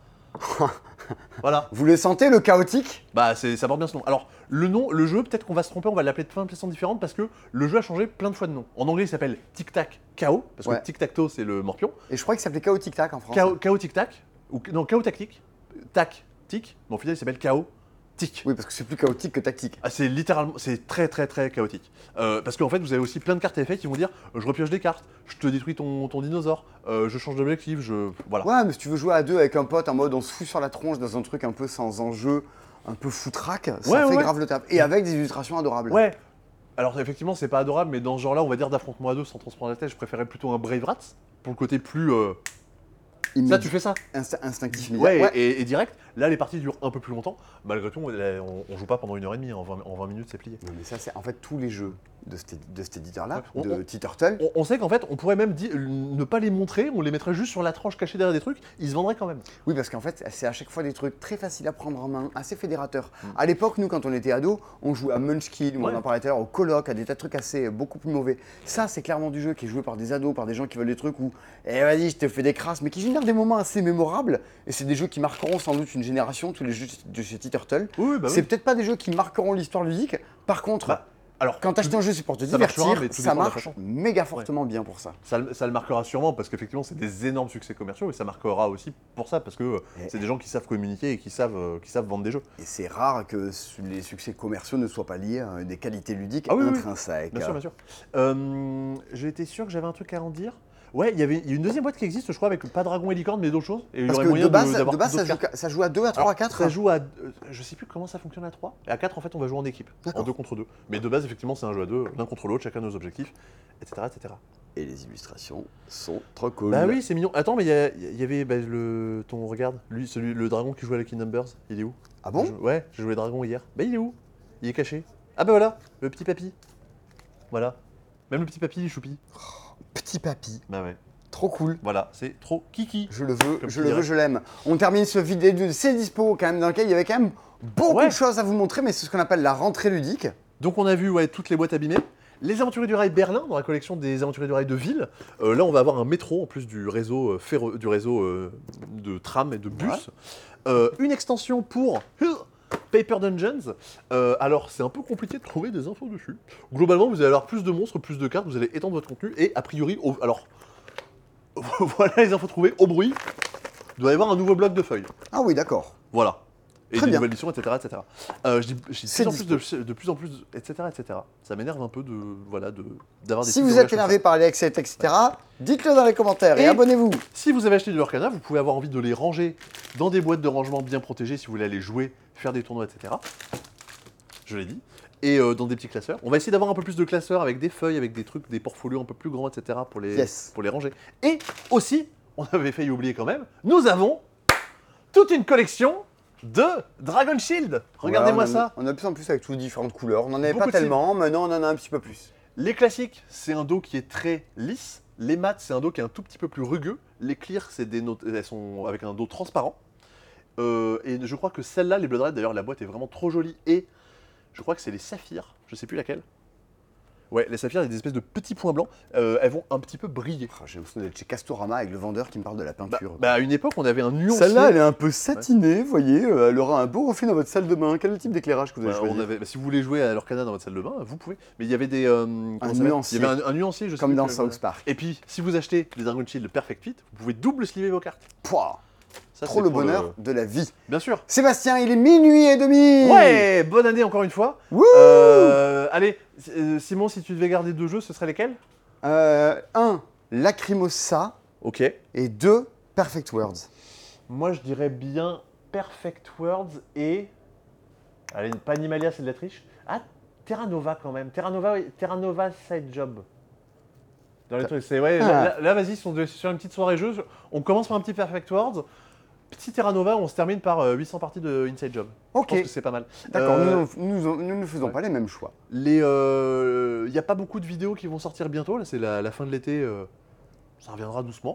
Voilà. Vous le sentez, le chaotique? Bah, c'est, ça porte bien ce nom. Alors, le nom, le jeu, peut-être qu'on va se tromper, on va l'appeler de plein de façons différentes parce que le jeu a changé plein de fois de nom. En anglais, il s'appelle Tic Tac Chaos, parce Ouais. que Tic Tac Toe, c'est le morpion. Et je crois qu'il s'appelait Chaotic Tac en France. Chaos, Chaos Tic Tac, ou non, Chaos Tactique, Tac, Tic, mais au final, il s'appelle Chaos Tic. Oui, parce que c'est plus chaotique que tactique. Ah, c'est littéralement, c'est très très très chaotique. Euh, parce qu'en fait, vous avez aussi plein de cartes et effets qui vont dire euh, je repioche des cartes, je te détruis ton, ton dinosaure, euh, je change d'objectif, je. Voilà. Ouais, mais si tu veux jouer à deux avec un pote en mode on se fout sur la tronche dans un truc un peu sans enjeu, un peu foutraque, ça Ouais, fait ouais. grave le taf. Et avec des illustrations adorables. Ouais. Alors, effectivement, c'est pas adorable, mais dans ce genre-là, on va dire d'affrontement à deux sans trop se prendre la tête, je préférais plutôt un Brave Rats pour le côté plus. euh, Immédi- Ça, tu fais ça Insta- instinctif immédiat. Ouais, Ouais. Et, et direct. Là, les parties durent un peu plus longtemps. Malgré tout, on, on, on joue pas pendant une heure et demie. En vingt, en vingt minutes, c'est plié. Non, mais ça, c'est en fait tous les jeux de cet, édi- de cet éditeur-là, Ouais, on- de on- T-Turtle. On, on sait qu'en fait, on pourrait même di- ne pas les montrer, on les mettrait juste sur la tranche cachée derrière des trucs, ils se vendraient quand même. Oui, parce qu'en fait, c'est à chaque fois des trucs très faciles à prendre en main, assez fédérateurs. Mm. À l'époque, nous, quand on était ados, on jouait à Munchkin, ou Ouais. on en parlait tout à l'heure, au Coloc, à des tas de trucs assez euh, beaucoup plus mauvais. Ça, c'est clairement du jeu qui est joué par des ados, par des gens qui veulent des trucs où, eh vas-y, je te fais des crasses, mais qui génèrent des moments assez mémorables. Et c'est des jeux qui marqueront sans doute une génération, tous les jeux de chez T-Turtle. Oui, oui, bah c'est oui. peut-être pas des jeux qui marqueront l'histoire ludique. Par contre, Bah, alors, quand t'achètes un jeu, c'est pour te ça marchera, divertir, mais tout ça dépend de la marche façon. méga fortement bien pour ça. ça, le- ça le marquera sûrement parce qu'effectivement, c'est des énormes succès commerciaux, et ça marquera aussi pour ça parce que euh, Et- c'est des gens qui savent communiquer et qui savent, euh, qui savent vendre des jeux. Et c'est rare que su- les succès commerciaux ne soient pas liés à des qualités ludiques Ah oui, oui, oui. intrinsèques. Bien sûr, bien sûr. Euh, J'ai été sûr que j'avais un truc à en dire. Ouais, il y avait il y a une deuxième boîte qui existe, je crois, avec pas dragon et licorne, mais d'autres choses. Et il y Parce aurait que moyen de base, d'avoir de base plus ça, d'autres joue, cartes. qu'à- ça joue à deux, à trois, Alors, à quatre. Ça joue à. euh, je sais plus comment ça fonctionne à trois. Et à quatre, en fait, on va jouer en équipe. En D'accord. deux contre deux. Mais de base, effectivement, c'est un jeu à deux, l'un contre l'autre, chacun nos objectifs, et cetera et cetera. Et les illustrations sont trop cool. Bah oui, c'est mignon. Attends, mais il y, a- il y avait bah, le. Ton. Regarde, lui, celui, le dragon qui jouait à Lucky Numbers, il est où? Ah bon? Je- Ouais, j'ai joué dragon hier. Bah il est où? Il est caché. Ah bah voilà, le petit papy. Voilà. Même le petit papy, il est choupi. Petit papy, Bah ouais. trop cool. Voilà, c'est trop kiki. Je le veux, Comme je tu le dirais. veux, je l'aime. On termine ce vidéo de C'est dispo quand même, dans lequel il y avait quand même beaucoup Ouais. de choses à vous montrer, mais c'est ce qu'on appelle la rentrée ludique. Donc on a vu ouais, toutes les boîtes abîmées. Les Aventuriers du Rail Berlin, dans la collection des Aventuriers du Rail de Ville. Euh, là, on va avoir un métro en plus du réseau, euh, ferro- du réseau euh, de tram et de bus. Ouais. Euh, une extension pour Paper Dungeons. Euh, alors, c'est un peu compliqué de trouver des infos dessus. Globalement, vous allez avoir plus de monstres, plus de cartes, vous allez étendre votre contenu et a priori, au- alors, voilà les infos trouvées. Au bruit, il doit y avoir un nouveau bloc de feuilles. Ah oui, d'accord. Voilà. Et Très des bien. nouvelles éditions, et cetera, et cetera. Euh, je dis, je dis de, C'est plus en plus de, de plus en plus, et cetera, et cetera. Ça m'énerve un peu de, voilà, de, d'avoir des Si petits vous langages êtes comme ça. énervé par les excès, et cetera, dites-le dans les commentaires et, Et- abonnez-vous. Si vous avez acheté du Lorcana, vous pouvez avoir envie de les ranger dans des boîtes de rangement bien protégées si vous voulez aller jouer, faire des tournois, et cetera. Je l'ai dit. Et euh, dans des petits classeurs. On va essayer d'avoir un peu plus de classeurs avec des feuilles, avec des trucs, des portfolios un peu plus grands, et cetera pour les, Yes. pour les ranger. Et aussi, on avait failli oublier quand même, nous avons toute une collection de Dragon Shield. Regardez-moi Ouais, on en a- ça. On a de plus en plus avec toutes les différentes couleurs. On n'en avait Beaucoup pas de tellement, maintenant on en a un petit peu plus. Les classiques, c'est un dos qui est très lisse. Les mats, c'est un dos qui est un tout petit peu plus rugueux. Les clears, c'est des notes, elles sont avec un dos transparent. Euh, et je crois que celle-là, les Blood Red, d'ailleurs, la boîte est vraiment trop jolie. Et je crois que c'est les saphirs. Je sais plus laquelle. Ouais, les saphirs, il y a des espèces de petits points blancs. Euh, elles vont un petit peu briller. Oh, j'ai l'impression d'être chez Castorama avec le vendeur qui me parle de la Bah, peinture. bah, à une époque, on avait un nuancier. Celle-là, elle est un peu satinée, vous voyez. euh, Elle aura un beau reflet dans votre salle de bain. Quel type d'éclairage que vous avez Bah, choisi? on avait, bah, si vous voulez jouer à l'Orcana dans votre salle de bain, vous pouvez. Mais il y avait des. euh, comment ça s'appelle nuancier. Il y avait un, un nuancier, je sais Comme plus dans que- South Park. Et puis, si vous achetez les Dragon Shield Perfect Fit, vous pouvez double sliver vos cartes. Pouah, Ça, trop c'est le pour bonheur de la vie. Bien sûr. Sébastien, il est minuit et demi. Ouais, bonne année encore une fois. Wouh Euh, allez, euh, Simon, si tu devais garder deux jeux, ce serait lesquels? Euh, un, Lacrimosa. Ok. Et deux, Perfect Words. Moi, je dirais bien Perfect Words et. Allez, pas Animalia, c'est de la triche. Ah, Terra Nova quand même. Terra Nova, oui, Terra Nova Side Job. Dans les trucs, c'est ouais. Ah. Là, là, là, vas-y, si on est sur une petite soirée jeu, on commence par un petit Perfect Words. Petit Terra Nova, on se termine par euh, huit cents parties de Inside Job. Ok, Je pense que c'est pas mal. d'accord, Euh, nous, nous, nous ne faisons ouais. pas les mêmes choix. Les, il n'y a pas beaucoup de vidéos qui vont sortir bientôt. Là, c'est la, la fin de l'été. euh, ça reviendra doucement.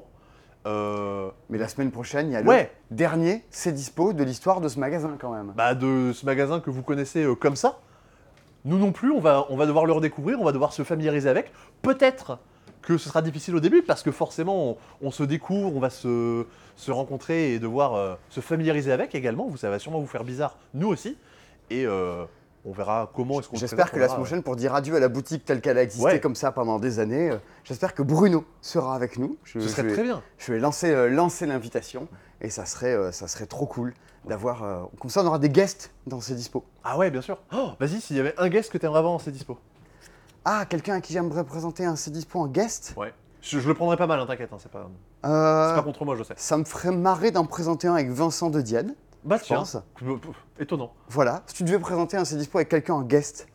Euh, Mais la semaine prochaine, il y a Ouais. le dernier C'est dispo de l'histoire de ce magasin quand même. bah, de ce magasin que vous connaissez euh, comme ça. Nous non plus, on va, on va devoir le redécouvrir, on va devoir se familiariser avec. Peut-être que ce sera difficile au début parce que forcément, on, on se découvre, on va se, se rencontrer et devoir euh, se familiariser avec également. Vous, ça va sûrement vous faire bizarre, nous aussi. Et euh, on verra comment est-ce qu'on se J'espère présente, que on la verra, semaine prochaine, pour dire adieu à la boutique telle qu'elle a existé Ouais. comme ça pendant des années, euh, j'espère que Bruno sera avec nous. Je, euh, Ce serait je vais, très bien. je vais lancer, euh, lancer l'invitation et ça serait, euh, ça serait trop cool d'avoir. euh, comme ça, on aura des guests dans ces dispos. Ah ouais, bien sûr. Oh, vas-y, s'il y avait un guest que tu aimerais avoir en ces dispo. Ah, quelqu'un à qui j'aimerais présenter un C dispo en guest Ouais. Je, je le prendrais pas mal, hein, t'inquiète, hein, c'est pas, Euh, c'est pas contre moi, je sais. Ça me ferait marrer d'en présenter un avec Vincent de Diane. Bah je tiens, pense. étonnant. Voilà, si tu devais présenter un C dispo avec quelqu'un en guest.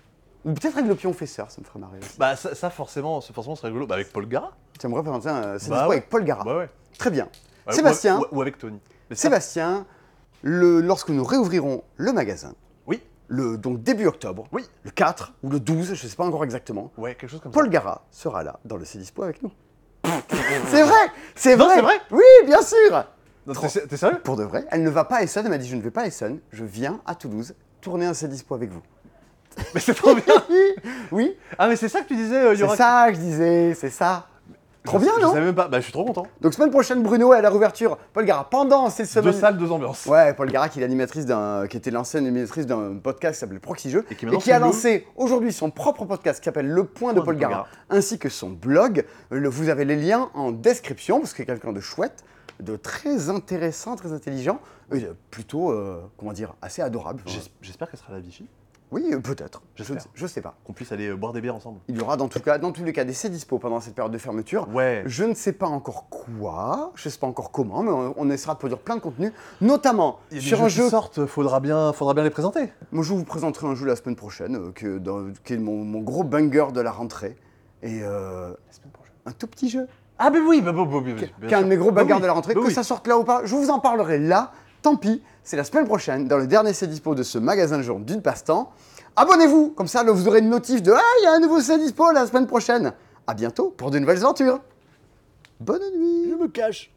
Ou peut-être avec le pion fesseur, ça me ferait marrer aussi. Bah ça, ça, forcément, c'est forcément c'est rigolo. Bah avec Paul Gara. Tu aimerais présenter un C Bah dispo ouais. avec Paul Gara. Bah ouais. Très bien. Ouais, Sébastien. Ou, ou- ou avec Tony. Mais ça- Sébastien, le, lorsque nous réouvrirons le magasin, Oui. le, donc début octobre, Oui. le quatre ou le douze, je ne sais pas encore exactement, Ouais, quelque chose comme Paul Gara sera là dans le C dispo avec nous. C'est vrai, c'est Non, vrai. c'est vrai Oui, bien sûr. ça. Non, T'es t'es sérieux? Pour de vrai, elle ne va pas à Essonne, elle m'a dit je ne vais pas à Essonne, je viens à Toulouse tourner un C dispo avec vous. Mais c'est trop bien. Oui, Ah mais c'est ça que tu disais, euh, il y c'est aura. ça que je disais, c'est ça. Trop Je- bien, je non savais même pas. Bah je suis trop content. Donc semaine prochaine, Bruno est à la réouverture. Paul Gara, pendant ces Deux semaines... salles, deux ambiances. Ouais, Paul Gara, qui est l'animatrice d'un, qui était l'ancienne animatrice d'un podcast qui s'appelait Proxy Jeux Et qui et maintenant qui a fait le- lancé aujourd'hui son propre podcast qui s'appelle Le Point de Point Paul de Paul Gara, ainsi que son blog. Le- vous avez les liens en description parce que c'est quelqu'un de chouette, de très intéressant, très intelligent, et de plutôt, euh, comment dire, assez adorable. Enfin, J'es- J'espère qu'elle sera à la Vichy. oui, euh, peut-être. Je, J'espère. je sais pas. Qu'on puisse aller euh, boire des bières ensemble. Il y aura dans, tout cas, dans tous les cas des C dispo pendant cette période de fermeture. Ouais. Je ne sais pas encore quoi, je ne sais pas encore comment, mais on, on essaiera de produire plein de contenu, notamment Il y a des sur jeux un qui jeu. sortent, faudra bien, faudra bien les présenter. Moi, je vous présenterai un jeu la semaine prochaine, euh, que dans- qui est mon, mon gros banger de la rentrée. Et euh, La semaine prochaine. un tout petit jeu. Ah, mais oui, bah, bah, bah, bah, bien Qui est un de sûr. mes gros Bah bagarres oui, de la rentrée, bah que oui. ça sorte là ou pas, je vous en parlerai là. Tant pis, c'est la semaine prochaine, dans le dernier C'est Dispo de ce magasin de journaux d'une passe-temps. Abonnez-vous, comme ça là, vous aurez une notif de « Ah, il y a un nouveau C'est Dispo la semaine prochaine !» À bientôt pour de nouvelles aventures. Bonne nuit. Je me cache.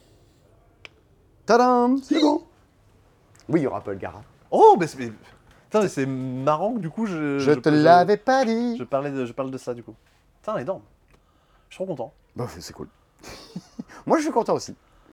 Tadam, c'est bon. Oui, il y aura Paul Gara. Oh, mais c'est... mais- Putain, mais c'est marrant que du coup, je... Je te l'avais pas dit. Je, parlais de, je parle de ça, du coup. Putain, énorme. Je suis trop content. Bah, c'est cool. Moi, je suis content aussi.